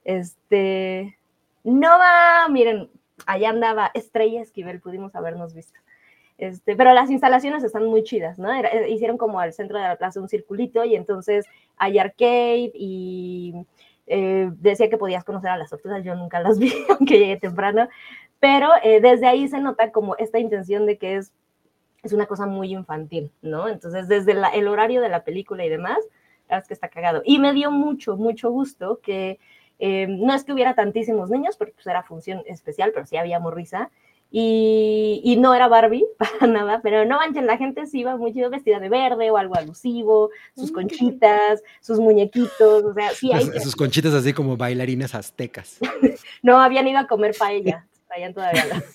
este, no va, miren, allá andaba Estrella Esquivel, pudimos habernos visto. Este, pero las instalaciones están muy chidas, ¿no? Era, hicieron como al centro de la plaza un circulito y entonces hay arcade y eh, decía que podías conocer a las tortugas, yo nunca las vi, aunque llegué temprano, pero eh, desde ahí se nota como esta intención de que es, es una cosa muy infantil, ¿no? Entonces, desde la, el horario de la película y demás, la verdad es que está cagado. Y me dio mucho, mucho gusto que eh, no es que hubiera tantísimos niños, porque pues era función especial, pero sí había morrisa, y, y no era Barbie para nada, pero no manchen, la gente sí iba muy chido vestida de verde o algo alusivo, sus conchitas, sus muñequitos, o sea, sí hay... Sus, sus conchitas así como bailarines aztecas. No, habían ido a comer paella, traían todavía la...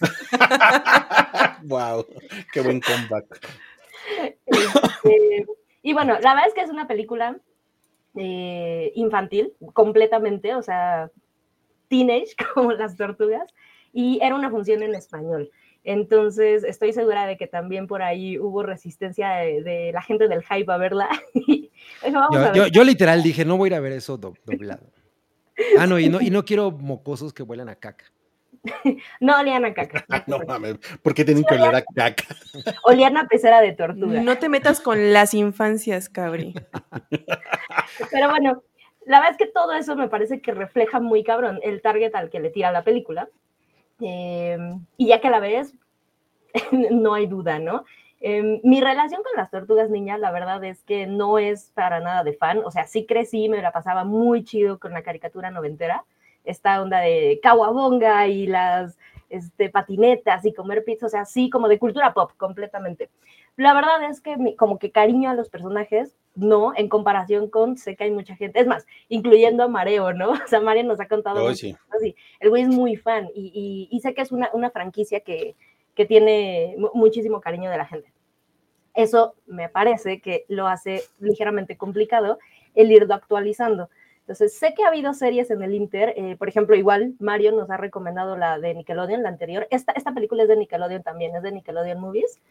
Wow, qué buen comeback. Este, y bueno, la verdad es que es una película eh, infantil, completamente, o sea, teenage, como las tortugas, y era una función en español. Entonces, estoy segura de que también por ahí hubo resistencia de, de la gente del hype a verla. Vamos Yo, a ver. yo, yo literal dije, no voy a ir a ver eso do- doblado. Ah, no y, no, y no quiero mocosos que huelan a caca. No olían a caca. No mames, ¿por qué tienen que oler a caca? Olían a pecera de tortuga. No te metas con las infancias, cabri. Pero bueno, la verdad es que todo eso me parece que refleja muy cabrón el target al que le tira la película. Eh, y ya que la ves, no hay duda, ¿no? Eh, mi relación con las tortugas niñas, la verdad es que no es para nada de fan. O sea, sí crecí, me la pasaba muy chido con la caricatura noventera. Esta onda de Kawabonga y las este, patinetas y comer pizza, o sea, sí, como de cultura pop completamente. La verdad es que mi, como que cariño a los personajes, no, en comparación con, sé que hay mucha gente, es más, incluyendo a Mareo, ¿no? O sea, Mario nos ha contado Oh, muchas sí. cosas y el güey es muy fan y, y, y sé que es una, una franquicia que, que tiene muchísimo cariño de la gente. Eso me parece que lo hace ligeramente complicado el irlo actualizando. Entonces, sé que ha habido series en el Inter, eh, por ejemplo, igual Mario nos ha recomendado la de Nickelodeon, la anterior. Esta, esta película es de Nickelodeon también, es de Nickelodeon Movies.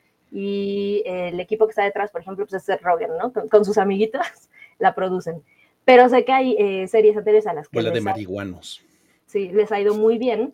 Y eh, el equipo que está detrás, por ejemplo, pues es Seth Rogen, ¿no? Con, con sus amiguitos la producen. Pero sé que hay eh, series anteriores a las que Bola de les ha, marihuanos. sí, les ha ido muy bien.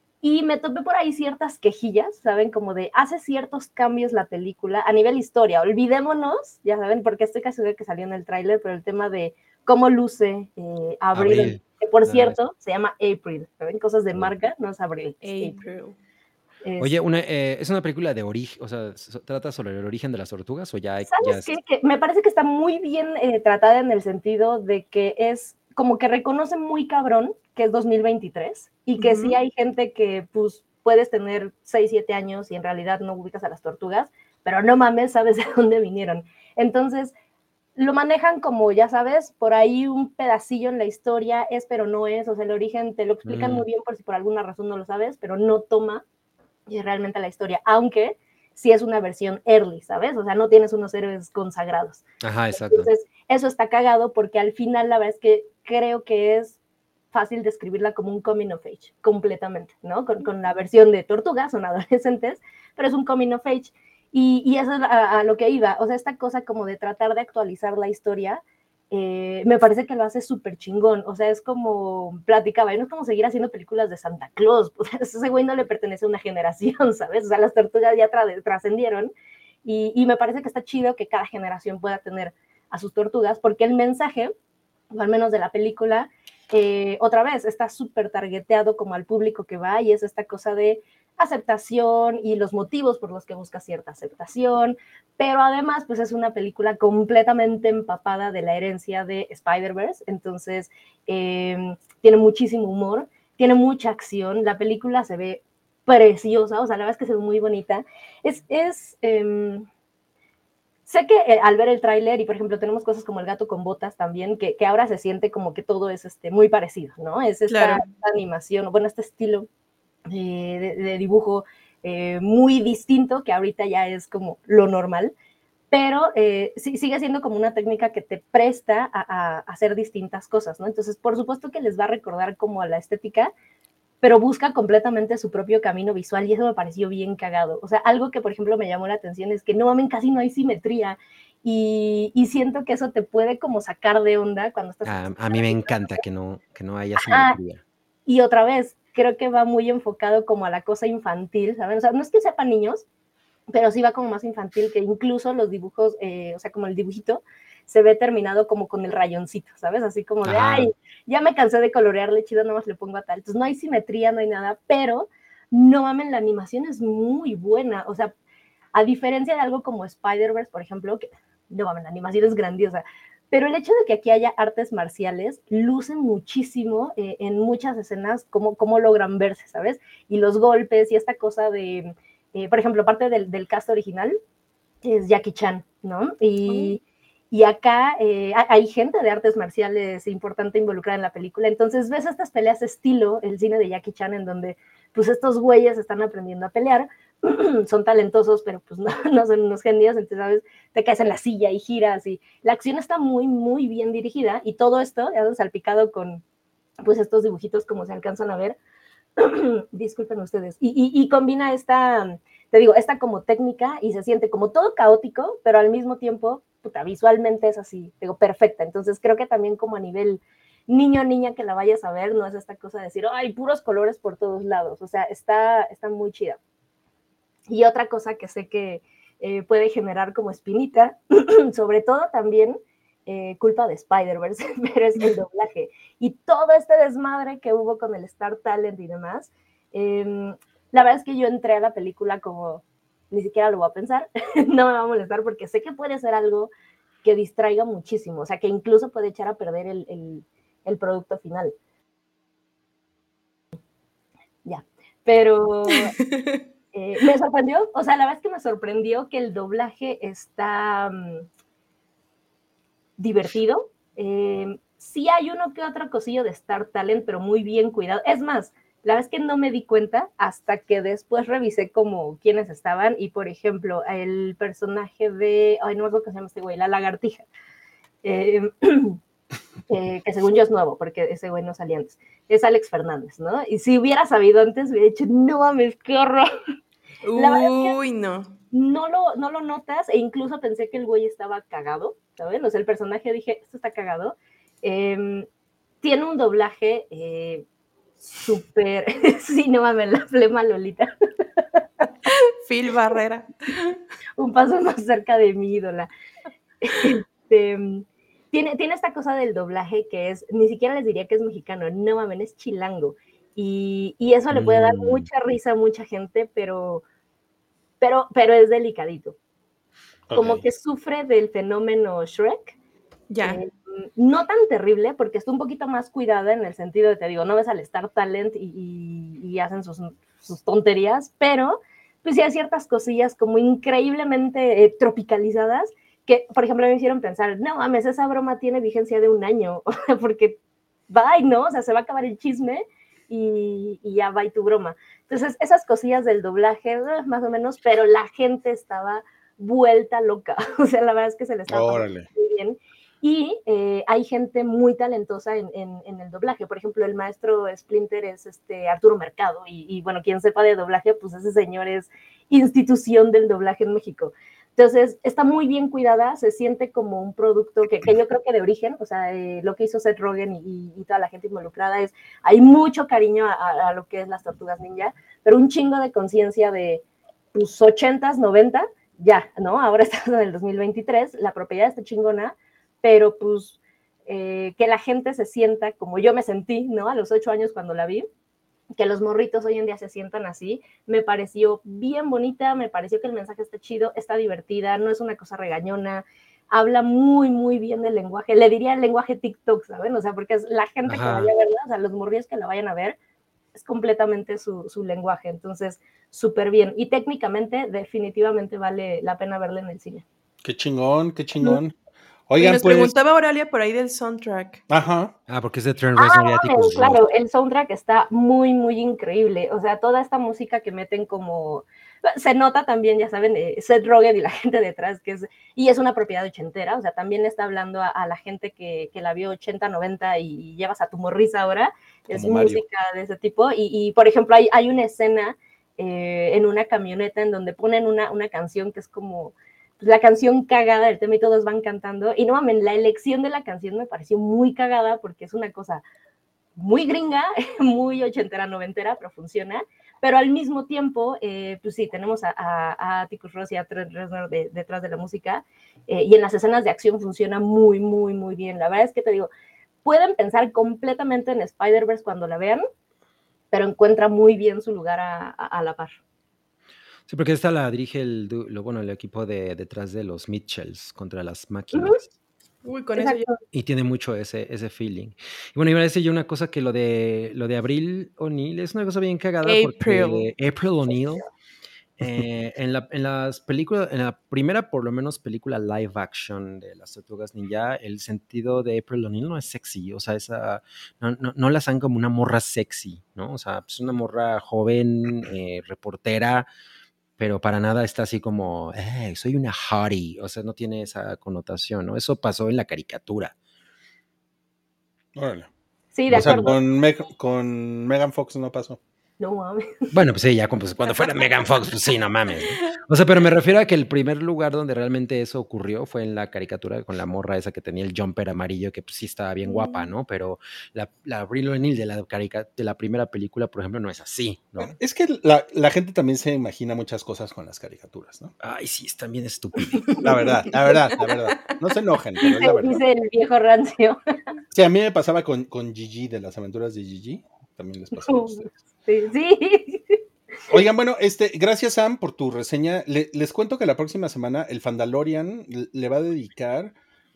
Y me topé por ahí ciertas quejillas, ¿saben? Como de, hace ciertos cambios la película a nivel historia. Olvidémonos, ya saben, porque estoy casi segura que salió en el tráiler, pero el tema de cómo luce eh, Abril, Abril. que por Ah, cierto, se llama April, ¿saben? Cosas de marca, no es Abril, es April. April. Es- Oye, una, eh, ¿es una película de origen, o sea, so- trata sobre el origen de las tortugas o ya, hay- ya ¿Sabes es... qué? Que me parece que está muy bien eh, tratada en el sentido de que es como que reconoce muy cabrón que es dos mil veintitrés y que Ujú. sí hay gente que pues puedes tener seis, siete años y en realidad no ubicas a las tortugas, pero no mames, sabes de dónde vinieron. Entonces, lo manejan como, ya sabes, por ahí un pedacillo en la historia, es pero no es, o sea, el origen te lo explican Mm. muy bien por si por alguna razón no lo sabes, pero no toma eh, realmente la historia, aunque sí es una versión early, ¿sabes? O sea, no tienes unos héroes consagrados. Ajá, exacto. Entonces, eso está cagado porque al final la verdad es que creo que es fácil describirla como un coming of age, completamente, ¿no? Con, con la versión de tortugas, son adolescentes, pero es un coming of age. Y, y eso es a, a lo que iba, o sea, esta cosa como de tratar de actualizar la historia, eh, me parece que lo hace súper chingón, o sea, es como, platicaba, no es como seguir haciendo películas de Santa Claus, pues, ese güey no le pertenece a una generación, ¿sabes? O sea, las tortugas ya tra trascendieron y, y me parece que está chido que cada generación pueda tener a sus tortugas, porque el mensaje, o al menos de la película, eh, otra vez, está súper targeteado como al público que va y es esta cosa de aceptación y los motivos por los que busca cierta aceptación, pero además pues es una película completamente empapada de la herencia de Spider-Verse, entonces eh, tiene muchísimo humor, tiene mucha acción, la película se ve preciosa, o sea, la verdad es que se ve muy bonita, es, es eh, sé que eh, al ver el tráiler y por ejemplo tenemos cosas como El gato con botas también, que, que ahora se siente como que todo es este, muy parecido, ¿no? Es esta, Claro. esta animación, bueno, este estilo eh, de, de, dibujo eh, muy distinto que ahorita ya es como lo normal, pero eh, sí, sigue siendo como una técnica que te presta a, a, a hacer distintas cosas, ¿no? Entonces, por supuesto que les va a recordar como a la estética, pero busca completamente su propio camino visual y eso me pareció bien cagado. O sea, algo que, por ejemplo, me llamó la atención es que no mamen, casi no hay simetría y, y siento que eso te puede como sacar de onda cuando estás... A, a mí me encanta que no, que no haya Ah, simetría. y otra vez, creo que va muy enfocado como a la cosa infantil, ¿saben? O sea, no es que sepan niños, pero sí va como más infantil, que incluso los dibujos, eh, o sea, como el dibujito, se ve terminado como con el rayoncito, ¿sabes? Así como de, Ajá. ay, ya me cansé de colorearle, chido, nomás le pongo a tal. Entonces no hay simetría, no hay nada, pero no mamen, la animación es muy buena. O sea, a diferencia de algo como Spider-Verse, por ejemplo, que no mamen, la animación es grandiosa. Pero el hecho de que aquí haya artes marciales luce muchísimo eh, en muchas escenas cómo, cómo logran verse, ¿sabes? Y los golpes y esta cosa de, eh, por ejemplo, parte del, del cast original es Jackie Chan, ¿no? Y, y acá eh, hay gente de artes marciales importante involucrada en la película, entonces ves estas peleas estilo el cine de Jackie Chan en donde pues estos güeyes están aprendiendo a pelear, son talentosos, pero pues no, no son unos genios, entonces, ¿sabes? Te caes en la silla y giras y la acción está muy, muy bien dirigida y todo esto ya salpicado con pues estos dibujitos como se alcanzan a ver, disculpen ustedes, y, y, y combina esta, te digo, esta como técnica y se siente como todo caótico, pero al mismo tiempo, puta, visualmente es así, digo, perfecta. Entonces creo que también como a nivel niño o niña que la vayas a ver, no es esta cosa de decir, ay, puros colores por todos lados, o sea, está, está muy chida. Y otra cosa que sé que eh, puede generar como espinita, sobre todo también eh, culpa de Spider-Verse, pero es el doblaje. Y todo este desmadre que hubo con el Star Talent y demás, eh, la verdad es que yo entré a la película como, ni siquiera lo voy a pensar, no me va a molestar porque sé que puede ser algo que distraiga muchísimo, o sea, que incluso puede echar a perder el, el, el producto final. Ya. pero eh, me sorprendió, o sea, la verdad es que me sorprendió que el doblaje está um, divertido. Eh, sí hay uno que otro cosillo de Star Talent, pero muy bien cuidado. Es más, la verdad es que no me di cuenta hasta que después revisé como quiénes estaban y, por ejemplo, el personaje de, ay, no me acuerdo qué se llama este güey, la lagartija, eh, eh, que según yo es nuevo, porque ese güey no salía antes, es Alex Fernández, ¿no? Y si hubiera sabido antes, hubiera dicho, no mames, qué horror. La verdad es que Uy, no. no lo, no lo notas, e incluso pensé que el güey estaba cagado, ¿saben? O sea, el personaje, dije, esto está cagado. Eh, tiene un doblaje eh, súper, sí, no mames, la flema Lolita. Phil Barrera. Un paso más cerca de mi ídola. Este, tiene, tiene esta cosa del doblaje que es, ni siquiera les diría que es mexicano, no mames, es chilango. Y, y eso le puede dar Mm. mucha risa a mucha gente, pero, pero, pero es delicadito. Como Ok. que sufre del fenómeno Shrek. Ya. Eh, no tan terrible, porque está un poquito más cuidada en el sentido de, te digo, no ves al Star Talent y, y, y hacen sus, sus tonterías, pero pues sí hay ciertas cosillas como increíblemente eh, tropicalizadas que, por ejemplo, me hicieron pensar, no mames, esa broma tiene vigencia de un año, porque bye, ¿no? O sea, se va a acabar el chisme y, y ya va tu broma. Entonces, esas cosillas del doblaje, eh, más o menos, pero la gente estaba vuelta loca. O sea, la verdad es que se le estaba pasando Órale. muy bien. Y eh, hay gente muy talentosa en, en, en, el doblaje. Por ejemplo, el maestro Splinter es este Arturo Mercado. Y, y bueno, quien sepa de doblaje, pues ese señor es institución del doblaje en México. Entonces, está muy bien cuidada, se siente como un producto que, que yo creo que de origen, o sea, eh, lo que hizo Seth Rogen y, y toda la gente involucrada es, hay mucho cariño a, a lo que es las Tortugas Ninja, pero un chingo de conciencia de tus ochentas, noventa, ya, ¿no? Ahora estamos en el dos mil veintitrés, la propiedad está chingona, pero pues eh, que la gente se sienta como yo me sentí, ¿no? A los ocho años cuando la vi, que los morritos hoy en día se sientan así, me pareció bien bonita, me pareció que el mensaje está chido, está divertida, no es una cosa regañona, habla muy, muy bien del lenguaje, le diría el lenguaje TikTok, ¿saben? O sea, porque es la gente Ajá. que vaya a verla, o sea, los morrillos que la vayan a ver, es completamente su, su lenguaje, entonces, súper bien. Y técnicamente, definitivamente vale la pena verla en el cine. Qué chingón, qué chingón. Oigan, nos pues... preguntaba Oralia por ahí del soundtrack. Ajá. Ah, porque es de Trent Reznor y Atticus. Claro, el soundtrack está muy, muy increíble. O sea, toda esta música que meten como... Se nota también, ya saben, eh, Seth Rogen y la gente detrás, que es... Y es una propiedad ochentera, o sea, también está hablando a, a la gente que, que la vio ochenta, noventa y, y llevas a tu morrisa ahora. Es como música Mario. De ese tipo. Y, y por ejemplo, hay, hay una escena eh, en una camioneta en donde ponen una, una canción que es como... la canción cagada del tema y todos van cantando, y no mames, la elección de la canción me pareció muy cagada porque es una cosa muy gringa, muy ochentera, noventera, pero funciona, pero al mismo tiempo, eh, pues sí, tenemos a, a, a Atticus Ross y a Trent Reznor de, detrás de la música, eh, y en las escenas de acción funciona muy, muy, muy bien. La verdad es que te digo, pueden pensar completamente en Spider-Verse cuando la vean, pero encuentra muy bien su lugar a, a, a la par. Sí, porque esta la dirige el, lo, bueno, el equipo de detrás de los Mitchells contra las máquinas. Uh-huh. Uy, con Exacto. eso ya... Y tiene mucho ese, ese feeling. Y bueno, iba a decir yo una cosa que lo de lo de Abril O'Neil es una cosa bien cagada April. porque April O'Neil eh, en, la, en las películas, en la primera por lo menos película live action de las Tortugas Ninja, el sentido de April O'Neil no es sexy, o sea, esa, no, no, no la hacen como una morra sexy, ¿no? O sea, es una morra joven, eh, reportera, pero para nada está así como, hey, soy una hottie, o sea, no tiene esa connotación, ¿no? Eso pasó en la caricatura. Órale. Sí, de o acuerdo. sea, con, Meg, con Megan Fox no pasó. No mames. Bueno, pues sí, ya pues, cuando fuera Megan Fox, pues sí, no mames, ¿no? O sea, pero me refiero a que el primer lugar donde realmente eso ocurrió fue en la caricatura con la morra esa que tenía el jumper amarillo, que pues sí estaba bien guapa, ¿no? Pero la, la Avril O'Neil de la, de la primera película, por ejemplo, no es así, ¿no? Es que la, la gente también se imagina muchas cosas con las caricaturas, ¿no? Ay, sí, están bien estúpidos. La verdad, la verdad, la verdad. No se enojen, pero es la verdad. Dice el viejo rancio. Sí, a mí me pasaba con, con Gigi, de las aventuras de Gigi. También les pasaba a ustedes. Sí, sí. Oigan, bueno, este, gracias Sam por tu reseña. Le, les cuento que la próxima semana el Fandalorian le, le va a dedicar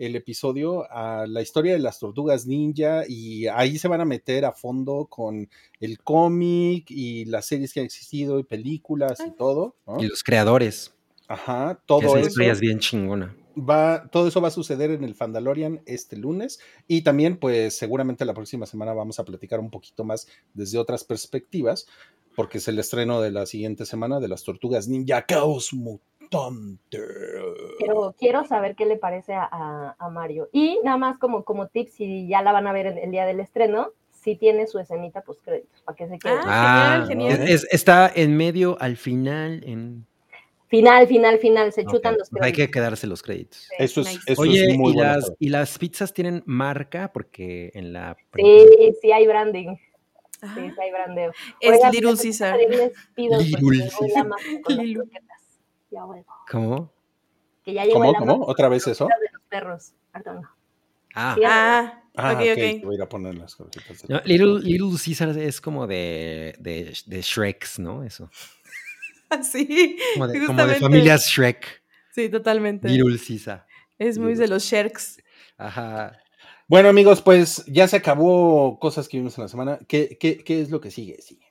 el episodio a la historia de las tortugas ninja y ahí se van a meter a fondo con el cómic y las series que han existido y películas y todo, ¿no? Y los creadores. Ajá, Que todo esa eso. historia es bien chingona. Va, todo eso va a suceder en el Fandalorian este lunes y también pues seguramente la próxima semana vamos a platicar un poquito más desde otras perspectivas porque es el estreno de la siguiente semana de las Tortugas Ninja Chaos Mutante. Pero quiero saber qué le parece a, a, a Mario. Y nada más como, como tips, si ya la van a ver el, el día del estreno, sí tiene su escenita post créditos, para que se quede. Ah, Ah, genial, genial. es- es- está en medio, al final, en... Final, final, final, se chutan Ok, los pues hay créditos. que quedarse los créditos. Eso es, Nice. eso Oye, es muy ¿y, bueno. las, saber. ¿y las pizzas tienen marca? Porque en la... Sí, sí hay branding. Ah, Sí, sí hay brandeo. es Oigan, Little tengo que Caesar. pedirles pidos porque Little llegó el Caesar. Amazon con las Lilo. croquetas. Ya vuelvo. ¿Cómo? Que ya llegó ¿Cómo? el ¿Cómo? Amazon ¿Otra con vez las eso? croquetas de los perros. Perdón. Ah, Síganme. Ah, Ah, ok, ok, ok. voy a ir a poner las croquetas. no, Little, Little Caesar es como de, de, de Shreks, ¿no? Eso. Sí, Como de, como de justamente. familias Shrek. Sí, totalmente. Little Caesar. Es muy Little de los Sharks. Ajá. Bueno, amigos, pues ya se acabó cosas que vimos en la semana. ¿Qué, qué, qué es lo que sigue? Sigue.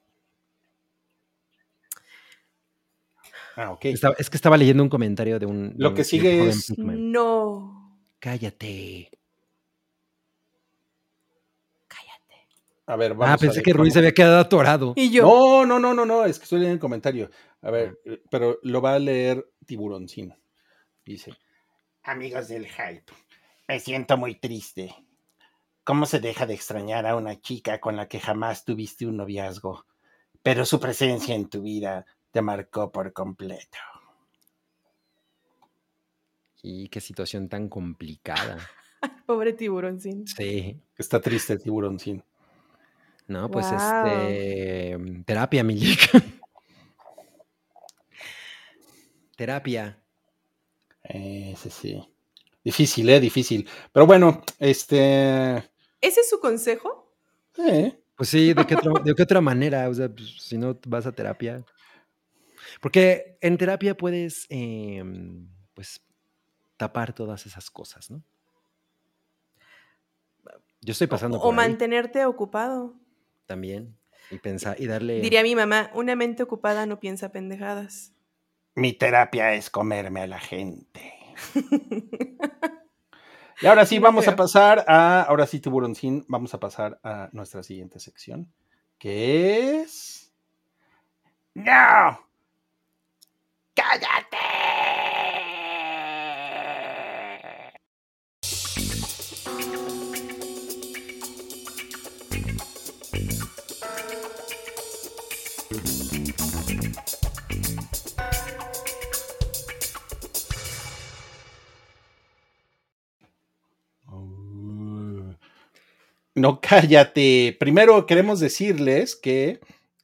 Ah, ok. Estaba- es que estaba leyendo un comentario de un, de Lo un- que de un sigue joven es- Pikmin. No. Cállate. Cállate. A ver, vamos Ah, pensé a ver, que Ruiz vamos. se había quedado atorado. Y yo. No, no, no, no, no, es que estoy leyendo el comentario. A ver, eh, pero lo va a leer Tiburoncín. Dice, Amigos del hype, me siento muy triste. ¿Cómo se deja de extrañar a una chica con la que jamás tuviste un noviazgo, pero su presencia en tu vida te marcó por completo? Y qué situación tan complicada. Pobre tiburoncín. Sí. está triste Tiburoncín. No, pues Wow. este. Terapia, Milik. Terapia. Eh, sí, sí. Difícil, eh, difícil. Pero bueno, este... ¿Ese es su consejo? eh, Pues sí, ¿de qué, otra, ¿de qué otra manera? O sea, pues, si no vas a terapia. Porque en terapia puedes, eh, pues, tapar todas esas cosas, ¿no? Yo estoy pasando O, por o ahí mantenerte ocupado. también. Y pensar, y darle. Diría mi mamá, una mente ocupada no piensa pendejadas. Mi terapia es comerme a la gente. y ahora sí, No vamos creo. a pasar a... Ahora sí, Tiburoncín, vamos a pasar a nuestra siguiente sección, que es... ¡No! ¡Cállate! Uh, No, cállate. Primero queremos decirles que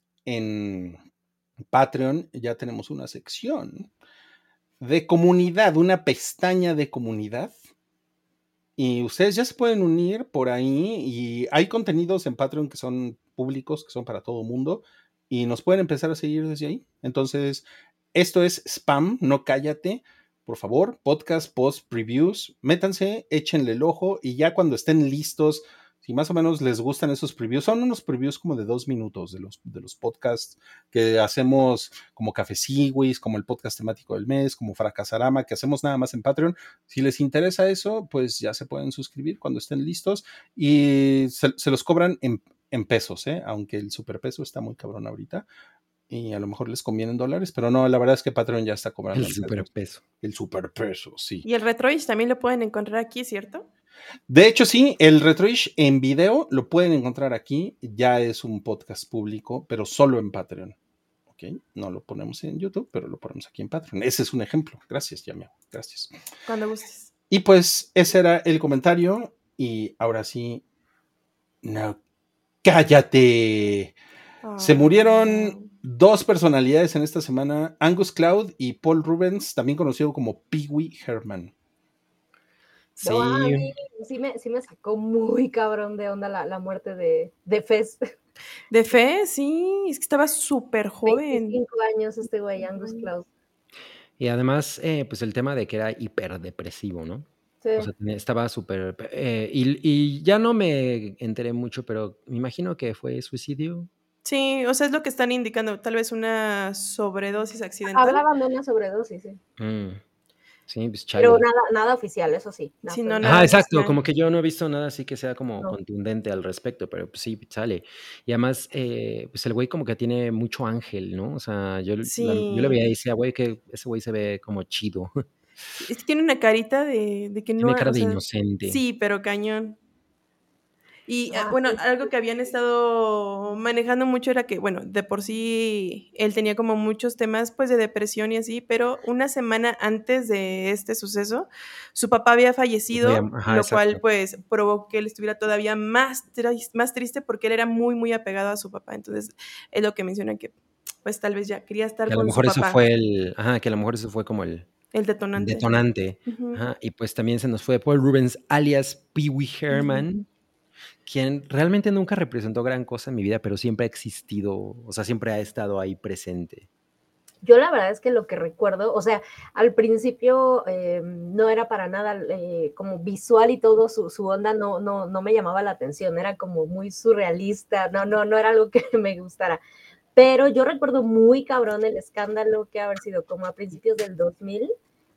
en Patreon ya tenemos una sección de comunidad, una pestaña de comunidad. Y ustedes ya se pueden unir por ahí y hay contenidos en Patreon que son públicos, que son para todo el mundo y nos pueden empezar a seguir desde ahí. Entonces, esto es spam, no cállate. Por favor, podcast, post, previews, métanse, échenle el ojo y ya cuando estén listos, si más o menos les gustan esos previews, son unos previews como de dos minutos de los, de los podcasts que hacemos como Café Sigüis, como el podcast temático del mes, como Fracasarama, que hacemos nada más en Patreon. Si les interesa eso, pues ya se pueden suscribir cuando estén listos y se, se los cobran en, en pesos, ¿eh? Aunque el superpeso está muy cabrón ahorita y a lo mejor les conviene en dólares, pero no, la verdad es que Patreon ya está cobrando El en pesos. superpeso. El superpeso, sí. Y el Retroish también lo pueden encontrar aquí, ¿cierto? De hecho, sí, el Retroish en video lo pueden encontrar aquí. Ya es un podcast público, pero solo en Patreon. ¿Ok? No lo ponemos en YouTube, pero lo ponemos aquí en Patreon. Ese es un ejemplo. Gracias, Yamio. Gracias. Cuando gustes. Y pues ese era el comentario. Y ahora sí, no, cállate. Se murieron dos personalidades en esta semana, Angus Cloud y Paul Rubens, también conocido como Pee Wee Herman. Sí. No, a mí sí me, sí me sacó muy cabrón de onda la, la muerte de, de Fez. De Fe, sí, es que estaba súper joven. veinticinco años este güey, Angus Cloud. Y además, eh, pues el tema de que era hiperdepresivo, ¿no? Sí. O sea, tenía- estaba súper... eh, y, y ya no me enteré mucho, pero me imagino que fue suicidio. Sí, o sea, es lo que están indicando, tal vez una sobredosis accidental. Hablaban de una sobredosis, sí. Mm, sí, pues Pero chale. nada, nada oficial, eso sí. Nada Sí, fue- no, Ajá, nada exacto, oficial. como que yo no he visto nada así que sea como No. contundente al respecto, pero pues sí, sale. Y además, eh, pues el güey como que tiene mucho ángel, ¿no? O sea, yo, la- yo le veía y Sí. decía, güey, que ese güey se ve como chido. Sí, es que tiene una carita de, de que no, Tiene cara o de sea, inocente. sí, pero cañón. Y eh, Ah, bueno, sí. algo que habían estado manejando mucho era que, bueno, de por sí él tenía como muchos temas pues de depresión y así, pero una semana antes de este suceso, su papá había Voy a- fallecido, Ajá, lo cual exacto. pues provocó que él estuviera todavía más, tris- más triste porque él era muy, muy apegado a su papá. Entonces, es lo que mencionan que pues tal vez ya quería estar Que a lo con su mejor eso papá, fue el, ajá, que a lo mejor eso fue como el, el el detonante. detonante. Ujú. Ajá, y pues también se nos fue Paul Rubens, alias Pee Wee Herman, quien realmente nunca representó gran cosa en mi vida, pero siempre ha existido, o sea, siempre ha estado ahí presente. Yo la verdad es que lo que recuerdo, o sea, al principio eh, no era para nada eh, como visual y todo, su, su onda no, no, no me llamaba la atención, era como muy surrealista, no, no, no era algo que me gustara. Pero yo recuerdo muy cabrón el escándalo que haber sido como a principios del dos mil,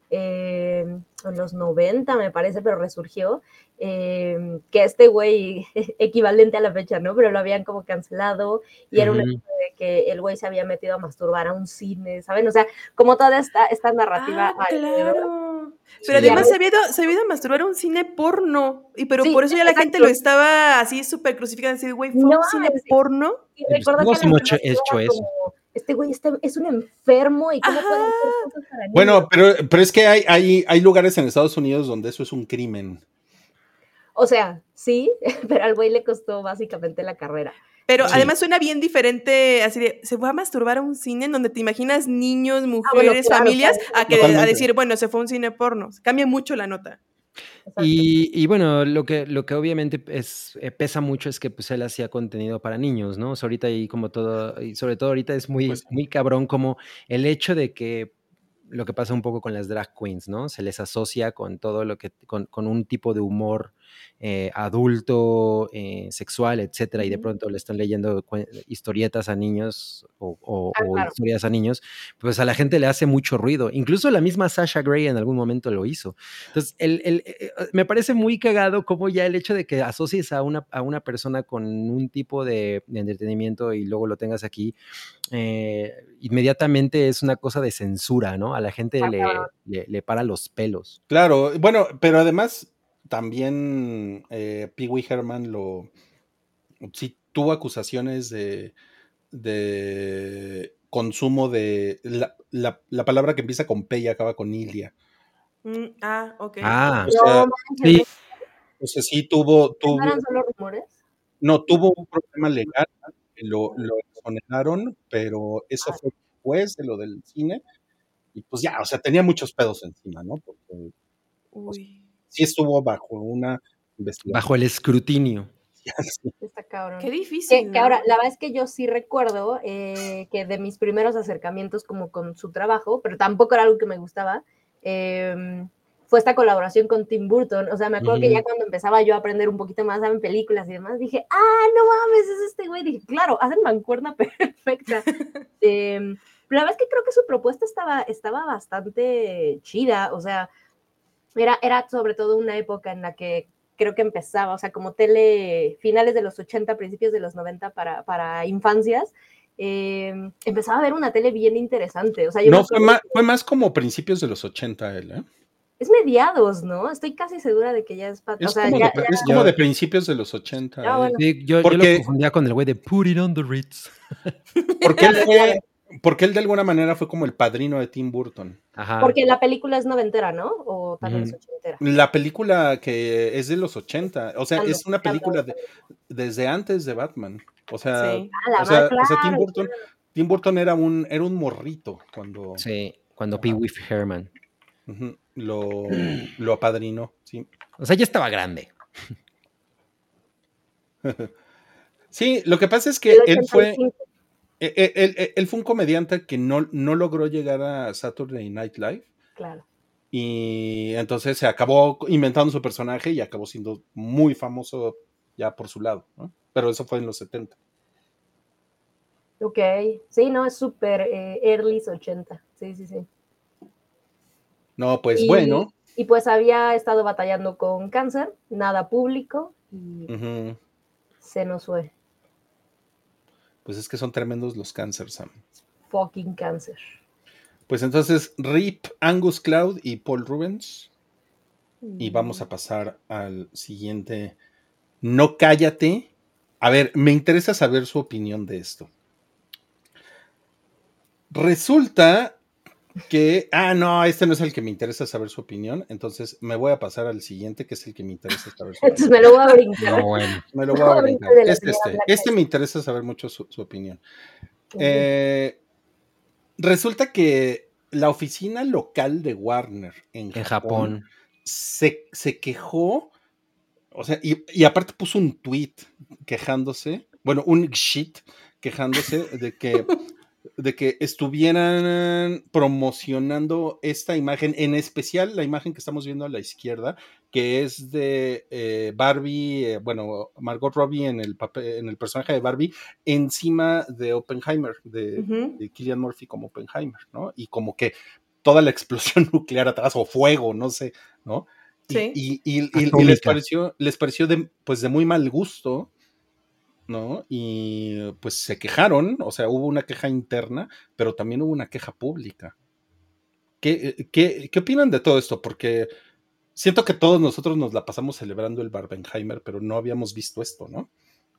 eh, en los noventa me parece, pero resurgió, eh, que este güey, equivalente a la fecha, ¿no? Pero lo habían como cancelado y era una Ujú. cosa de que el güey se había metido a masturbar a un cine, ¿saben? O sea, como toda esta, esta narrativa Ah, alrededor. claro. Pero Sí. además se había, ido, se había ido a masturbar a un cine porno. Y pero Sí, por eso ya la gente exacto. lo estaba así súper crucificando. Así, güey, ¿fue No un cine mames, porno? y Sí, pues recuerdo todos que la hemos hecho, narrativa hecho era eso. como, este güey este es un enfermo y cómo pueden hacer Ajá. cosas para niños. Bueno, pero, pero es que hay, hay, hay lugares en Estados Unidos donde eso es un crimen. O sea, sí, pero al güey le costó básicamente la carrera. Pero Sí. además suena bien diferente, así de, se fue a masturbar a un cine en donde te imaginas niños, mujeres, claro, familias, claro, a que a Totalmente. decir, bueno, se fue a un cine porno. Cambia mucho la nota. Exacto. Y, y bueno, lo que, lo que obviamente es, eh, pesa mucho es que pues él hacía contenido para niños, ¿no? O sea, ahorita y como todo, y sobre todo ahorita es muy, Pues sí. muy cabrón como el hecho de que lo que pasa un poco con las drag queens, ¿no? Se les asocia con todo lo que, con, con un tipo de humor eh, adulto, eh, sexual, etcétera, y de Ujú. pronto le están leyendo cue- historietas a niños o, o- Ah, o claro. historias a niños, pues a la gente le hace mucho ruido. Incluso la misma Sasha Grey en algún momento lo hizo. Entonces, el, el, eh, me parece muy cagado como ya el hecho de que asocies a una, a una persona con un tipo de, de entretenimiento y luego lo tengas aquí, eh, inmediatamente es una cosa de censura, ¿no? A la gente Ah, le, cabrón. le, le para los pelos. Claro, bueno, pero además también eh, Pee Wee Herman lo sí tuvo acusaciones de, de consumo de la, la, la palabra que empieza con P y acaba con ilia. Mm, ah, ok. Ah, O sea, No sí, manches, o sea, sí tuvo, ¿no tuvo, eran solo rumores? no tuvo un problema legal, que lo, lo exoneraron, pero eso Ah, fue después de lo del cine, y pues ya, o sea, tenía muchos pedos encima, ¿no? Porque pues, Uy, sí estuvo bajo una investigación. bajo el escrutinio. está cabrón. qué Que, difícil, que ahora, ¿no? la verdad es que yo sí recuerdo eh, que de mis primeros acercamientos como con su trabajo, pero tampoco era algo que me gustaba, eh, fue esta colaboración con Tim Burton. O sea, me acuerdo Ujú. que ya cuando empezaba yo a aprender un poquito más en películas y demás, dije, ah, no mames, es este güey. Dije, claro, hacen mancuerna perfecta. eh, pero la verdad es que creo que su propuesta estaba, estaba bastante chida. O sea, era, era sobre todo una época en la que creo que empezaba, o sea, como tele, finales de los ochenta, principios de los noventa para, para infancias, eh, empezaba a ver una tele bien interesante. O sea, yo No, me fue acuerdo más, que fue más como principios de los ochenta él, ¿eh? es mediados, ¿no? Estoy casi segura de que ya es, pa- o Es, sea, como, ya, de, ya, es como Yo- de principios de los ochenta ah, él. bueno, Sí, yo, yo lo Porque, confundía con el güey de Put It on the Ritz. porque él claro, fue, porque él de alguna manera fue como el padrino de Tim Burton. Ajá. porque la película es noventera, ¿no? O también es Ujú. ochentera. La película que es de los ochenta, o sea, Ando, es una ando, película de- ando. desde antes de Batman. O sea, Sí. Ah, la o madre, sea, o sea, Tim claro, Burton, claro. Tim Burton era un, era un morrito cuando Sí, cuando Pee Wee Herman. ujú, lo, lo apadrinó, sí. O sea, ya estaba grande. Sí, lo que pasa es El que él ochenta y fue, cinco, él, él- él- él fue un comediante que no, no logró llegar a Saturday Night Live, claro. Y entonces se acabó inventando su personaje y acabó siendo muy famoso ya por su lado, ¿no? Pero eso fue en los setenta. Ok, sí, no, es súper eh, early ochenta, sí, sí, sí. No, pues y, bueno. Y pues había estado batallando con cáncer, nada público, y uh-huh. se nos fue. Pues es que son tremendos los cánceres, Sam. Fucking cáncer. Pues entonces, Rip, Angus Cloud y Paul Rubens. Mm. Y vamos a pasar al siguiente. No cállate. A ver, me interesa saber su opinión de esto. Resulta que, ah, no, este no es el que me interesa saber su opinión, entonces me voy a pasar al siguiente, que es el que me interesa saber su entonces opinión. me lo voy a brincar. No, bueno. Me lo voy a brincar. Este, este, este me interesa saber mucho su, su opinión. Uh-huh. Eh, resulta que la oficina local de Warner en, en Japón, Japón. Se, se quejó, o sea, y, y aparte puso un tweet quejándose, bueno, un shit quejándose de que de que estuvieran promocionando esta imagen, en especial la imagen que estamos viendo a la izquierda, que es de eh, Barbie, eh, bueno, Margot Robbie en el papel, en el personaje de Barbie, encima de Oppenheimer, de, uh-huh. de Cillian Murphy como Oppenheimer, ¿no? Y como que toda la explosión nuclear atrás, o fuego, no sé, ¿no? Y, sí. y, y, y, y les pareció, les pareció de, pues de muy mal gusto, ¿no? Y pues se quejaron, o sea, hubo una queja interna, pero también hubo una queja pública. ¿Qué, qué, qué opinan de todo esto? Porque siento que todos nosotros nos la pasamos celebrando el Barbenheimer, pero no habíamos visto esto, ¿no?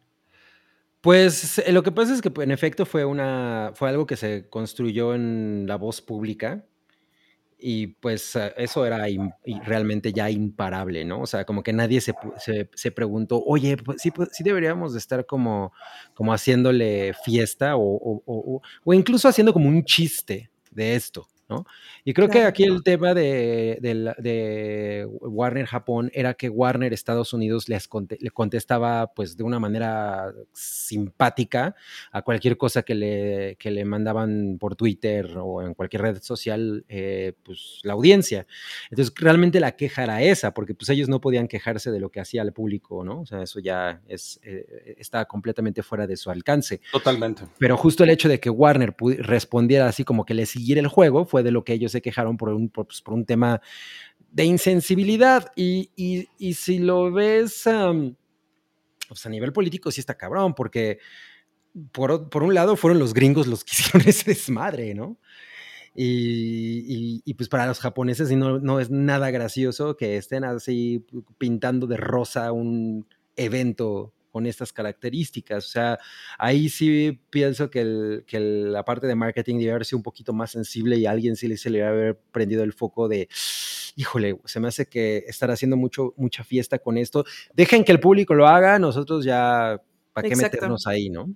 Pues lo que pasa es que en efecto fue, una, fue algo que se construyó en la voz pública. Y pues eso era in, realmente ya imparable, ¿no? O sea, como que nadie se, se, se preguntó, oye, pues sí, pues, sí deberíamos de estar como, como haciéndole fiesta o, o, o, o incluso haciendo como un chiste de esto, ¿no? Y creo claro. que aquí el tema de, de, de Warner Japón era que Warner Estados Unidos les conte, le contestaba pues de una manera simpática a cualquier cosa que le, que le mandaban por Twitter o en cualquier red social, eh, pues la audiencia. Entonces realmente la queja era esa, porque pues ellos no podían quejarse de lo que hacía el público, ¿no? O sea, eso ya es, eh, está completamente fuera de su alcance. Totalmente. Pero justo el hecho de que Warner respondiera así como que le siguiera el juego fue de lo que ellos se quejaron por un, por, pues, por un tema de insensibilidad. Y, y, y si lo ves um, pues a nivel político sí está cabrón, porque por, por un lado fueron los gringos los que hicieron ese desmadre, ¿no? Y, y, y pues para los japoneses no, no es nada gracioso que estén así pintando de rosa un evento con estas características. O sea, ahí sí pienso que, el, que el, la parte de marketing debe haber sido un poquito más sensible y a alguien sí se le debe haber prendido el foco de, híjole, se me hace que estar haciendo mucho, mucha fiesta con esto. Dejen que el público lo haga, nosotros ya, ¿para qué Exacto. meternos ahí, no?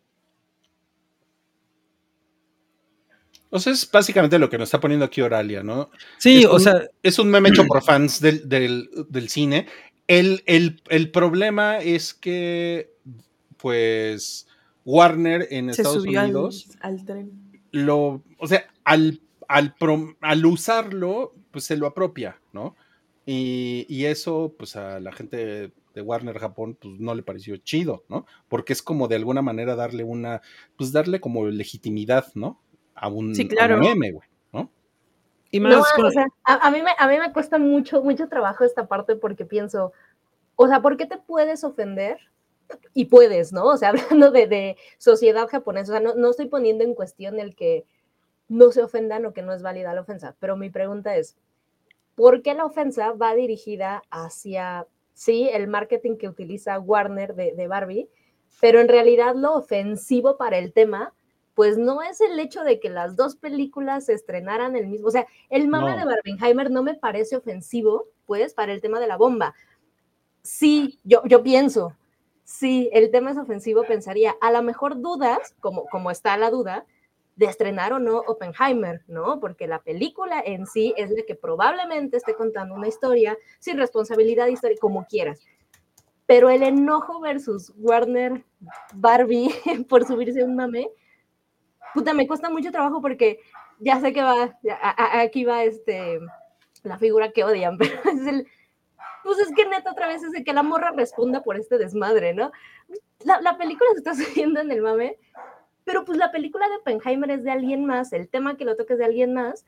O sea, es básicamente lo que nos está poniendo aquí Oralia, ¿no? Sí, es o un, sea... Es un meme hecho por fans del, del, del cine. El, el, el problema es que, pues, Warner en Se Estados subió Unidos... Al, al tren. Lo, o sea, al, al, prom, al usarlo, pues se lo apropia, ¿no? Y, y eso, pues a la gente de Warner Japón, pues no le pareció chido, ¿no? Porque es como de alguna manera darle una, pues darle como legitimidad, ¿no? A un, sí, claro. a un meme, güey, ¿no? Y más no, con... o sea, a, a, mí me, a mí me cuesta mucho, mucho trabajo esta parte porque pienso, o sea, ¿por qué te puedes ofender? Y puedes, ¿no? O sea, hablando de, de sociedad japonesa, o sea, no, no estoy poniendo en cuestión el que no se ofendan o que no es válida la ofensa, pero mi pregunta es, ¿por qué la ofensa va dirigida hacia, sí, el marketing que utiliza Warner de, de Barbie, pero en realidad lo ofensivo para el tema, pues no es el hecho de que las dos películas se estrenaran el mismo, o sea, el mame no. de Barbenheimer no me parece ofensivo, pues, para el tema de la bomba. Sí, yo, yo pienso, sí, el tema es ofensivo, pensaría, a lo mejor dudas, como, como está la duda, de estrenar o no Oppenheimer, ¿no? Porque la película en sí es la que probablemente esté contando una historia sin responsabilidad histórica, como quieras. Pero el enojo versus Warner Barbie por subirse un mame, puta, me cuesta mucho trabajo porque ya sé que va, a, a, aquí va este la figura que odian, pero es el, pues es que neta otra vez es de que la morra responda por este desmadre, ¿no? La, la película se está subiendo en el mame, pero pues la película de Oppenheimer es de alguien más, el tema que lo toca es de alguien más.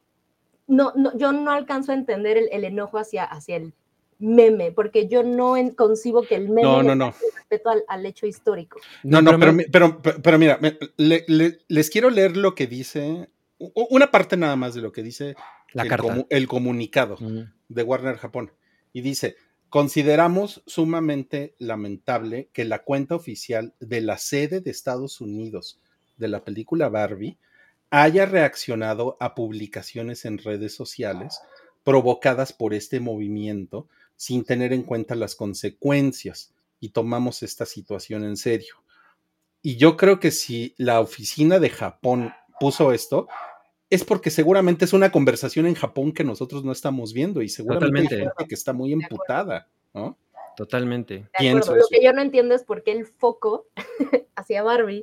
No, no, yo no alcanzo a entender el, el enojo hacia, hacia el meme, porque yo no en, concibo que el meme no, no, no. respeto al, al hecho histórico. No, no, pero, pero, pero, pero mira, le, le, les quiero leer lo que dice, una parte nada más de lo que dice la el, carta. comu, el comunicado mm. de Warner Japón. Y dice, consideramos sumamente lamentable que la cuenta oficial de la sede de Estados Unidos de la película Barbie haya reaccionado a publicaciones en redes sociales provocadas por este movimiento sin tener en cuenta las consecuencias, y tomamos esta situación en serio. Y yo creo que si la oficina de Japón puso esto, es porque seguramente es una conversación en Japón que nosotros no estamos viendo, y seguramente Totalmente. hay gente que está muy emputada, ¿no? Totalmente. De acuerdo. Lo que yo no entiendo es por qué el foco hacia Barbie.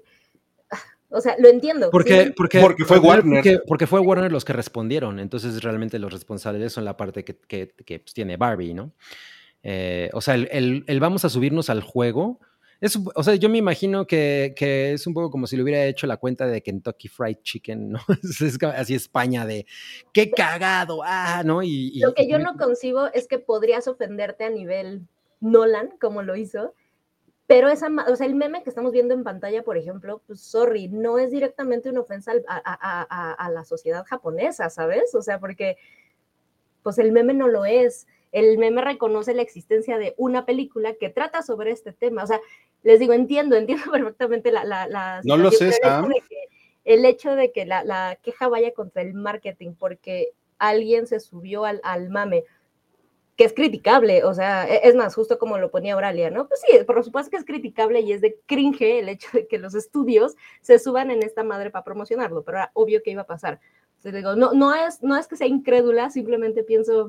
O sea, lo entiendo. Porque, ¿sí? porque, porque fue Warner. Porque, porque fue Warner los que respondieron. Entonces, realmente los responsables son la parte que, que, que pues, tiene Barbie, ¿no? Eh, o sea, el, el, el vamos a subirnos al juego. Es, o sea, yo me imagino que, que es un poco como si le hubiera hecho la cuenta de Kentucky Fried Chicken, ¿no? Es, es así España de ¡qué cagado! ¡Ah! ¿No? Y, y, lo que yo y, no concibo es que podrías ofenderte a nivel Nolan, como lo hizo. Pero esa, o sea, el meme que estamos viendo en pantalla, por ejemplo, pues sorry, no es directamente una ofensa a, a, a, a la sociedad japonesa, ¿sabes? O sea, porque pues el meme no lo es. El meme reconoce la existencia de una película que trata sobre este tema. O sea, les digo, entiendo, entiendo perfectamente la, la, la situación. No lo sé, Sam. El hecho de que, el hecho de que la, la queja vaya contra el marketing porque alguien se subió al, al mame, que es criticable, o sea, es más, justo como lo ponía Auralia, ¿no? Pues sí, por supuesto que es criticable y es de cringe el hecho de que los estudios se suban en esta madre para promocionarlo, pero era obvio que iba a pasar. Entonces digo, no, no, es, no es que sea incrédula, simplemente pienso,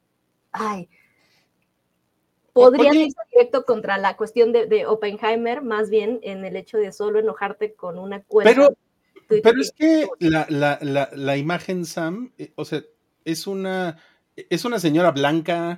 ay, podrías irse directo contra la cuestión de, de Oppenheimer, más bien en el hecho de solo enojarte con una cuenta. Pero, pero es que la, la, la, la imagen, Sam, eh, o sea, es una... Es una señora blanca,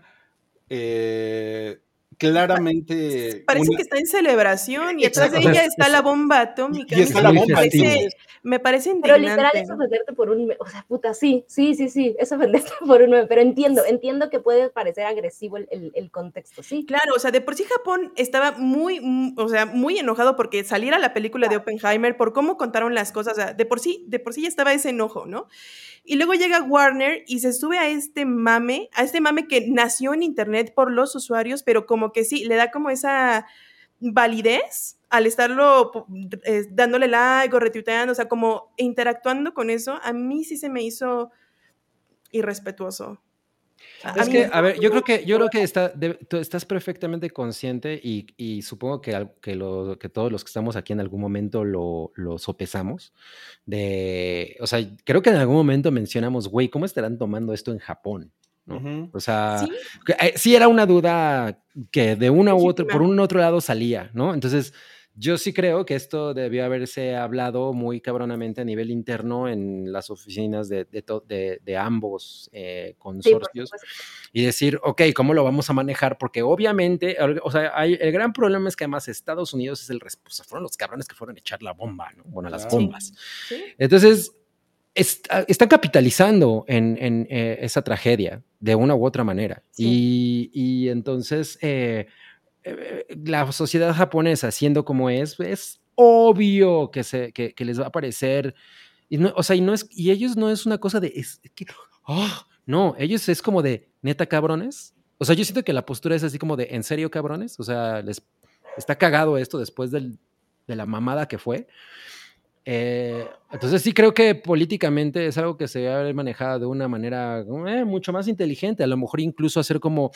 eh, claramente... Parece una... que está en celebración y atrás de ella está la bomba atómica. Y está la bomba. Me parece, me parece indignante. Pero literal es ofenderte por un... O sea, puta, sí, sí, sí, sí, es ofenderte por un... Pero entiendo, entiendo que puede parecer agresivo el, el, el contexto, sí. Claro, o sea, de por sí Japón estaba muy, o sea, muy enojado porque saliera la película de Oppenheimer, por cómo contaron las cosas, o sea, de por sí, de por sí ya estaba ese enojo, ¿no? Y luego llega Warner y se sube a este mame, a este mame que nació en internet por los usuarios, pero como que sí, le da como esa validez al estarlo eh, dándole like o retuiteando, o sea, como interactuando con eso, a mí sí se me hizo irrespetuoso. A es que, a ver, yo creo que, yo creo que está, de, tú estás perfectamente consciente y, y supongo que, que, lo, que todos los que estamos aquí en algún momento lo, lo sopesamos. De, o sea, creo que en algún momento mencionamos, güey, ¿cómo estarán tomando esto en Japón? ¿No? Uh-huh. O sea, ¿sí? Eh, sí era una duda que de una u otra, por un otro lado salía, ¿no? Entonces, yo sí creo que esto debió haberse hablado muy cabronamente a nivel interno en las oficinas de, de, de, de ambos eh, consorcios sí, y decir, ok, ¿cómo lo vamos a manejar? Porque obviamente, o sea, hay, el gran problema es que además Estados Unidos es el responsable, fueron los cabrones que fueron a echar la bomba, ¿no? Bueno, las bombas. Sí. Sí. Entonces, está, están capitalizando en, en eh, esa tragedia de una u otra manera. Sí. Y, y entonces... Eh, la sociedad japonesa, siendo como es, es obvio que, se, que, que les va a parecer, y no, o sea, y, no es, y ellos no es una cosa de, es que, oh, no, ellos es como de, neta cabrones, o sea, yo siento que la postura es así como de, ¿en serio cabrones? O sea, les está cagado esto después del, de la mamada que fue. Eh, entonces sí creo que políticamente es algo que se debe haber manejado de una manera eh, mucho más inteligente, a lo mejor incluso hacer como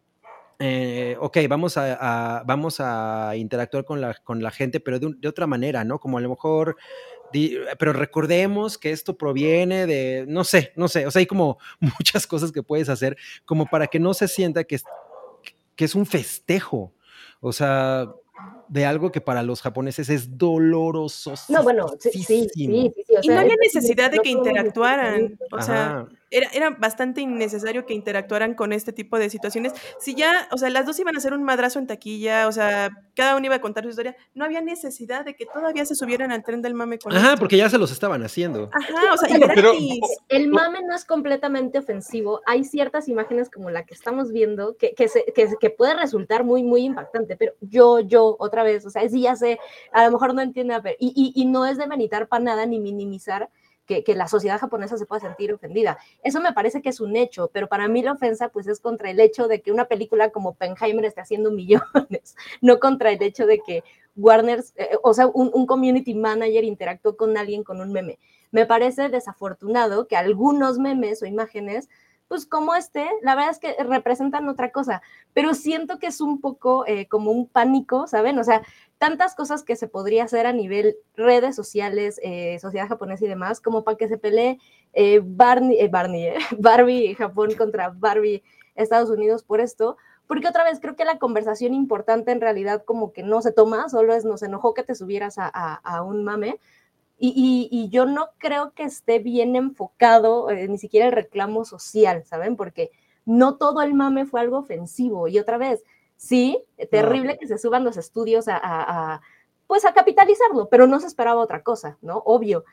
Eh, ok, vamos a, a, vamos a interactuar con la, con la gente, pero de, un, de otra manera, ¿no? Como a lo mejor, di, pero recordemos que esto proviene de, no sé, no sé, o sea, hay como muchas cosas que puedes hacer como para que no se sienta que es, que es un festejo. O sea, de algo que para los japoneses es doloroso. No, bueno, sí, sí, sí, sí, sí, o Y no sea, había es- necesidad de no que podemos decir interactuaran. que- O sea, Ajá. era, era bastante innecesario que interactuaran con este tipo de situaciones. Si ya, o sea, las dos iban a hacer un madrazo en taquilla, o sea, cada uno iba a contar su historia, no había necesidad de que todavía se subieran al tren del mame con Ajá, esto. porque ya se los estaban haciendo. Ajá, o sea, y Bueno, pero- gratis. El mame no es completamente ofensivo. Hay ciertas imágenes como la que estamos viendo que, que, se, que, que puede resultar muy, muy impactante, pero yo, yo, otra vez, o sea, sí ya sé, a lo mejor no entiende, pero, y, y, y no es de demeritar para nada ni minimizar que, que la sociedad japonesa se pueda sentir ofendida. Eso me parece que es un hecho, pero para mí la ofensa pues es contra el hecho de que una película como Oppenheimer esté haciendo millones, no contra el hecho de que Warner, eh, o sea, un, un community manager interactuó con alguien con un meme. Me parece desafortunado que algunos memes o imágenes, pues como este, la verdad es que representan otra cosa, pero siento que es un poco eh, como un pánico, ¿saben? O sea, tantas cosas que se podría hacer a nivel redes sociales, eh, sociedad japonesa y demás, como para que se pelee eh, Barney, eh, Barney eh, Barbie Japón contra Barbie Estados Unidos por esto, porque otra vez creo que la conversación importante en realidad como que no se toma, solo es nos enojó que te subieras a, a, a un mame, y, y, y yo no creo que esté bien enfocado eh, ni siquiera el reclamo social, ¿saben? Porque no todo el mame fue algo ofensivo, y otra vez, sí, terrible no. que se suban los estudios a, a, a, pues a capitalizarlo, pero no se esperaba otra cosa, ¿no? Obvio.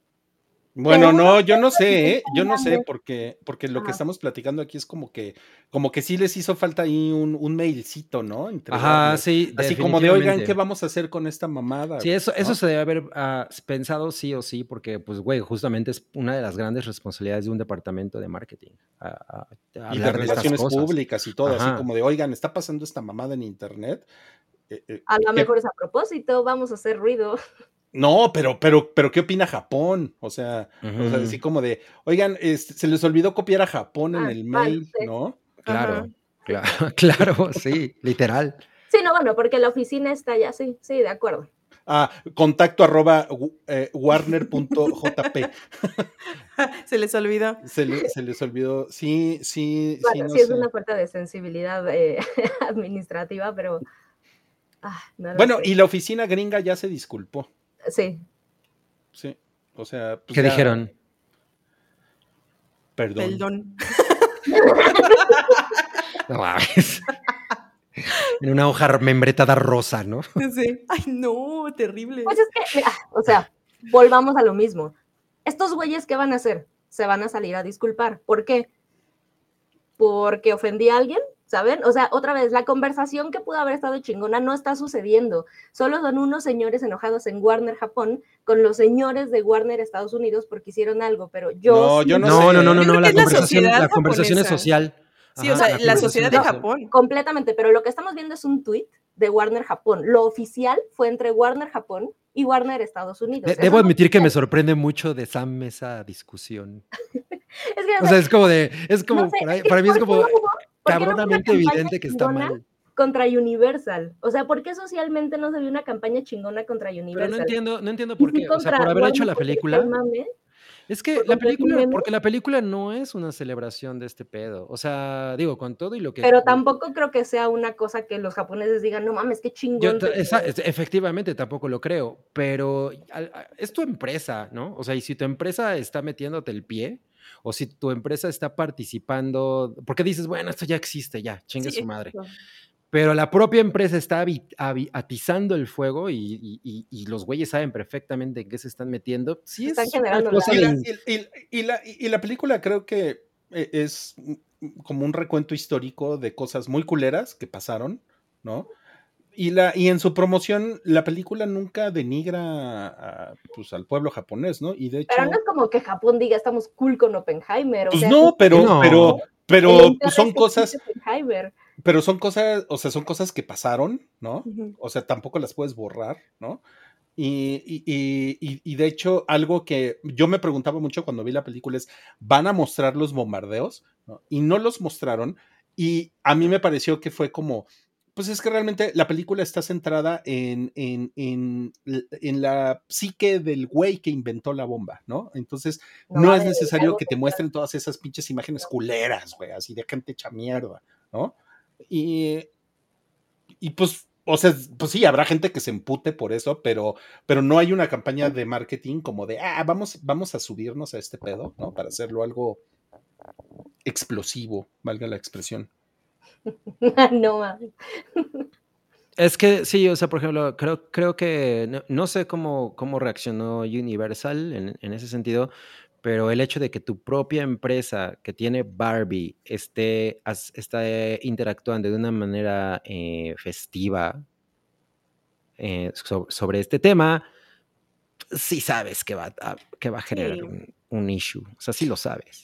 Bueno, no, yo no sé, ¿eh? Yo no sé, porque, porque lo Ajá. que estamos platicando aquí es como que, como que sí les hizo falta ahí un, un mailcito, ¿no? Entre Ajá, Warner. sí, así como de, oigan, ¿qué vamos a hacer con esta mamada? Sí, eso, ¿no? eso se debe haber uh, pensado sí o sí, porque, pues, güey, justamente es una de las grandes responsabilidades de un departamento de marketing. A, a, a y de relaciones de públicas y todo, Ajá. así como de, oigan, está pasando esta mamada en internet. Eh, eh, a lo mejor es a propósito, vamos a hacer ruido. No, pero, pero, pero, ¿qué opina Japón? O sea, uh-huh. o sea, así como de, oigan, este, se les olvidó copiar a Japón en ah, el mail, vale, sí. ¿no? Claro, claro, claro, sí, literal. Sí, no, bueno, porque la oficina está allá, sí, sí, de acuerdo. Ah, contacto arroba eh, warner punto jp. Se les olvidó. Se, le, se les olvidó, sí, sí, bueno, sí. No sí, sé. es una falta de sensibilidad eh, administrativa, pero... Ah, no bueno, sé. Y la oficina gringa ya se disculpó. Sí. Sí, o sea... Pues ¿qué ya... dijeron? Perdón. Perdón. No mames. En una hoja membretada rosa, ¿no? Sí. Ay, no, terrible. Pues es que, mira, o sea, volvamos a lo mismo. Estos güeyes, ¿qué van a hacer? Se van a salir a disculpar. ¿Por qué? ¿Porque ofendí a alguien? ¿Saben? O sea, otra vez, la conversación que pudo haber estado chingona no está sucediendo. Solo son unos señores enojados en Warner Japón con los señores de Warner Estados Unidos porque hicieron algo, pero yo... No, sí yo no, no sé. No, no, no, no, la, la conversación, la conversación es social. Sí, Ajá, o sea, la, la sociedad de Japón. Completamente, pero lo que estamos viendo es un tuit de Warner Japón. Lo oficial fue entre Warner Japón y Warner Estados Unidos. De, debo admitir que me sorprende mucho de Sam esa discusión. es que, o sea, es como de, es como, no sé, para, es que para mí es como no hubo, cabronamente no evidente que está mal. Contra Universal. O sea, ¿por qué socialmente no se vio una campaña chingona contra Universal? Pero no entiendo, no entiendo por qué. O sea, por haber hecho la película. Es que la película, porque la película no es una celebración de este pedo. O sea, digo, con todo y lo que... Pero tampoco creo que sea una cosa que los japoneses digan, no mames, qué chingón. Yo, esa, efectivamente, tampoco lo creo. Pero es tu empresa, ¿no? O sea, y si tu empresa está metiéndote el pie, o si tu empresa está participando, porque dices, bueno, esto ya existe, ya, chingue sí, su madre. Eso. Pero la propia empresa está atizando el fuego y, y, y los güeyes saben perfectamente en qué se están metiendo. Sí, están es generando una cosa y, la, de... y, y, y, la, y la película creo que es como un recuento histórico de cosas muy culeras que pasaron, ¿no? Y, la, y en su promoción, la película nunca denigra a, pues, al pueblo japonés, ¿no? Y de hecho... Pero no es como que Japón diga, estamos cool con Oppenheimer. O pues sea, no, pero, no. pero, pero pues son cosas... Oppenheimer. Pero son cosas, o sea, son cosas que pasaron, ¿no? Uh-huh. O sea, tampoco las puedes borrar, ¿no? Y, y, y, y de hecho, algo que yo me preguntaba mucho cuando vi la película es, ¿van a mostrar los bombardeos? ¿No? Y no los mostraron. Y a mí me pareció que fue como, pues es que realmente la película está centrada en, en, en, en la psique del güey que inventó la bomba, ¿no? Entonces, no, no es necesario que te muestren todas esas pinches imágenes culeras, güey, así de gente hecha mierda, ¿no? Y, y pues o sea, pues sí, habrá gente que se empute por eso, pero, pero no hay una campaña de marketing como de, ah, vamos, vamos a subirnos a este pedo, ¿no? Para hacerlo algo explosivo, valga la expresión. No mames. Es que sí, o sea, por ejemplo, creo, creo que no, no sé cómo, cómo reaccionó Universal en, en ese sentido, pero el hecho de que tu propia empresa que tiene Barbie esté, as- esté interactuando de una manera eh, festiva eh, so- sobre este tema, sí sabes que va a, que va a generar Sí. un, un issue. O sea, sí lo sabes.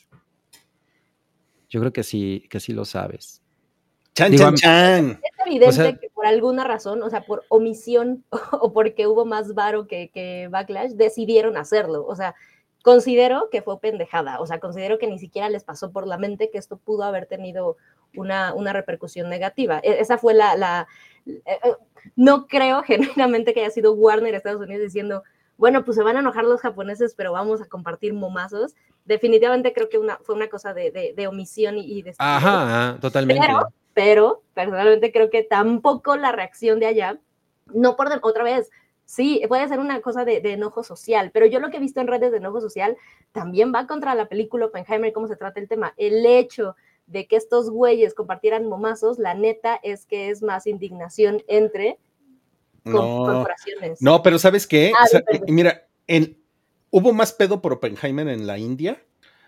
Yo creo que sí, que sí lo sabes. Chan, Digo, chan, am- chan. Es evidente O sea- que por alguna razón, o sea, por omisión o porque hubo más varo que, que backlash, decidieron hacerlo. O sea, considero que fue pendejada. O sea, considero que ni siquiera les pasó por la mente que esto pudo haber tenido una, una repercusión negativa. E- Esa fue la... la eh, eh, no creo genuinamente que haya sido Warner Estados Unidos diciendo, bueno, pues se van a enojar los japoneses, pero vamos a compartir momazos. Definitivamente creo que una, fue una cosa de, de, de omisión y, y de... Ajá, ajá, totalmente. Pero, pero personalmente creo que tampoco la reacción de allá, no por de, otra vez, sí, puede ser una cosa de, de enojo social, pero yo lo que he visto en redes de enojo social también va contra la película Oppenheimer y cómo se trata el tema. El hecho de que estos güeyes compartieran momazos, la neta es que es más indignación entre co- No, corporaciones. no, pero ¿sabes qué? Ah, O sea, perdón. mira, en, hubo más pedo por Oppenheimer en la India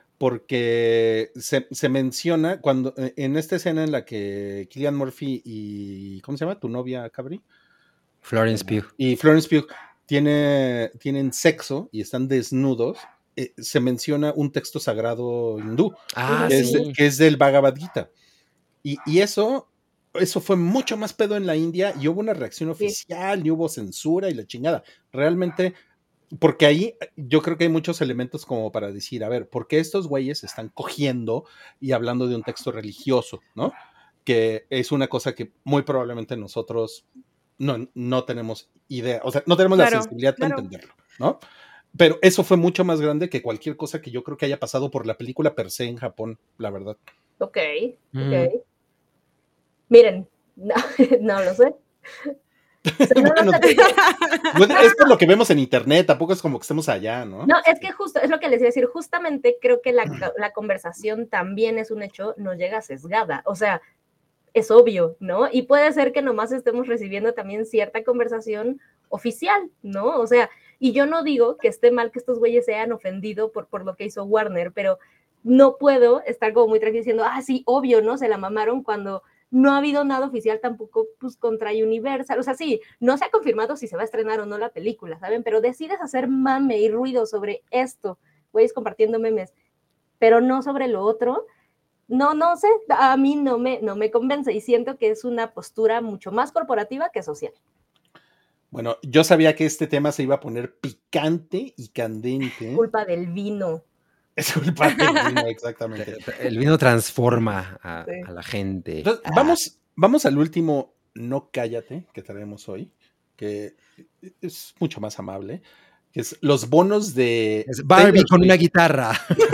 porque se, se menciona cuando en esta escena en la que Cillian Murphy y ¿cómo se llama? Tu novia, Cabri, Florence Pugh. y Florence Pugh tiene, tienen sexo y están desnudos. Eh, se menciona un texto sagrado hindú Ah, que, es, sí. que es del Bhagavad Gita. Y, y eso, eso fue mucho más pedo en la India y hubo una reacción oficial y hubo censura y la chingada. Realmente, porque ahí yo creo que hay muchos elementos como para decir, a ver, ¿por qué estos güeyes están cogiendo y hablando de un texto religioso, ¿no? Que es una cosa que muy probablemente nosotros no, no tenemos idea, o sea, no tenemos Claro, la sensibilidad claro. para entenderlo, ¿no? Pero eso fue mucho más grande que cualquier cosa que yo creo que haya pasado por la película per se en Japón, la verdad. Ok, Mm. ok. Miren, no, no lo sé. O sea, no Bueno, lo sé. pues, es por lo que vemos en internet, tampoco es como que estemos allá, ¿no? No, es que justo, es lo que les iba a decir, justamente creo que la, la conversación también es un hecho, nos llega sesgada, o sea, es obvio, ¿no? Y puede ser que nomás estemos recibiendo también cierta conversación oficial, ¿no? O sea, y yo no digo que esté mal que estos güeyes se hayan ofendido por, por lo que hizo Warner, pero no puedo estar como muy tranquilo diciendo, ah, sí, obvio, ¿no? Se la mamaron cuando no ha habido nada oficial tampoco, pues, contra Universal. O sea, sí, no se ha confirmado si se va a estrenar o no la película, ¿saben? Pero decides hacer mame y ruido sobre esto, güeyes compartiendo memes, pero no sobre lo otro. No, no sé, a mí no me, no me convence y siento que es una postura mucho más corporativa que social. Bueno, yo sabía que este tema se iba a poner picante y candente. Culpa del vino. Es culpa del vino, exactamente. El vino transforma a, Sí. a la gente. Entonces, Ah, vamos, vamos al último no cállate que traemos hoy, que es mucho más amable, que es los bonos de es Barbie Taylor con una Swift. guitarra.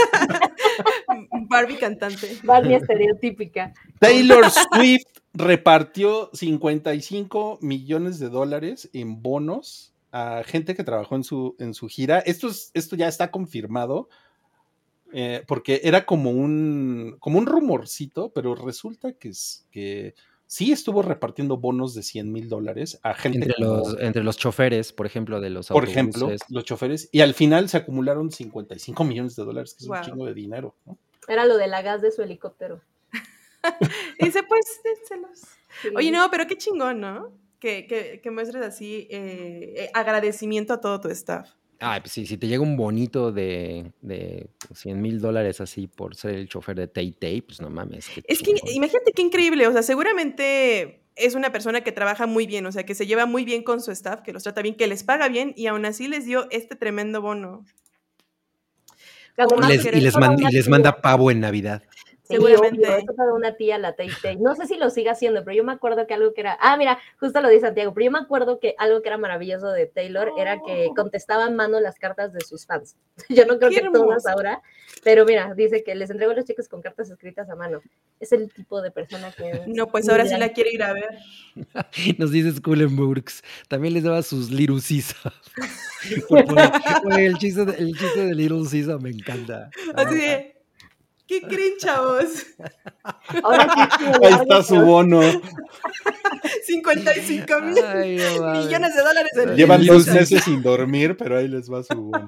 Barbie cantante. Barney estereotípica. Taylor Swift repartió cincuenta y cinco millones de dólares en bonos a gente que trabajó en su, en su gira. Esto, es, esto ya está confirmado. Eh, porque era como un, como un rumorcito, pero resulta que, es, que sí estuvo repartiendo bonos de cien mil dólares a gente Entre como, los, entre los choferes, por ejemplo, de los por autobuses. ejemplo, los choferes, y al final se acumularon cincuenta y cinco millones de dólares, que es Wow. un chingo de dinero, ¿no? Era lo de la gas de su helicóptero. Dice, pues, déselos. Sí. Oye, no, pero qué chingón, ¿no? Que, que, que muestres así eh, eh, agradecimiento a todo tu staff. Ah, pues sí, si te llega un bonito de, de cien mil dólares así por ser el chofer de Tay Tay, pues no mames. qué Es que chingón. imagínate qué increíble, o sea, seguramente es una persona que trabaja muy bien, o sea, que se lleva muy bien con su staff, que los trata bien, que les paga bien y aún así les dio este tremendo bono. Además, Y les, y les, man- y les manda pavo en Navidad. Sí, Seguramente. obvio, eso fue una tía, la Tay Tay. No sé si lo sigue haciendo, pero yo me acuerdo que algo que era... Ah, mira, justo lo dice Santiago, pero yo me acuerdo que algo que era maravilloso de Taylor era que contestaba en mano las cartas de sus fans. Yo no creo ¡Qué que todas hermoso! ahora, pero mira, dice que les entrego a los chicos con cartas escritas a mano. Es el tipo de persona que es. No, pues ahora sí ideal. la quiero ir a ver. Nos dice Skullenburgs. También les daba sus Little Caesar. Por poner- Güey, el chiste de, el chiste de Little Caesar me encanta. Así de, ¿qué creen, chavos? Ahora sí, sí, Ahí está su bono. cincuenta y cinco mil Ay, no mames. millones de dólares en Llevan El dos Little meses sin dormir, pero ahí les va su bono.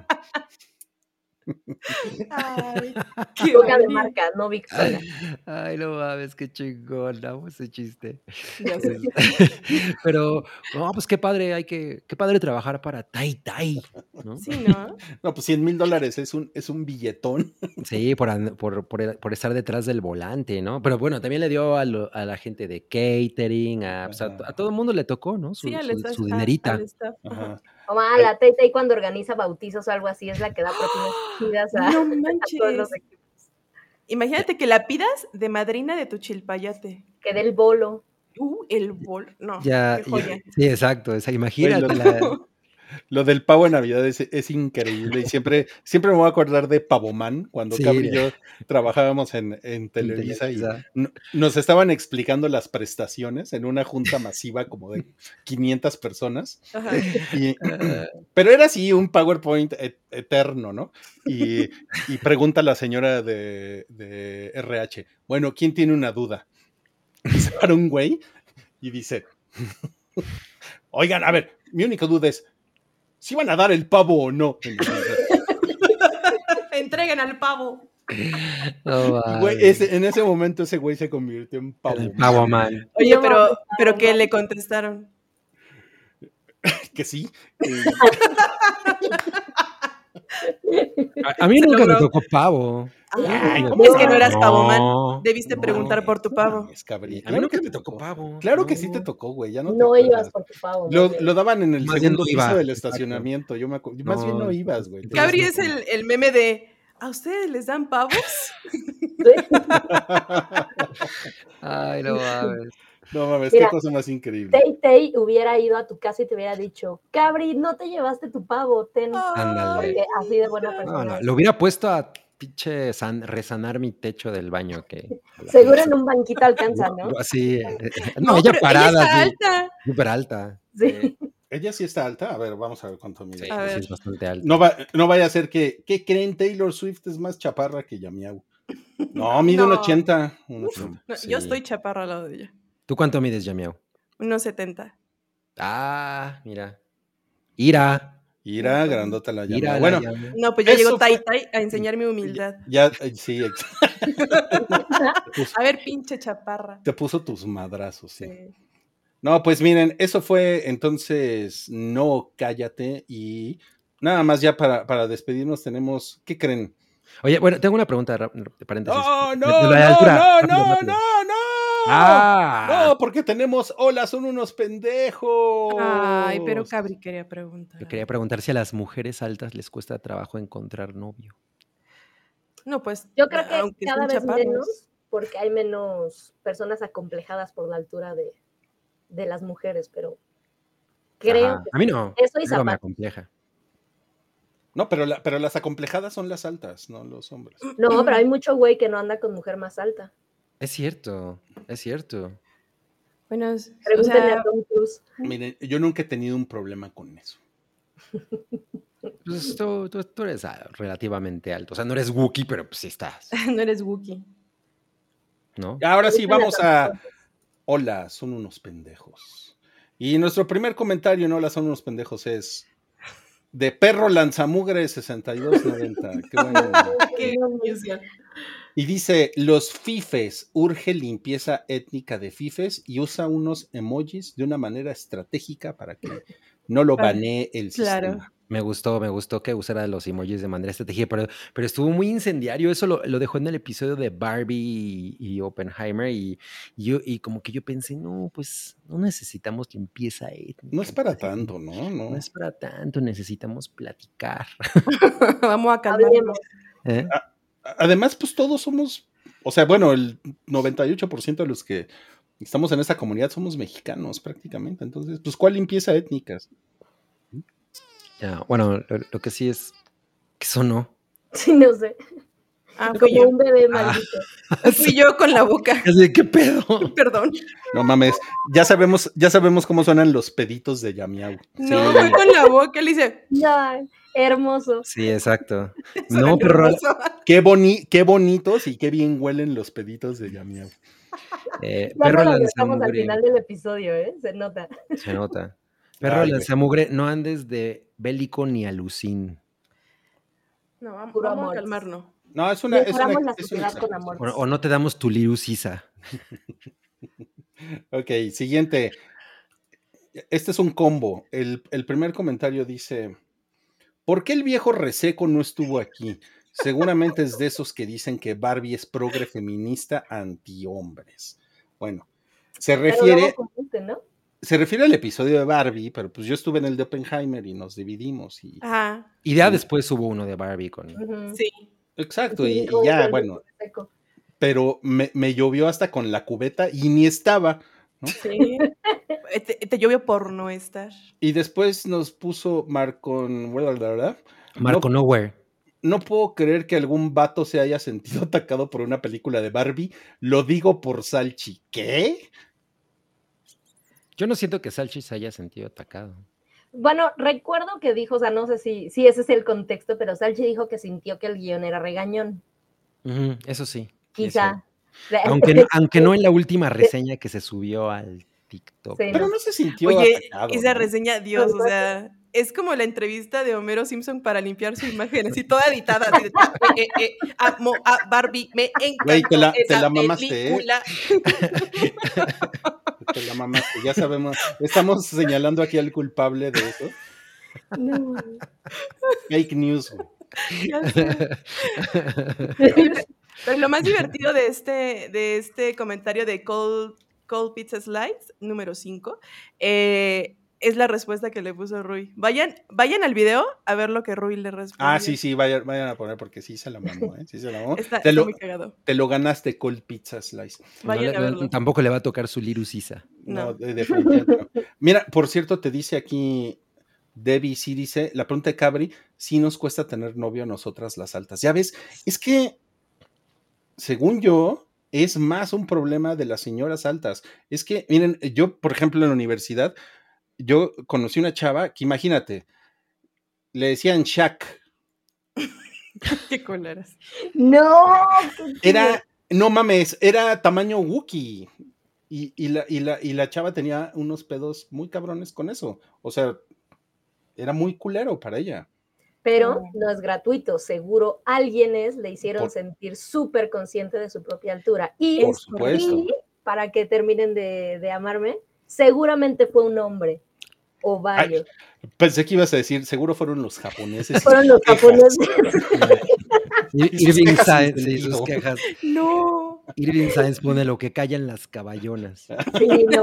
Ay, qué Coca de bonito. marca, no Big Soda. Ay, no mames, qué chingón, amo ese chiste. Ya sé. Pero, no, pues qué padre, hay que, qué padre trabajar para Tai Tai, ¿no? Sí, ¿no? No, pues cien mil dólares es un, es un billetón. Sí, por, an- por, por, por estar detrás del volante, ¿no? Pero bueno, también le dio a, lo- a la gente de catering, a, pues, a, Ajá. a todo el mundo le tocó, ¿no? Su, Sí, al su, staff. su a- dinerita. al staff. Ajá. Ajá. O más, la Tay Tay cuando organiza bautizos o algo así es la que da propinas chidas a, No a todos los manches. equipos. Imagínate que la pidas de madrina de tu chilpayate. Que dé el bolo. Uh, el bol. No, Ya, qué ya- joya. sí, exacto. esa- Güey, imagínate lo, la- lo del pavo de Navidad es, es increíble y siempre, siempre me voy a acordar de Pavoman cuando Sí, Cabri y de- yo trabajábamos en, en en Televisa y Televisa. no- nos estaban explicando las prestaciones en una junta masiva como de quinientas personas. Ajá. Y, Ah, pero era así un PowerPoint et- eterno, ¿no? Y, y pregunta la señora de, de R H, bueno, ¿quién tiene una duda? Y se para un güey y dice, oigan, a ver, mi única duda es, ¿si van a dar el pavo o no? Entreguen al pavo. no Y, güey, mames. ese- en ese momento ese güey se convirtió en pavo. El Pavo Man. Oye, No pero, mames, pero pavo, ¿qué man. le contestaron? Que sí. eh, A, a mí Se nunca me logró. tocó pavo. Ay, No, ¿cómo es que no eras pavo man? no, Debiste no. preguntar por tu pavo. mames, Cabri, A mí claro nunca que me te tocó tocó. pavo. Claro que no. sí te tocó, güey, ya no te No acuerdas. ibas por tu pavo. Lo, más bien. lo daban en el Más bien segundo no piso iba, del exacto. estacionamiento, yo me acuerdo. Más bien No, no ibas, güey. entonces Cabri no. es el, el meme de, ¿a ustedes les dan pavos? Ay, no mames. No mames, Mira, qué cosa más increíble. Tay Tay hubiera ido a tu casa y te hubiera dicho, Cabri, no te llevaste tu pavo, ten. Ándale. Porque así de buena No, persona no, es. lo hubiera puesto a pinche san- resanar mi techo del baño que Seguro en un banquito alcanza, ¿no? así, eh, No, no, ella pero ella parada, está así, alta. súper alta. Sí. Ella sí está alta. A ver, vamos a ver cuánto mide. Sí, A sí, ver. es bastante alta. No, va, no vaya a ser que, ¿qué creen? Taylor Swift es más chaparra que Yamiau. No, mide un No. ochenta. Un ochenta. No, Sí. Yo estoy chaparra al lado de ella. ¿Tú cuánto mides, Yamiao? uno setenta. Ah, mira. Ira. Ira, grandota la Ira, Yamiau. la Bueno, Yamiao. No, pues ya Eso llegó Tai fue- Tai a enseñar mi humildad. ya, eh, sí, ex- te, puso, A ver, pinche chaparra. te puso tus madrazos, sí. Sí. No, pues miren, eso fue entonces No Cállate y nada más ya para, para despedirnos tenemos, ¿qué creen? Oye, bueno, tengo una pregunta ra- de paréntesis. No, De- no, de no, la no, altura. no, Rápido, no, rápido. no, no. Ah. No, porque tenemos, hola, son unos pendejos. Ay, pero Cabri quería preguntar. Yo quería preguntar si a las mujeres altas les cuesta trabajo encontrar novio. No, pues. Yo creo que aunque cada son vez chaparros. menos, porque hay menos personas acomplejadas por la altura de, de las mujeres, pero creo Ajá. que A mí no. Eso y Luego me zapatos. acompleja. No, pero, la- pero las acomplejadas son las altas, no los hombres. No, pero hay mucho güey que no anda con mujer más alta. Es cierto, es cierto. Bueno, es- o Pregúntenle sea, a Tom Cruise. Miren, yo nunca he tenido un problema con eso. Pues tú, tú- tú eres ah, relativamente alto. O sea, no eres Wookiee, pero pues sí estás, no eres Wookiee. ¿no? Ahora sí, Pregúntenle vamos Tom a... Cruise. Hola, son unos pendejos. Y nuestro primer comentario en Hola, son unos pendejos es de Perro Lanzamugre sesenta y dos noventa. Qué bueno. Qué No, no. confusión. Y dice, los fifes, urge limpieza étnica de fifes y usa unos emojis de una manera estratégica para que no lo Para- banee el claro. sistema. Me gustó, me gustó que usara los emojis de manera estratégica, pero, pero estuvo muy incendiario. Eso lo, lo dejó en el episodio de Barbie y, y Oppenheimer. Y, y yo, y como que yo pensé, no, pues no necesitamos limpieza étnica. No es para tanto, ¿no? No. No es para tanto, necesitamos platicar. Vamos a calmarnos. Hablemos. ¿Eh? Además, pues todos somos O sea, bueno, el noventa y ocho por ciento de los que estamos en esta comunidad somos mexicanos prácticamente. Entonces, pues, ¿cuál limpieza étnica? Ya, bueno, lo, lo que sí es que sonó. Sí, no sé. Ah, fui Como yo. un bebé Ah. maldito. Fui yo con la boca. Así, ¿qué pedo? Perdón. No mames, ya sabemos, ya sabemos cómo suenan los peditos de Yamiau. No, Sí. fue con la boca. Le hice. Ay, hermoso. Sí, exacto. "Suena No, pero hermoso". Qué, boni qué bonitos y qué bien huelen los peditos de Yamiau. eh, Ya perro no lo dejamos al lanzamugre. final del episodio, ¿eh? Se nota. Se nota. Perro Ay, güey. lanzamugre, no andes de bélico ni alucin. No, vamos, Puro vamos a amor. calmarnos. No, es una, es una, Mejoramos la es una sociedad con exageración. amor. O, o no te damos tu lirusisa. Ok, siguiente. Este es un combo. El, el primer comentario dice: ¿por qué el viejo reseco no estuvo aquí? Seguramente es de esos que dicen que Barbie es progre feminista anti-hombres. Bueno, se Pero luego refiere, confundiste, ¿no? se refiere al episodio de Barbie, pero pues yo estuve en el de Oppenheimer y nos dividimos. Y, Ajá, Y ya Sí. después hubo uno de Barbie con. Ujú. sí. exacto, Sí, y, dijo y ya, eso, bueno, seco. pero me, me llovió hasta con la cubeta y ni estaba, ¿no? Sí. Te, te llovió por no estar. Y después nos puso Marcon, ¿verdad? Marco No, Nowhere. no puedo creer que algún vato se haya sentido atacado por una película de Barbie. Lo digo por Salchi. ¿Qué? Yo no siento que Salchi se haya sentido atacado. Bueno, recuerdo que dijo, o sea, no sé si, si ese es el contexto, pero Salchi dijo que sintió que el guión era regañón. Ujú, eso sí. Quizá. Aunque no, aunque no en la última reseña que se subió al TikTok. Sí, Pero no. no se sintió Oye, atacado, esa ¿no? reseña, Dios, o sea, es como la entrevista de Homero Simpson para limpiar su imagen, así toda editada. Así de, eh, eh, eh, amo a Barbie, me Güey, encantó te la, te esa la mamaste, ¿eh? película. Te la mamaste. Ya sabemos. Estamos señalando aquí al culpable de eso. No. Fake news, güey. Ya sé. Pero, pero lo más divertido de este, de este comentario de Cold, Cold Pizza Slides, número cinco, eh, es la respuesta que le puso Rui. Vayan, vayan al video a ver lo que Rui le respondió. Ah, sí, sí, vayan, vayan a poner porque sí se la mamó, ¿eh? Sí se la mamó. Está, te, está lo, muy cagado. te lo ganaste, Cold Pizza Slice. No Vayan le- a no- verlo. tampoco le va a tocar su lirusisa. No, No. de- definitivamente no. Mira, por cierto, te dice aquí Debbie, sí dice, la pregunta de Cabri, sí nos cuesta tener novio a nosotras las altas. Ya ves, es que, según yo, es más un problema de las señoras altas. Es que, miren, yo, por ejemplo, en la universidad, yo conocí una chava que, imagínate, le decían Shaq. Qué coleras. No, qué Era, no mames, era tamaño Wookiee. Y, y, la, y, la, y la chava tenía unos pedos muy cabrones con eso. O sea, era muy culero para ella. Pero Oh. no es gratuito, seguro alguienes le hicieron Por- sentir súper consciente de su propia altura. Y, Por Es supuesto. y para que terminen de, de amarme, seguramente fue un hombre o varios. Pensé que ibas a decir, seguro fueron los japoneses. y Fueron sus los quejas. japoneses. Ir- Y sus Irving quejas sin Sainz, sí, sus sentido. quejas. No. Irving Sainz pone lo que callan las caballonas. Sí, no.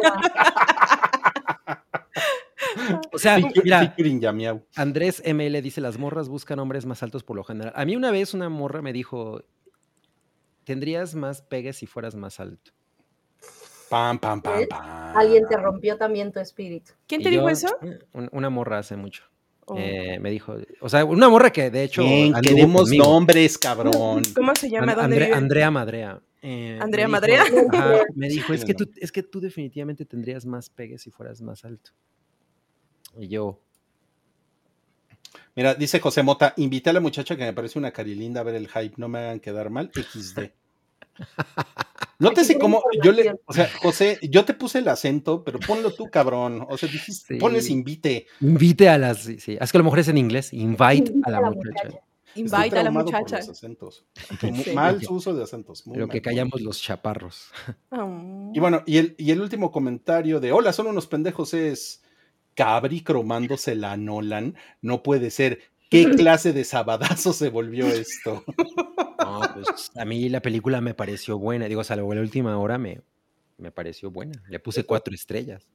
O sea, Feature- mira, featuring Yamiau. Andrés M L dice, las morras buscan hombres más altos por lo general. A mí una vez una morra me dijo, tendrías más pegue si fueras más alto. Pam, pam, pam, ¿Ves? pam. Alguien te rompió también tu espíritu. ¿Quién Y te dijo yo, eso? un- Una morra hace mucho. Oh. Eh, me dijo, o sea, una morra que de hecho Bien, anduvo queremos conmigo. nombres, cabrón. ¿Cómo se llama? An- ¿Dónde Andre- vive? Andrea Madrea. Eh, ¿Andrea me dijo- Madrea? ajá, me dijo, Sí, es, que no. tú, es que tú definitivamente tendrías más pegue si fueras más alto. Y yo, Mira, dice José Mota, invité a la muchacha que me parece una carilinda a ver el hype, no me hagan quedar mal, equis de. Nótese Aquí cómo pura yo le, información. o sea, José, yo te puse el acento, pero ponlo tú, cabrón. O sea, dijiste, Sí. pones invite. invite a las, sí, sí, es que a lo mejor es en inglés, invite Invita a la muchacha. Estoy Invita a la traumado por muchacha. los acentos. Sí. Mu- Mal su uso de acentos. Muy Lo mal, que muy callamos los chaparros. Oh. Y bueno, y el, y el último comentario de hola, son unos pendejos es Cabri cromándose la Nolan. No puede ser. ¿Qué clase de sabadazo se volvió esto? No, pues a mí la película me pareció buena. Digo, salvo la última hora me, me pareció buena. Le puse cuatro estrellas.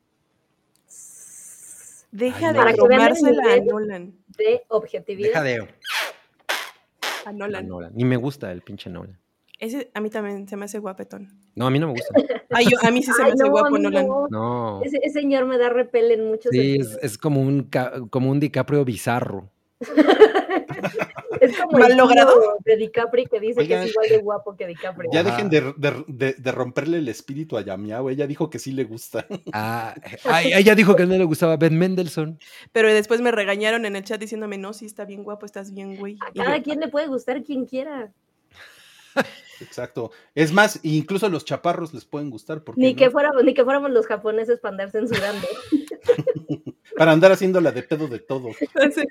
Deja Ay, de no. Para que vean el cromársela a nivel. Nolan. De objetividad. Deja de A a Nolan. Nolan. Ni me gusta el pinche Nolan. Ese a mí también se me hace guapetón. No, a mí no me gusta. Ay, yo, a mí sí se me Ay, hace no, a guapo mí Nolan. no. No. Ese, ese señor me da repele en muchos Sí, es, sentidos. es como un ca- como un DiCaprio bizarro. Es como ¿Mal el tío logrado? de DiCaprio que dice Oigan, que es igual de guapo que DiCaprio. Ya Ajá. dejen de, de- de- de romperle el espíritu a Yamiao. Ella dijo que sí le gusta. Ah, ay, ella dijo que no le gustaba Ben Mendelsohn. Pero después me regañaron en el chat diciéndome, no, sí está bien guapo, estás bien, güey. A Y yo, cada quien le puede gustar quien quiera. Exacto. Es más, incluso los chaparros les pueden gustar. ¿Por qué Ni no? que fuéramos, ni que fuéramos los japoneses para andar censurando. Para andar haciendo la de pedo de todo. así,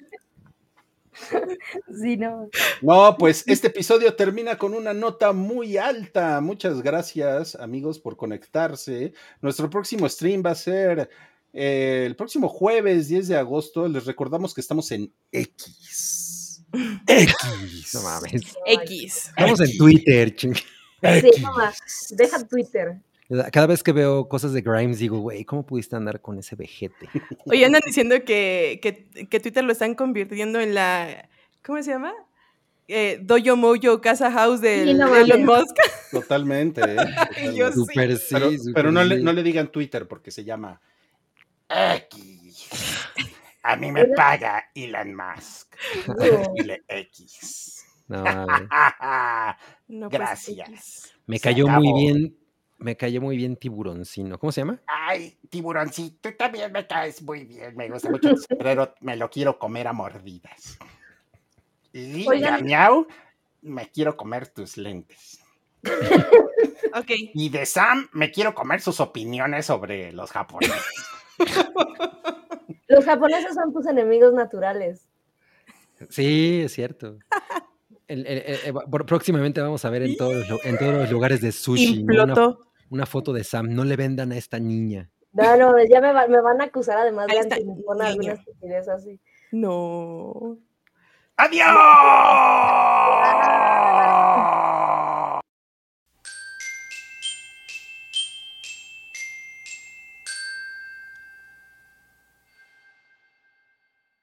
Sí, no. No, pues este episodio termina con una nota muy alta. Muchas gracias, amigos, por conectarse. Nuestro próximo stream va a ser eh, el próximo jueves diez de agosto. Les recordamos que estamos en X. X. No mames. X. Estamos en Twitter, ching. Sí, mamá, deja Twitter. Cada vez que veo cosas de Grimes digo, güey, ¿cómo pudiste andar con ese vejete? Oye, andan diciendo que, que, que Twitter lo están convirtiendo en la, ¿cómo se llama? Eh, Dojo Mojo Casa House del Sí, no de Elon mames. Musk. Totalmente, ¿eh? Y yo Totalmente. sí. Súper sí, Pero, súper pero no, le, sí. no le digan Twitter porque se llama X. A mí me paga Elon Musk. No. Dile X. No, mames. No, pues, Gracias. X. Me Se cayó muy acabó. bien, me cayó muy bien Tiburoncino. ¿Cómo se llama? Ay, tiburoncito, tú también me caes muy bien. Me gusta mucho tu sombrero, me lo quiero comer a mordidas. Y Oigan. ya, miau, me quiero comer tus lentes. Ok. Y de Sam, me quiero comer sus opiniones sobre los japoneses. Los japoneses son tus enemigos naturales. Sí, es cierto. El- el- el- el- por- próximamente vamos a ver en todos los, lu- en todos los lugares de sushi, ¿no? una, Implotó. una foto de Sam. No le vendan a esta niña. No, no, ya me, va- me van a acusar además de Ahí está, antinipona, alguna niño. estupidez así. No. ¡Adiós!